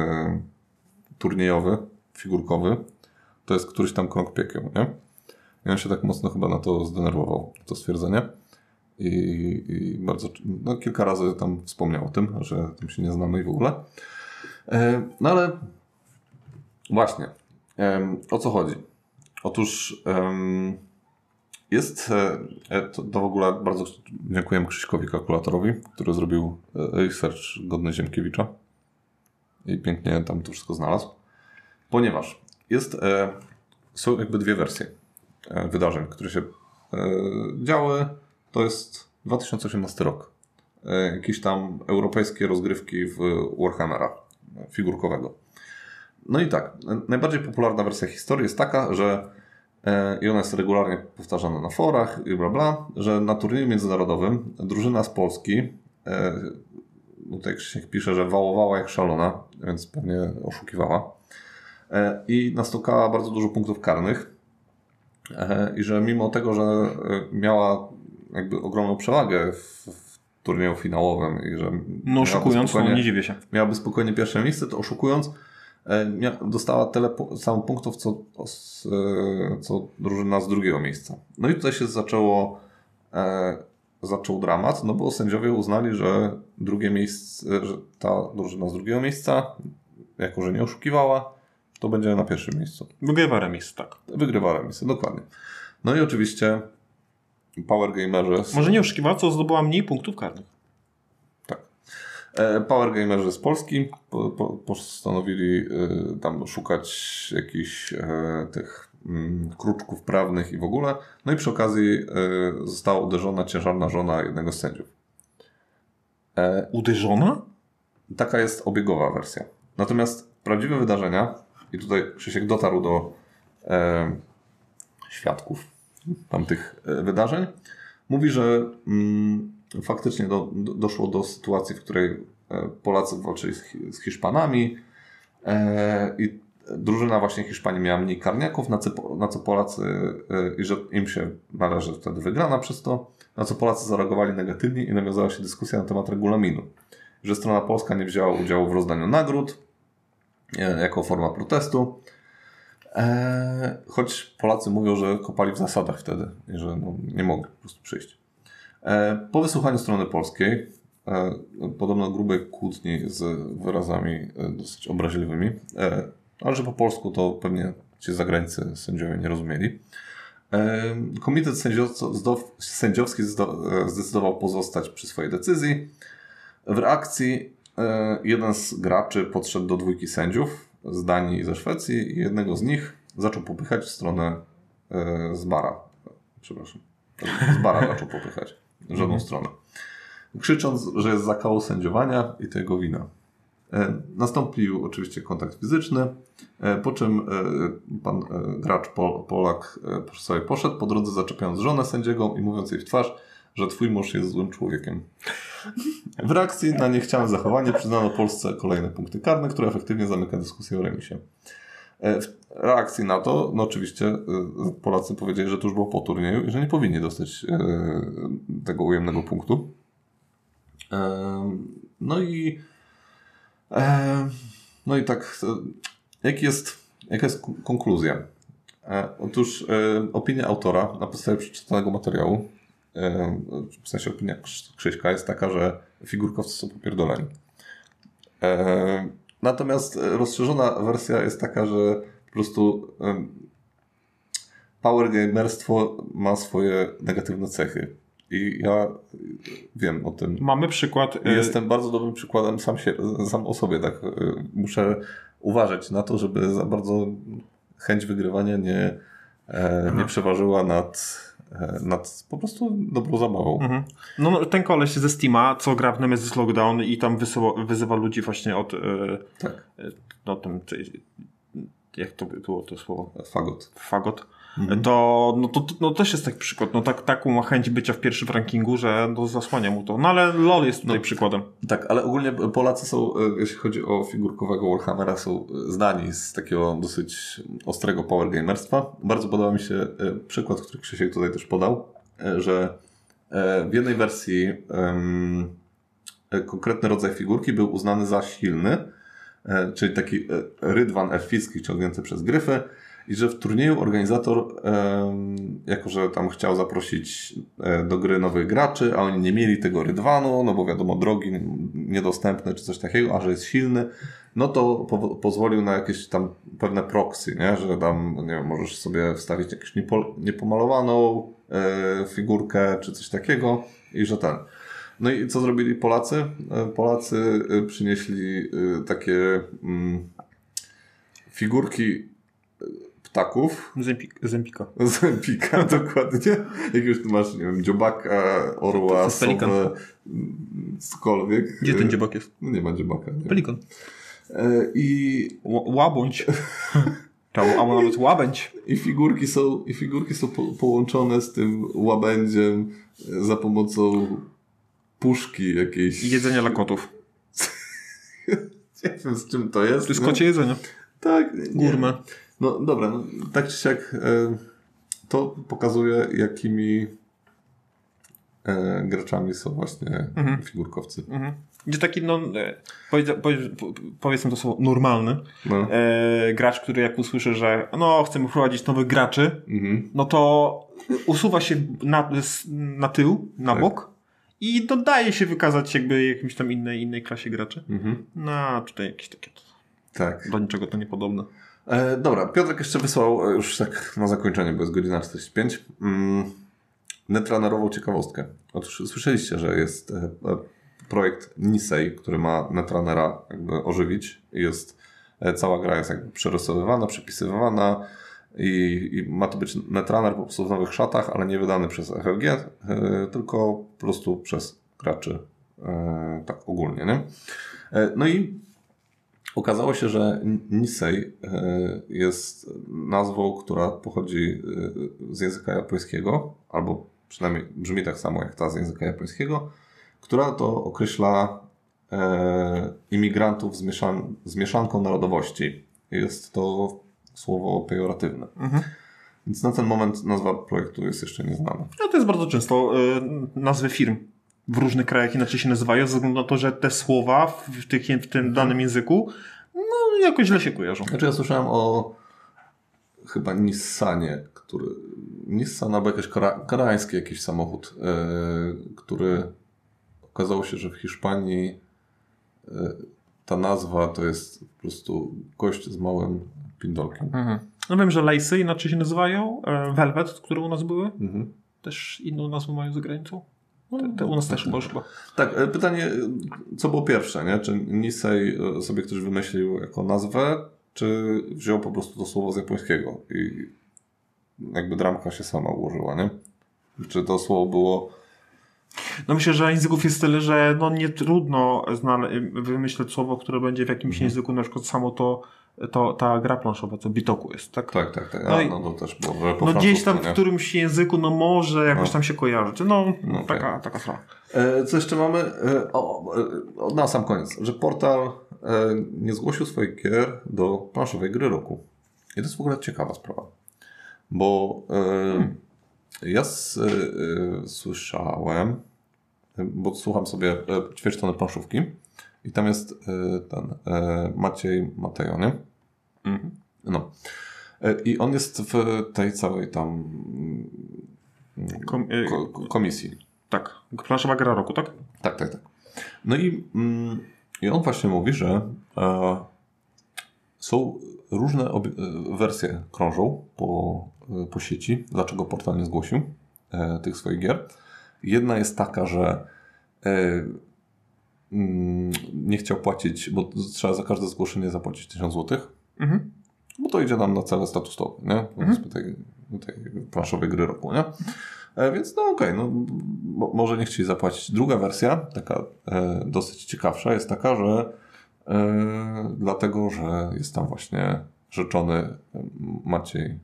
turniejowy, figurkowy, to jest któryś tam krąg piekieł, nie? I on się tak mocno chyba na to zdenerwował, to stwierdzenie. I, i bardzo, no kilka razy tam wspomniał o tym, że tym się nie znamy i w ogóle. No ale właśnie, o co chodzi? Otóż jest, to, to w ogóle bardzo dziękujemy Krzyśkowi Kalkulatorowi, który zrobił research godny Ziemkiewicza i pięknie tam to wszystko znalazł, ponieważ jest, są jakby dwie wersje wydarzeń, które się działy. To jest dwa tysiące osiemnasty rok. Jakieś tam europejskie rozgrywki w Warhammera figurkowego. No i tak, najbardziej popularna wersja historii jest taka, że i ona jest regularnie powtarzana na forach i bla bla, że na turnieju międzynarodowym drużyna z Polski, tutaj Krzysiek pisze, że wałowała jak szalona, więc pewnie oszukiwała, i nastukała bardzo dużo punktów karnych i że mimo tego, że miała jakby ogromną przewagę w, w turnieju finałowym i że no oszukując, no nie dziwię się. Miałaby spokojnie pierwsze miejsce, to oszukując dostała tyle samo punktów, co, co drużyna z drugiego miejsca. No i tutaj się zaczęło e, zaczął dramat, no bo sędziowie uznali, że drugie miejsce, że ta drużyna z drugiego miejsca, jako że nie oszukiwała, to będzie na pierwszym miejscu. Wygrywa remis, tak. Wygrywa remis, dokładnie. No i oczywiście Power Gamerzy... Może nie oszukiwała, co zdobyła mniej punktów karnych. Power Gamerzy z Polski po, po, postanowili y, tam szukać jakichś y, tych y, kruczków prawnych i w ogóle. No i przy okazji y, została uderzona ciężarna żona jednego z sędziów. E, uderzona? Taka jest obiegowa wersja. Natomiast prawdziwe wydarzenia, i tutaj Krzysiek dotarł do e, świadków tamtych e, wydarzeń, mówi, że mm, faktycznie do, do, doszło do sytuacji, w której Polacy walczyli z, z Hiszpanami e, i drużyna właśnie Hiszpanii miała mniej karniaków, na co, na co Polacy, e, i że im się należy wtedy wygrana przez to, na co Polacy zareagowali negatywnie i nawiązała się dyskusja na temat regulaminu. Że strona polska nie wzięła udziału w rozdaniu nagród e, jako forma protestu, e, choć Polacy mówią, że kopali w zasadach wtedy i że no, nie mogli po prostu przyjść. Po wysłuchaniu strony polskiej, podobno grubej kłótni z wyrazami dosyć obraźliwymi, ale że po polsku to pewnie ci zagrańcy sędziowie nie rozumieli, komitet sędziowski zdecydował pozostać przy swojej decyzji. W reakcji jeden z graczy podszedł do dwójki sędziów z Danii i ze Szwecji i jednego z nich zaczął popychać w stronę z bara. Przepraszam. Z bara zaczął popychać. W żadną stronę. Krzycząc, że jest za kawał sędziowania i to jego wina. E, nastąpił oczywiście kontakt fizyczny, e, po czym e, pan e, gracz Pol, Polak e, sobie poszedł, po drodze zaczepiając żonę sędziego i mówiąc jej w twarz, że twój mąż jest złym człowiekiem. W reakcji na niechciane zachowanie przyznano Polsce kolejne punkty karne, które efektywnie zamyka dyskusję o remisie. W reakcji na to, no oczywiście Polacy powiedzieli, że to już było po turnieju i że nie powinni dostać tego ujemnego punktu. No i no i tak, jak jest, jaka jest konkluzja? Otóż opinia autora na podstawie przeczytanego materiału, w sensie opinia Krzyśka jest taka, że figurkowcy są popierdoleni. Natomiast rozszerzona wersja jest taka, że po prostu um, power gamerstwo ma swoje negatywne cechy. I ja wiem o tym. Mamy przykład. I jestem bardzo dobrym przykładem sam, się, sam o sobie. Tak. Muszę uważać na to, żeby za bardzo chęć wygrywania nie, nie przeważyła nad, nad po prostu dobrą zabawą. Mhm. No, no ten koleś ze Steama, co gra w Nemesis Lockdown i tam wysyła, wyzywa ludzi właśnie od tak. no tym, jak to było to słowo? Fagot. Fagot. Mhm. To, no, to no też jest taki przykład. No, tak, taką ma chęć bycia w pierwszym rankingu, że no, zasłania mu to. No ale LoL jest tutaj no, przykładem. Tak, ale ogólnie Polacy są, jeśli chodzi o figurkowego Warhammera, są znani z takiego dosyć ostrego power gamerstwa. Bardzo podoba mi się przykład, który Krzysiek tutaj też podał, że w jednej wersji um, konkretny rodzaj figurki był uznany za silny, czyli taki rydwan elficki ciągnięty przez gryfy. I że w turnieju organizator, e, jako że tam chciał zaprosić e, do gry nowych graczy, a oni nie mieli tego rydwanu, no bo wiadomo, drogi niedostępne czy coś takiego, a że jest silny, no to po, pozwolił na jakieś tam pewne proxy, nie? Że tam, nie wiem, możesz sobie wstawić jakąś niepo, niepomalowaną e, figurkę czy coś takiego i że ten. No i co zrobili Polacy? E, Polacy przynieśli e, takie mm, figurki ptaków. Zempik, zempika. Zempika, dokładnie. Jak już tu masz, nie wiem, dziobaka, orła, sowę, cokolwiek. Gdzie ten dziobak jest? No nie ma dziobaka. Nie. Pelikan. I... Łabądź. Albo nawet łabędź. I figurki są, i figurki są po, połączone z tym łabędziem za pomocą puszki jakiejś. I jedzenia dla kotów. Nie wiem, z czym to jest. To jest no? kocie jedzenie. Tak. Górne. No dobra, no, tak czy siak e, to pokazuje, jakimi e, graczami są właśnie mhm. figurkowcy. Mhm. Gdzie taki, no, powiedz, powiedz, powiedzmy to słowo, normalny no. e, gracz, który jak usłyszy, że no, chcemy wprowadzić nowych graczy, mhm. no to usuwa się na, na tył, na tak. bok i dodaje się wykazać jakby jakimś tam innej, innej klasie graczy. Mhm. No, tutaj jakieś takie tak. do niczego to niepodobne. E, dobra, Piotrek jeszcze wysłał, już tak na zakończenie, bo jest godzina czterdzieści pięć, mm, netrunnerową ciekawostkę. Otóż słyszeliście, że jest e, projekt Nisei, który ma Netrunnera jakby ożywić. Jest, e, cała gra jest jakby przerysowywana, przepisywana i, i ma to być Netrunner po prostu w nowych szatach, ale nie wydany przez F F G, e, tylko po prostu przez graczy e, tak ogólnie, nie? E, no i okazało się, że Nisei jest nazwą, która pochodzi z języka japońskiego, albo przynajmniej brzmi tak samo jak ta z języka japońskiego, która to określa e, imigrantów z, mieszan- z mieszanką narodowości. Jest to słowo pejoratywne. Mhm. Więc na ten moment nazwa projektu jest jeszcze nieznana. No to jest bardzo często y, nazwy firm w różnych krajach inaczej się nazywają, ze względu na to, że te słowa w, tych, w tym danym języku no jakoś źle się kojarzą. Znaczy ja słyszałem o chyba Nissanie, który Nissan albo jakiś kora, koreański jakiś samochód, yy, który okazało się, że w Hiszpanii yy, ta nazwa to jest po prostu gość z małym pindolkiem. Mhm. No wiem, że Lacey inaczej się nazywają, Velvet, które u nas były, mhm. też inną nazwę mają za granicą. Te, te u nas też chyba. Tak, pytanie, co było pierwsze, nie? Czy Nisei sobie ktoś wymyślił jako nazwę, czy wziął po prostu to słowo z japońskiego i jakby dramka się sama ułożyła, nie? Czy to słowo było... No myślę, że języków jest tyle, że no nie trudno znale- wymyśleć słowo, które będzie w jakimś mhm. języku, na przykład samo to To ta gra planszowa, co Bitoku jest, tak? Tak, tak, tak. A, no, i, no to też było, że po no gdzieś tam nie? w którymś języku, no może jakoś no. tam się kojarzy. No, no taka, okay. taka sprawa. E, co jeszcze mamy? E, o, o, na sam koniec, że portal e, nie zgłosił swoich gier do planszowej gry roku. I to jest w ogóle ciekawa sprawa. Bo e, hmm. ja s, e, słyszałem, bo słucham sobie e, ćwierćtony planszówki, i tam jest y, ten y, Maciej Matejony. Mm-hmm. No. Y, I on jest w tej całej tam y, Kom- y- ko- komisji. Tak. Planszowa gra roku, tak? Tak, tak, tak. No i, mm, i on właśnie mówi, że e, są różne ob- wersje krążą po, po sieci, dlaczego portal nie zgłosił e, tych swoich gier. Jedna jest taka, że e, nie chciał płacić, bo trzeba za każde zgłoszenie zapłacić tysiąc złotych, mhm. bo to idzie nam na cele statusowe, nie? Mhm. tej, tej planszowej gry roku, nie? E, więc no okej, okay, no, mo, może nie chcieli zapłacić. Druga wersja, taka e, dosyć ciekawsza, jest taka, że e, dlatego, że jest tam właśnie rzeczony Maciej.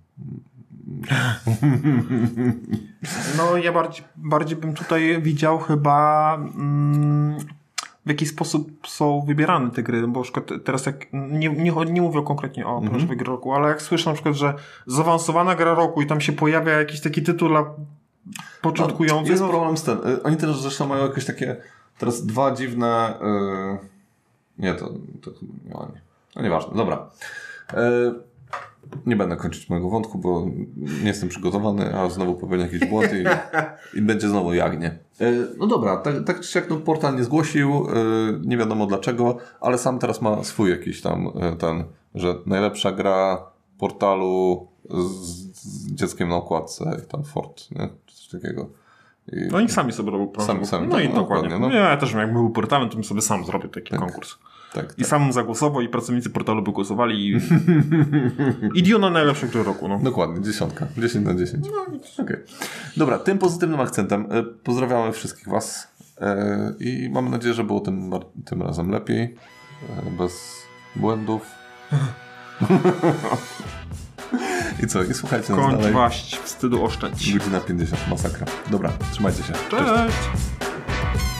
No ja bardziej, bardziej bym tutaj widział chyba mm, w jaki sposób są wybierane te gry, bo na przykład teraz jak, nie, nie, nie mówię konkretnie o planszowej mm-hmm. gry roku, ale jak słyszę na przykład, że zaawansowana gra roku i tam się pojawia jakiś taki tytuł dla początkujących. No, jest problem z tym. Oni też zresztą mają jakieś takie teraz dwa dziwne yy... nie, to, to nie oni. No nieważne, dobra. Yy... Nie będę kończyć mojego wątku, bo nie jestem przygotowany, a znowu popełnię jakiś błąd i, i będzie znowu jagnie. No dobra, tak, tak czy jak no, portal nie zgłosił, nie wiadomo dlaczego, ale sam teraz ma swój jakiś tam ten, że najlepsza gra portalu z, z dzieckiem na okładce i tam Fort, nie? Czy coś takiego. I, no oni sami sobie robią sami, sami, No tak, i no, dokładnie. dokładnie no. Ja też jak był portalem, to bym sobie sam zrobił taki tak. konkurs. Tak, I tak. sam zagłosował i pracownicy portalu by głosowali i, i Dio na najlepsze gry roku. No. Dokładnie, dziesiątka. dziesięć na dziesięć. No, okay. Dobra, tym pozytywnym akcentem pozdrawiamy wszystkich Was i mamy nadzieję, że było tym, tym razem lepiej. Bez błędów. I co? I słuchajcie nas Kończ dalej. waść, wstydu oszczędź. Godzina pięćdziesiąt, masakra. Dobra, trzymajcie się. Cześć. Cześć.